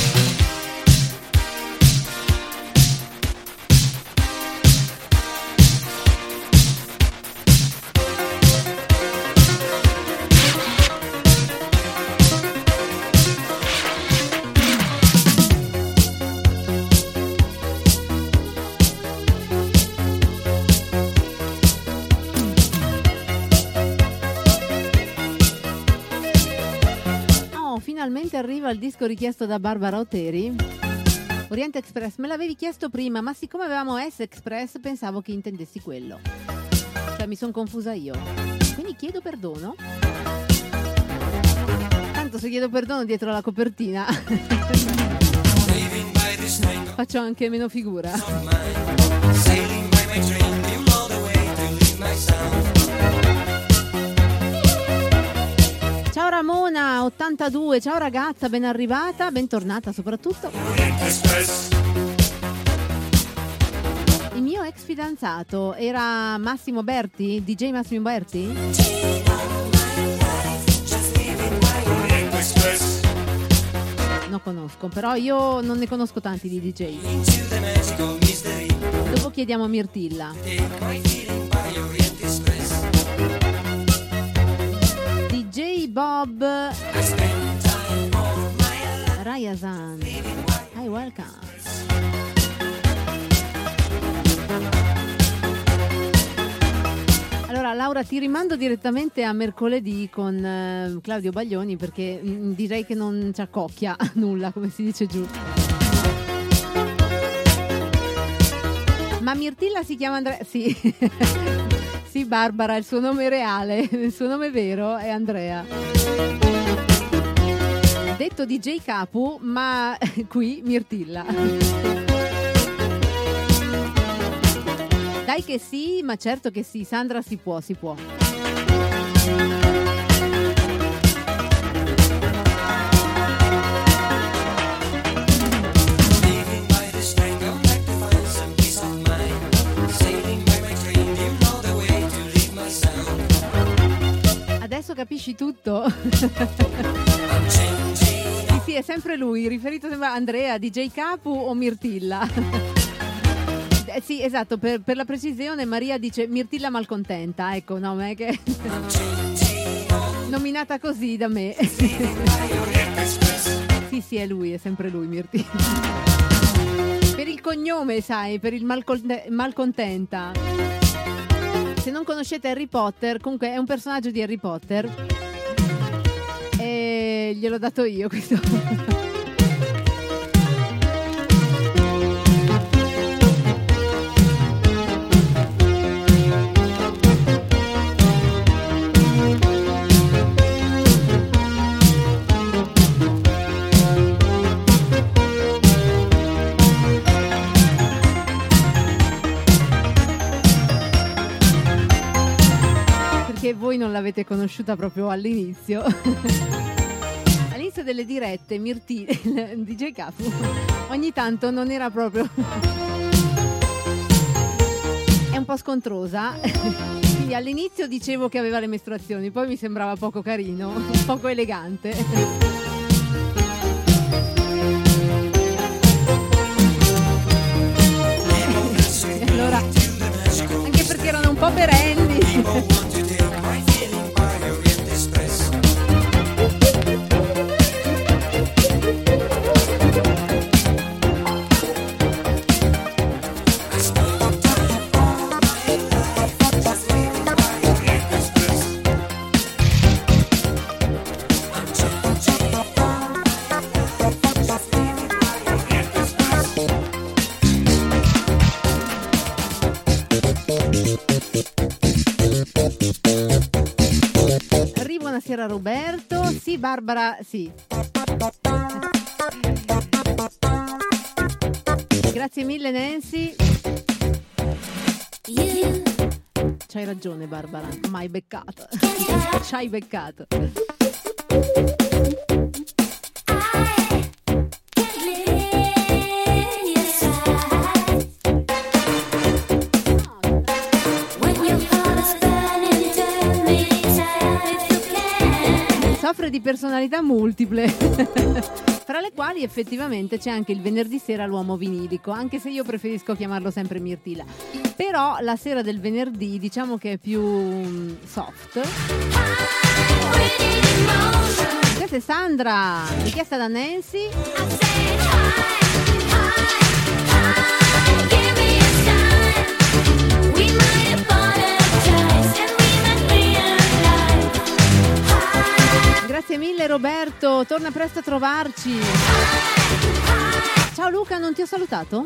finalmente arriva il disco richiesto da Barbara Otteri. Oriente Express, me l'avevi chiesto prima, ma siccome avevamo S Express pensavo che intendessi quello. Cioè mi sono confusa io. Quindi chiedo perdono. Tanto se chiedo perdono dietro la copertina faccio anche meno figura. Ciao Ramona ottantadue, ciao ragazza, ben arrivata, bentornata soprattutto. Il mio ex fidanzato era Massimo Berti, D J Massimo Berti? Non conosco, però io non ne conosco tanti di D J. Dopo chiediamo a Mirtilla. D J Bob Rayazan, hi, welcome. Allora Laura, ti rimando direttamente a mercoledì con uh, Claudio Baglioni, perché mh, direi che non ci accocchia nulla, come si dice giù. Ma Mirtilla si chiama Andrea? Sì. Sì, Barbara, il suo nome reale, il suo nome vero è Andrea. Detto D J Capu, ma qui Mirtilla. Dai che sì, ma certo che sì, Sandra, si può, si può. Adesso capisci tutto? Sì, sì, è sempre lui, riferito sempre a Andrea, D J Capu o Mirtilla? Eh, sì, esatto, per, per la precisione Maria dice Mirtilla malcontenta, ecco, no, ma è che nominata così da me. Sì, sì, è lui, è sempre lui, Mirtilla. Per il cognome, sai, per il malconte- malcontenta. Se non conoscete Harry Potter, comunque è un personaggio di Harry Potter e gliel'ho dato io questo. Che voi non l'avete conosciuta proprio all'inizio. All'inizio delle dirette Mirti D J Capu ogni tanto non era proprio è un po' scontrosa, quindi all'inizio dicevo che aveva le mestruazioni, poi mi sembrava poco carino, poco elegante. Allora, anche perché erano un po' perenni. Buonasera Roberto, sì Barbara, sì. Grazie mille Nancy. C'hai ragione Barbara, ma hai beccato. C'hai beccato. Soffre di personalità multiple, fra le quali effettivamente c'è anche il venerdì sera l'uomo vinilico, anche se io preferisco chiamarlo sempre Mirtilla. Però la sera del venerdì diciamo che è più soft. Questa è Sandra, richiesta da Nancy. Grazie mille Roberto, torna presto a trovarci. Ciao Luca, non ti ho salutato?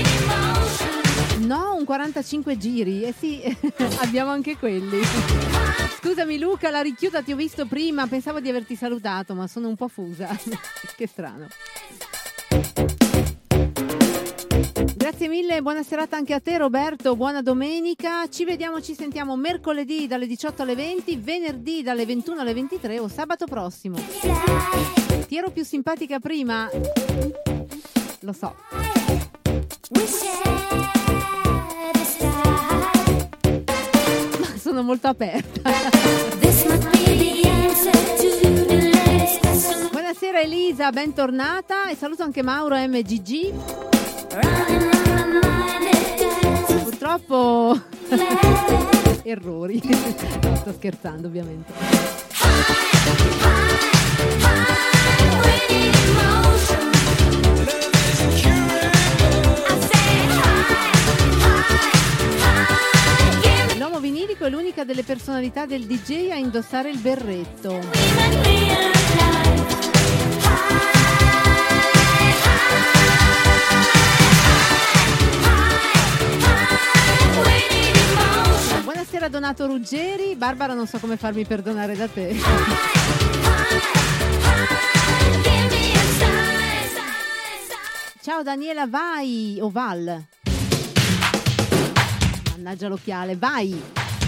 No, un quarantacinque giri. Eh sì, abbiamo anche quelli. Scusami Luca, la richiuda ti ho visto prima, pensavo di averti salutato, ma sono un po' fusa. Che strano. Grazie mille, buona serata anche a te Roberto, buona domenica. Ci vediamo, ci sentiamo mercoledì dalle diciotto alle venti, venerdì dalle ventuno alle ventitré o sabato prossimo. Ti ero più simpatica prima? Lo so. Ma sono molto aperta. Buonasera Elisa, bentornata e saluto anche Mauro M G G. Purtroppo errori. No, sto scherzando ovviamente. L'uomo vinilico è l'unica delle personalità del D J a indossare il berretto. Buonasera Donato Ruggeri. Barbara, non so come farmi perdonare da te. Ciao Daniela, vai o Val? Mannaggia l'occhiale, vai.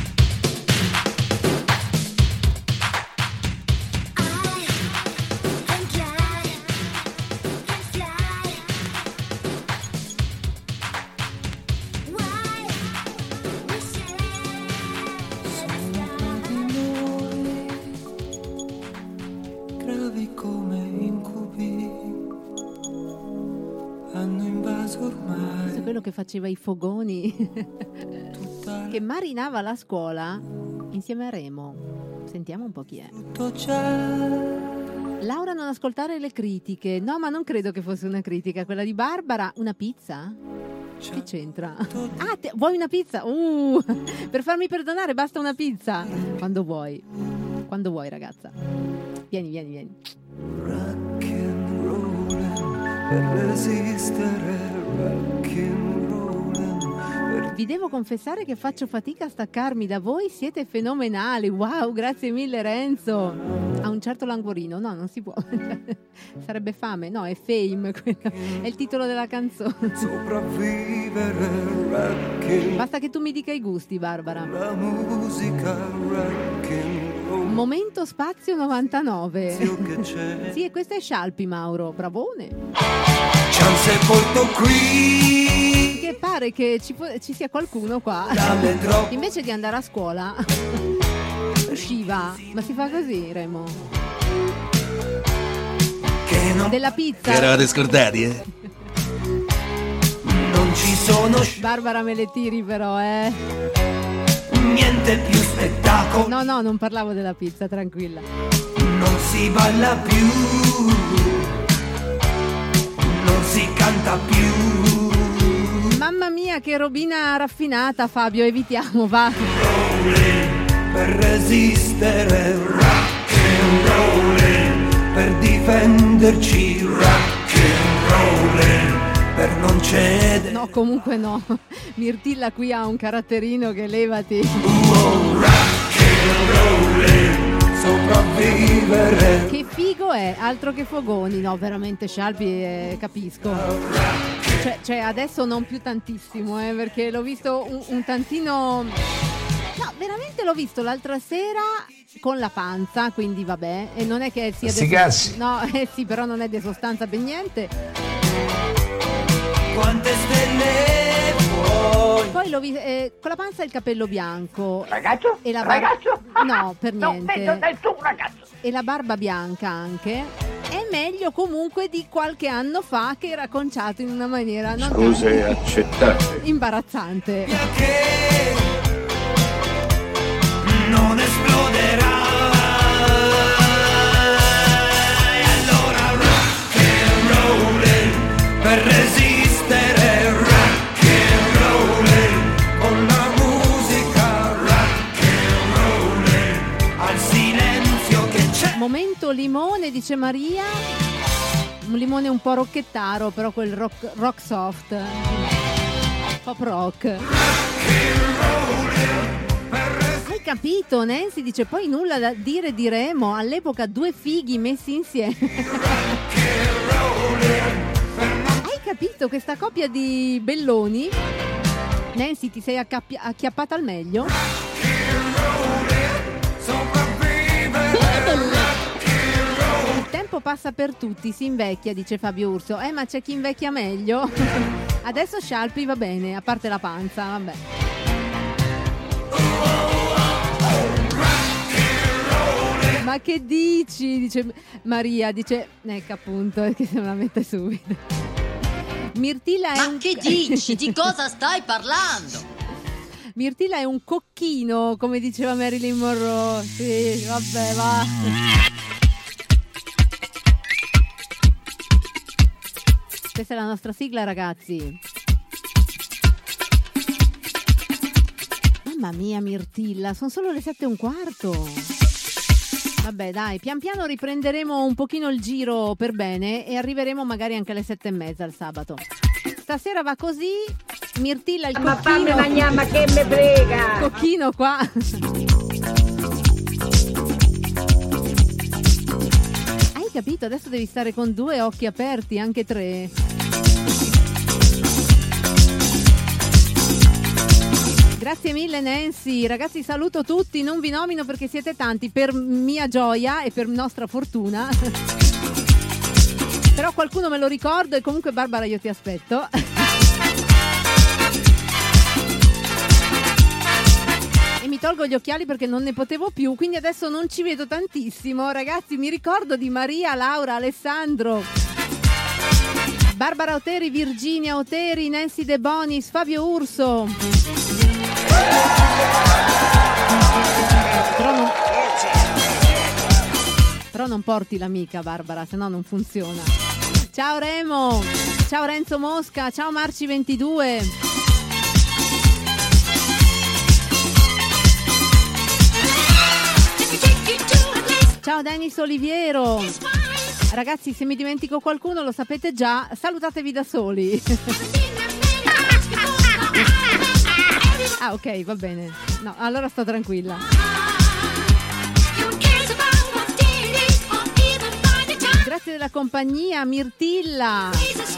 Quello che faceva i fogoni che marinava la scuola insieme a Remo. Sentiamo un po' chi è. Laura, non ascoltare le critiche. No, ma non credo che fosse una critica quella di Barbara. Una pizza? Che c'entra? Ah, te, vuoi una pizza? Uh, per farmi perdonare basta una pizza. Quando vuoi. Quando vuoi, ragazza. Vieni, vieni, vieni. Rock and rollin', per resistere. Vi devo confessare che faccio fatica a staccarmi da voi, siete fenomenali. Wow, grazie mille Renzo. Ha un certo languorino. No, non si può. Sarebbe fame. No, è fame. È il titolo della canzone. Sopravvivere. Basta che tu mi dica i gusti, Barbara. La musica rock and roll. Momento Spazio novantanove. Sì, e questa è Scialpi, Mauro. Bravone. C'è un sepolto qui. Che pare che ci, ci sia qualcuno qua invece di andare a scuola usciva. Ma si fa così, Remo? Che non... Della pizza. Che eravate scordati, eh? Non ci sono. Barbara, me le tiri però, eh? Niente più spettacolo. No, no, non parlavo della pizza, tranquilla. Non si balla più. Non si canta più. Mamma mia, che robina raffinata, Fabio, evitiamo, va. Rolling, per resistere, rock and rolling, per difenderci, rock and rolling, per non cedere. No, comunque no. Mirtilla qui ha un caratterino che levati. Oh, rock and rolling, sopravvivere. Che figo è, altro che fogoni. No, veramente Scialpi, eh, capisco. Cioè, cioè adesso non più tantissimo, eh, perché l'ho visto un, un tantino. No, veramente l'ho visto l'altra sera con la panza, quindi vabbè. E non è che sia. Sti cazzi. No, eh sì, però non è di sostanza per niente. Quante stelle vuoi? Poi l'ho visto eh, con la panza e il capello bianco. Ragazzo? E la bar- Ragazzo? No, per niente. No, vedo del tuo ragazzo. E la barba bianca anche. È meglio comunque di qualche anno fa che era conciato in una maniera non Scuse accettate. imbarazzante. Che non esploderà. E allora rock and rolling, per resistere, rock and rolling, con la musica rock and rolling, al silenzio che c'è. Momento limone limone, dice Maria. Un limone un po' rocchettaro, però quel rock, rock soft. Pop rock. Hai capito? Nancy dice poi nulla da dire di Remo. All'epoca due fighi messi insieme. Hai capito? Questa coppia di belloni. Nancy, ti sei accappi- acchiappata al meglio? Il tempo passa per tutti, si invecchia, dice Fabio Urso. Eh, ma c'è chi invecchia meglio. Adesso Scialpi va bene, a parte la panza, vabbè. Ma che dici? Dice Maria, dice, ecco appunto, che se me la mette subito. Mirtilla è Ma un... che dici? Di cosa stai parlando? Mirtilla è un cocchino, come diceva Marilyn Monroe. Sì, vabbè, va. Questa è la nostra sigla, ragazzi. Mamma mia, Mirtilla, sono solo le sette e un quarto. Vabbè, dai, pian piano riprenderemo un pochino il giro per bene e arriveremo magari anche alle sette e mezza il sabato. Stasera va così. Mirtilla, il Ma cocchino. fammi mangiare, ma che me frega! Cocchino qua. Hai capito? Adesso devi stare con due occhi aperti, anche tre. Grazie mille Nancy, ragazzi saluto tutti, non vi nomino perché siete tanti, per mia gioia e per nostra fortuna. Però qualcuno me lo ricordo e comunque Barbara io ti aspetto. E mi tolgo gli occhiali perché non ne potevo più, quindi adesso non ci vedo tantissimo. Ragazzi, mi ricordo di Maria, Laura, Alessandro, Barbara Oteri, Virginia Oteri, Nancy De Bonis, Fabio Urso. Però non, però non porti l'amica Barbara, se no non funziona. Ciao Remo, ciao Renzo Mosca, ciao Marci ventidue. Ciao Denis Oliviero. Ragazzi, se mi dimentico qualcuno lo sapete già, salutatevi da soli. Ah, ok, va bene. No, allora sto tranquilla. Grazie della compagnia, Mirtilla.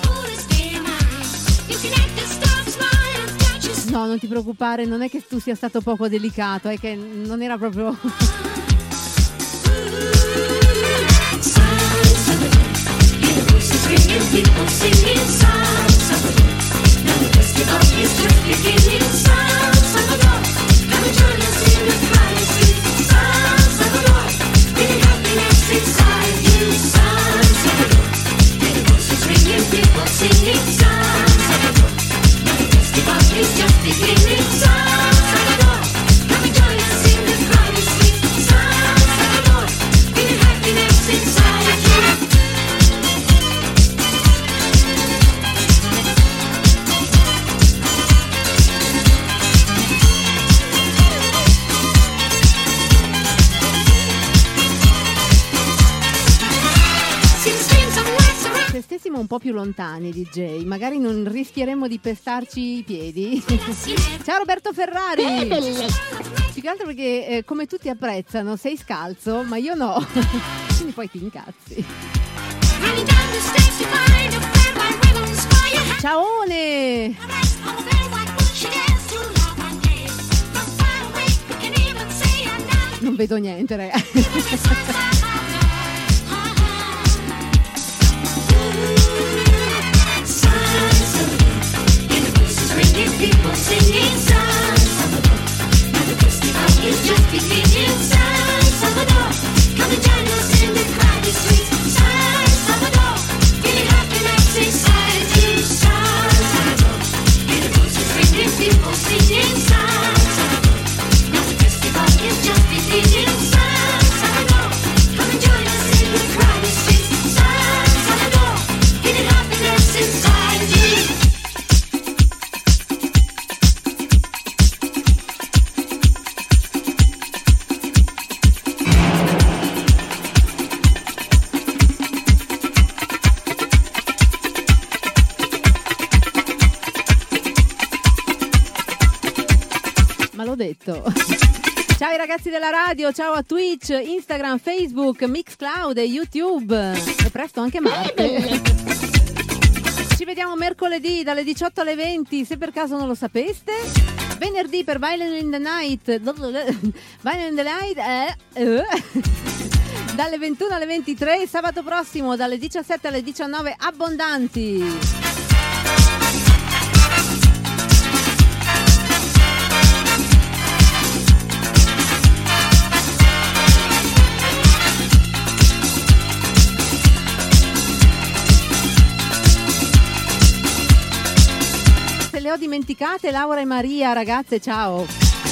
No, non ti preoccupare, non è che tu sia stato poco delicato, è che non era proprio... un po' più lontani D J, magari non rischieremo di pestarci i piedi. Ciao Roberto Ferrari. Più che altro perché eh, come tutti apprezzano sei scalzo, ma io no. Quindi poi ti incazzi. Ciaone. Non vedo niente, ragazzi. People singing San Salvador. Now the festival is just beginning. San Salvador, come and join us in the crowded streets. San Salvador, feeling happiness inside you. San Salvador, hear the voices ringing, people singing San Salvador. Now the festival is just beginning. San Salvador, come and join us in the crowded streets. San Salvador, feeling happiness inside you. ma l'ho detto. Ciao ai ragazzi della radio, ciao a Twitch, Instagram, Facebook, Mixcloud e YouTube e presto anche Marte. Ci vediamo mercoledì dalle diciotto alle venti, se per caso non lo sapeste. Venerdì per Violent in the Night, Violent in the Night eh, eh. dalle ventuno alle ventitré, sabato prossimo dalle diciassette alle diciannove Abbondanti. Se le ho dimenticate, Laura e Maria, ragazze, ciao.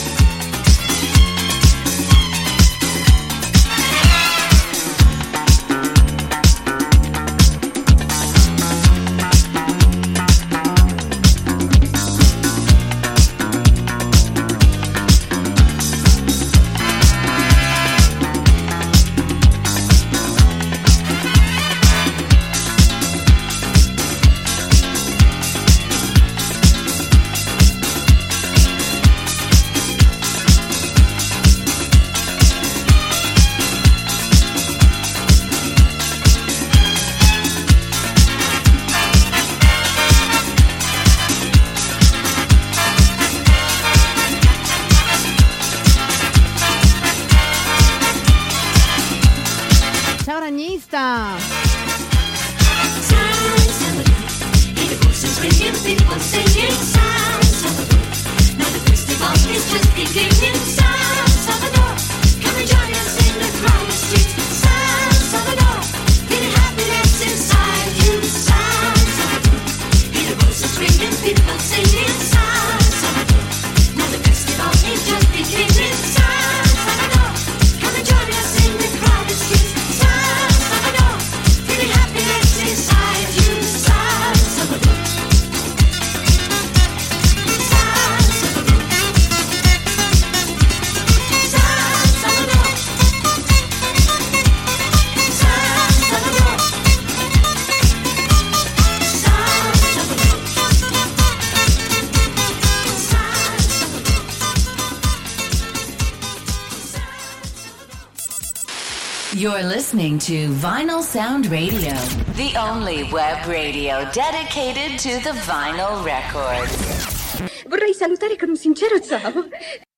You're listening to Vinyl Sound Radio, the only web radio dedicated to the vinyl record. Vorrei salutare con un sincero ciao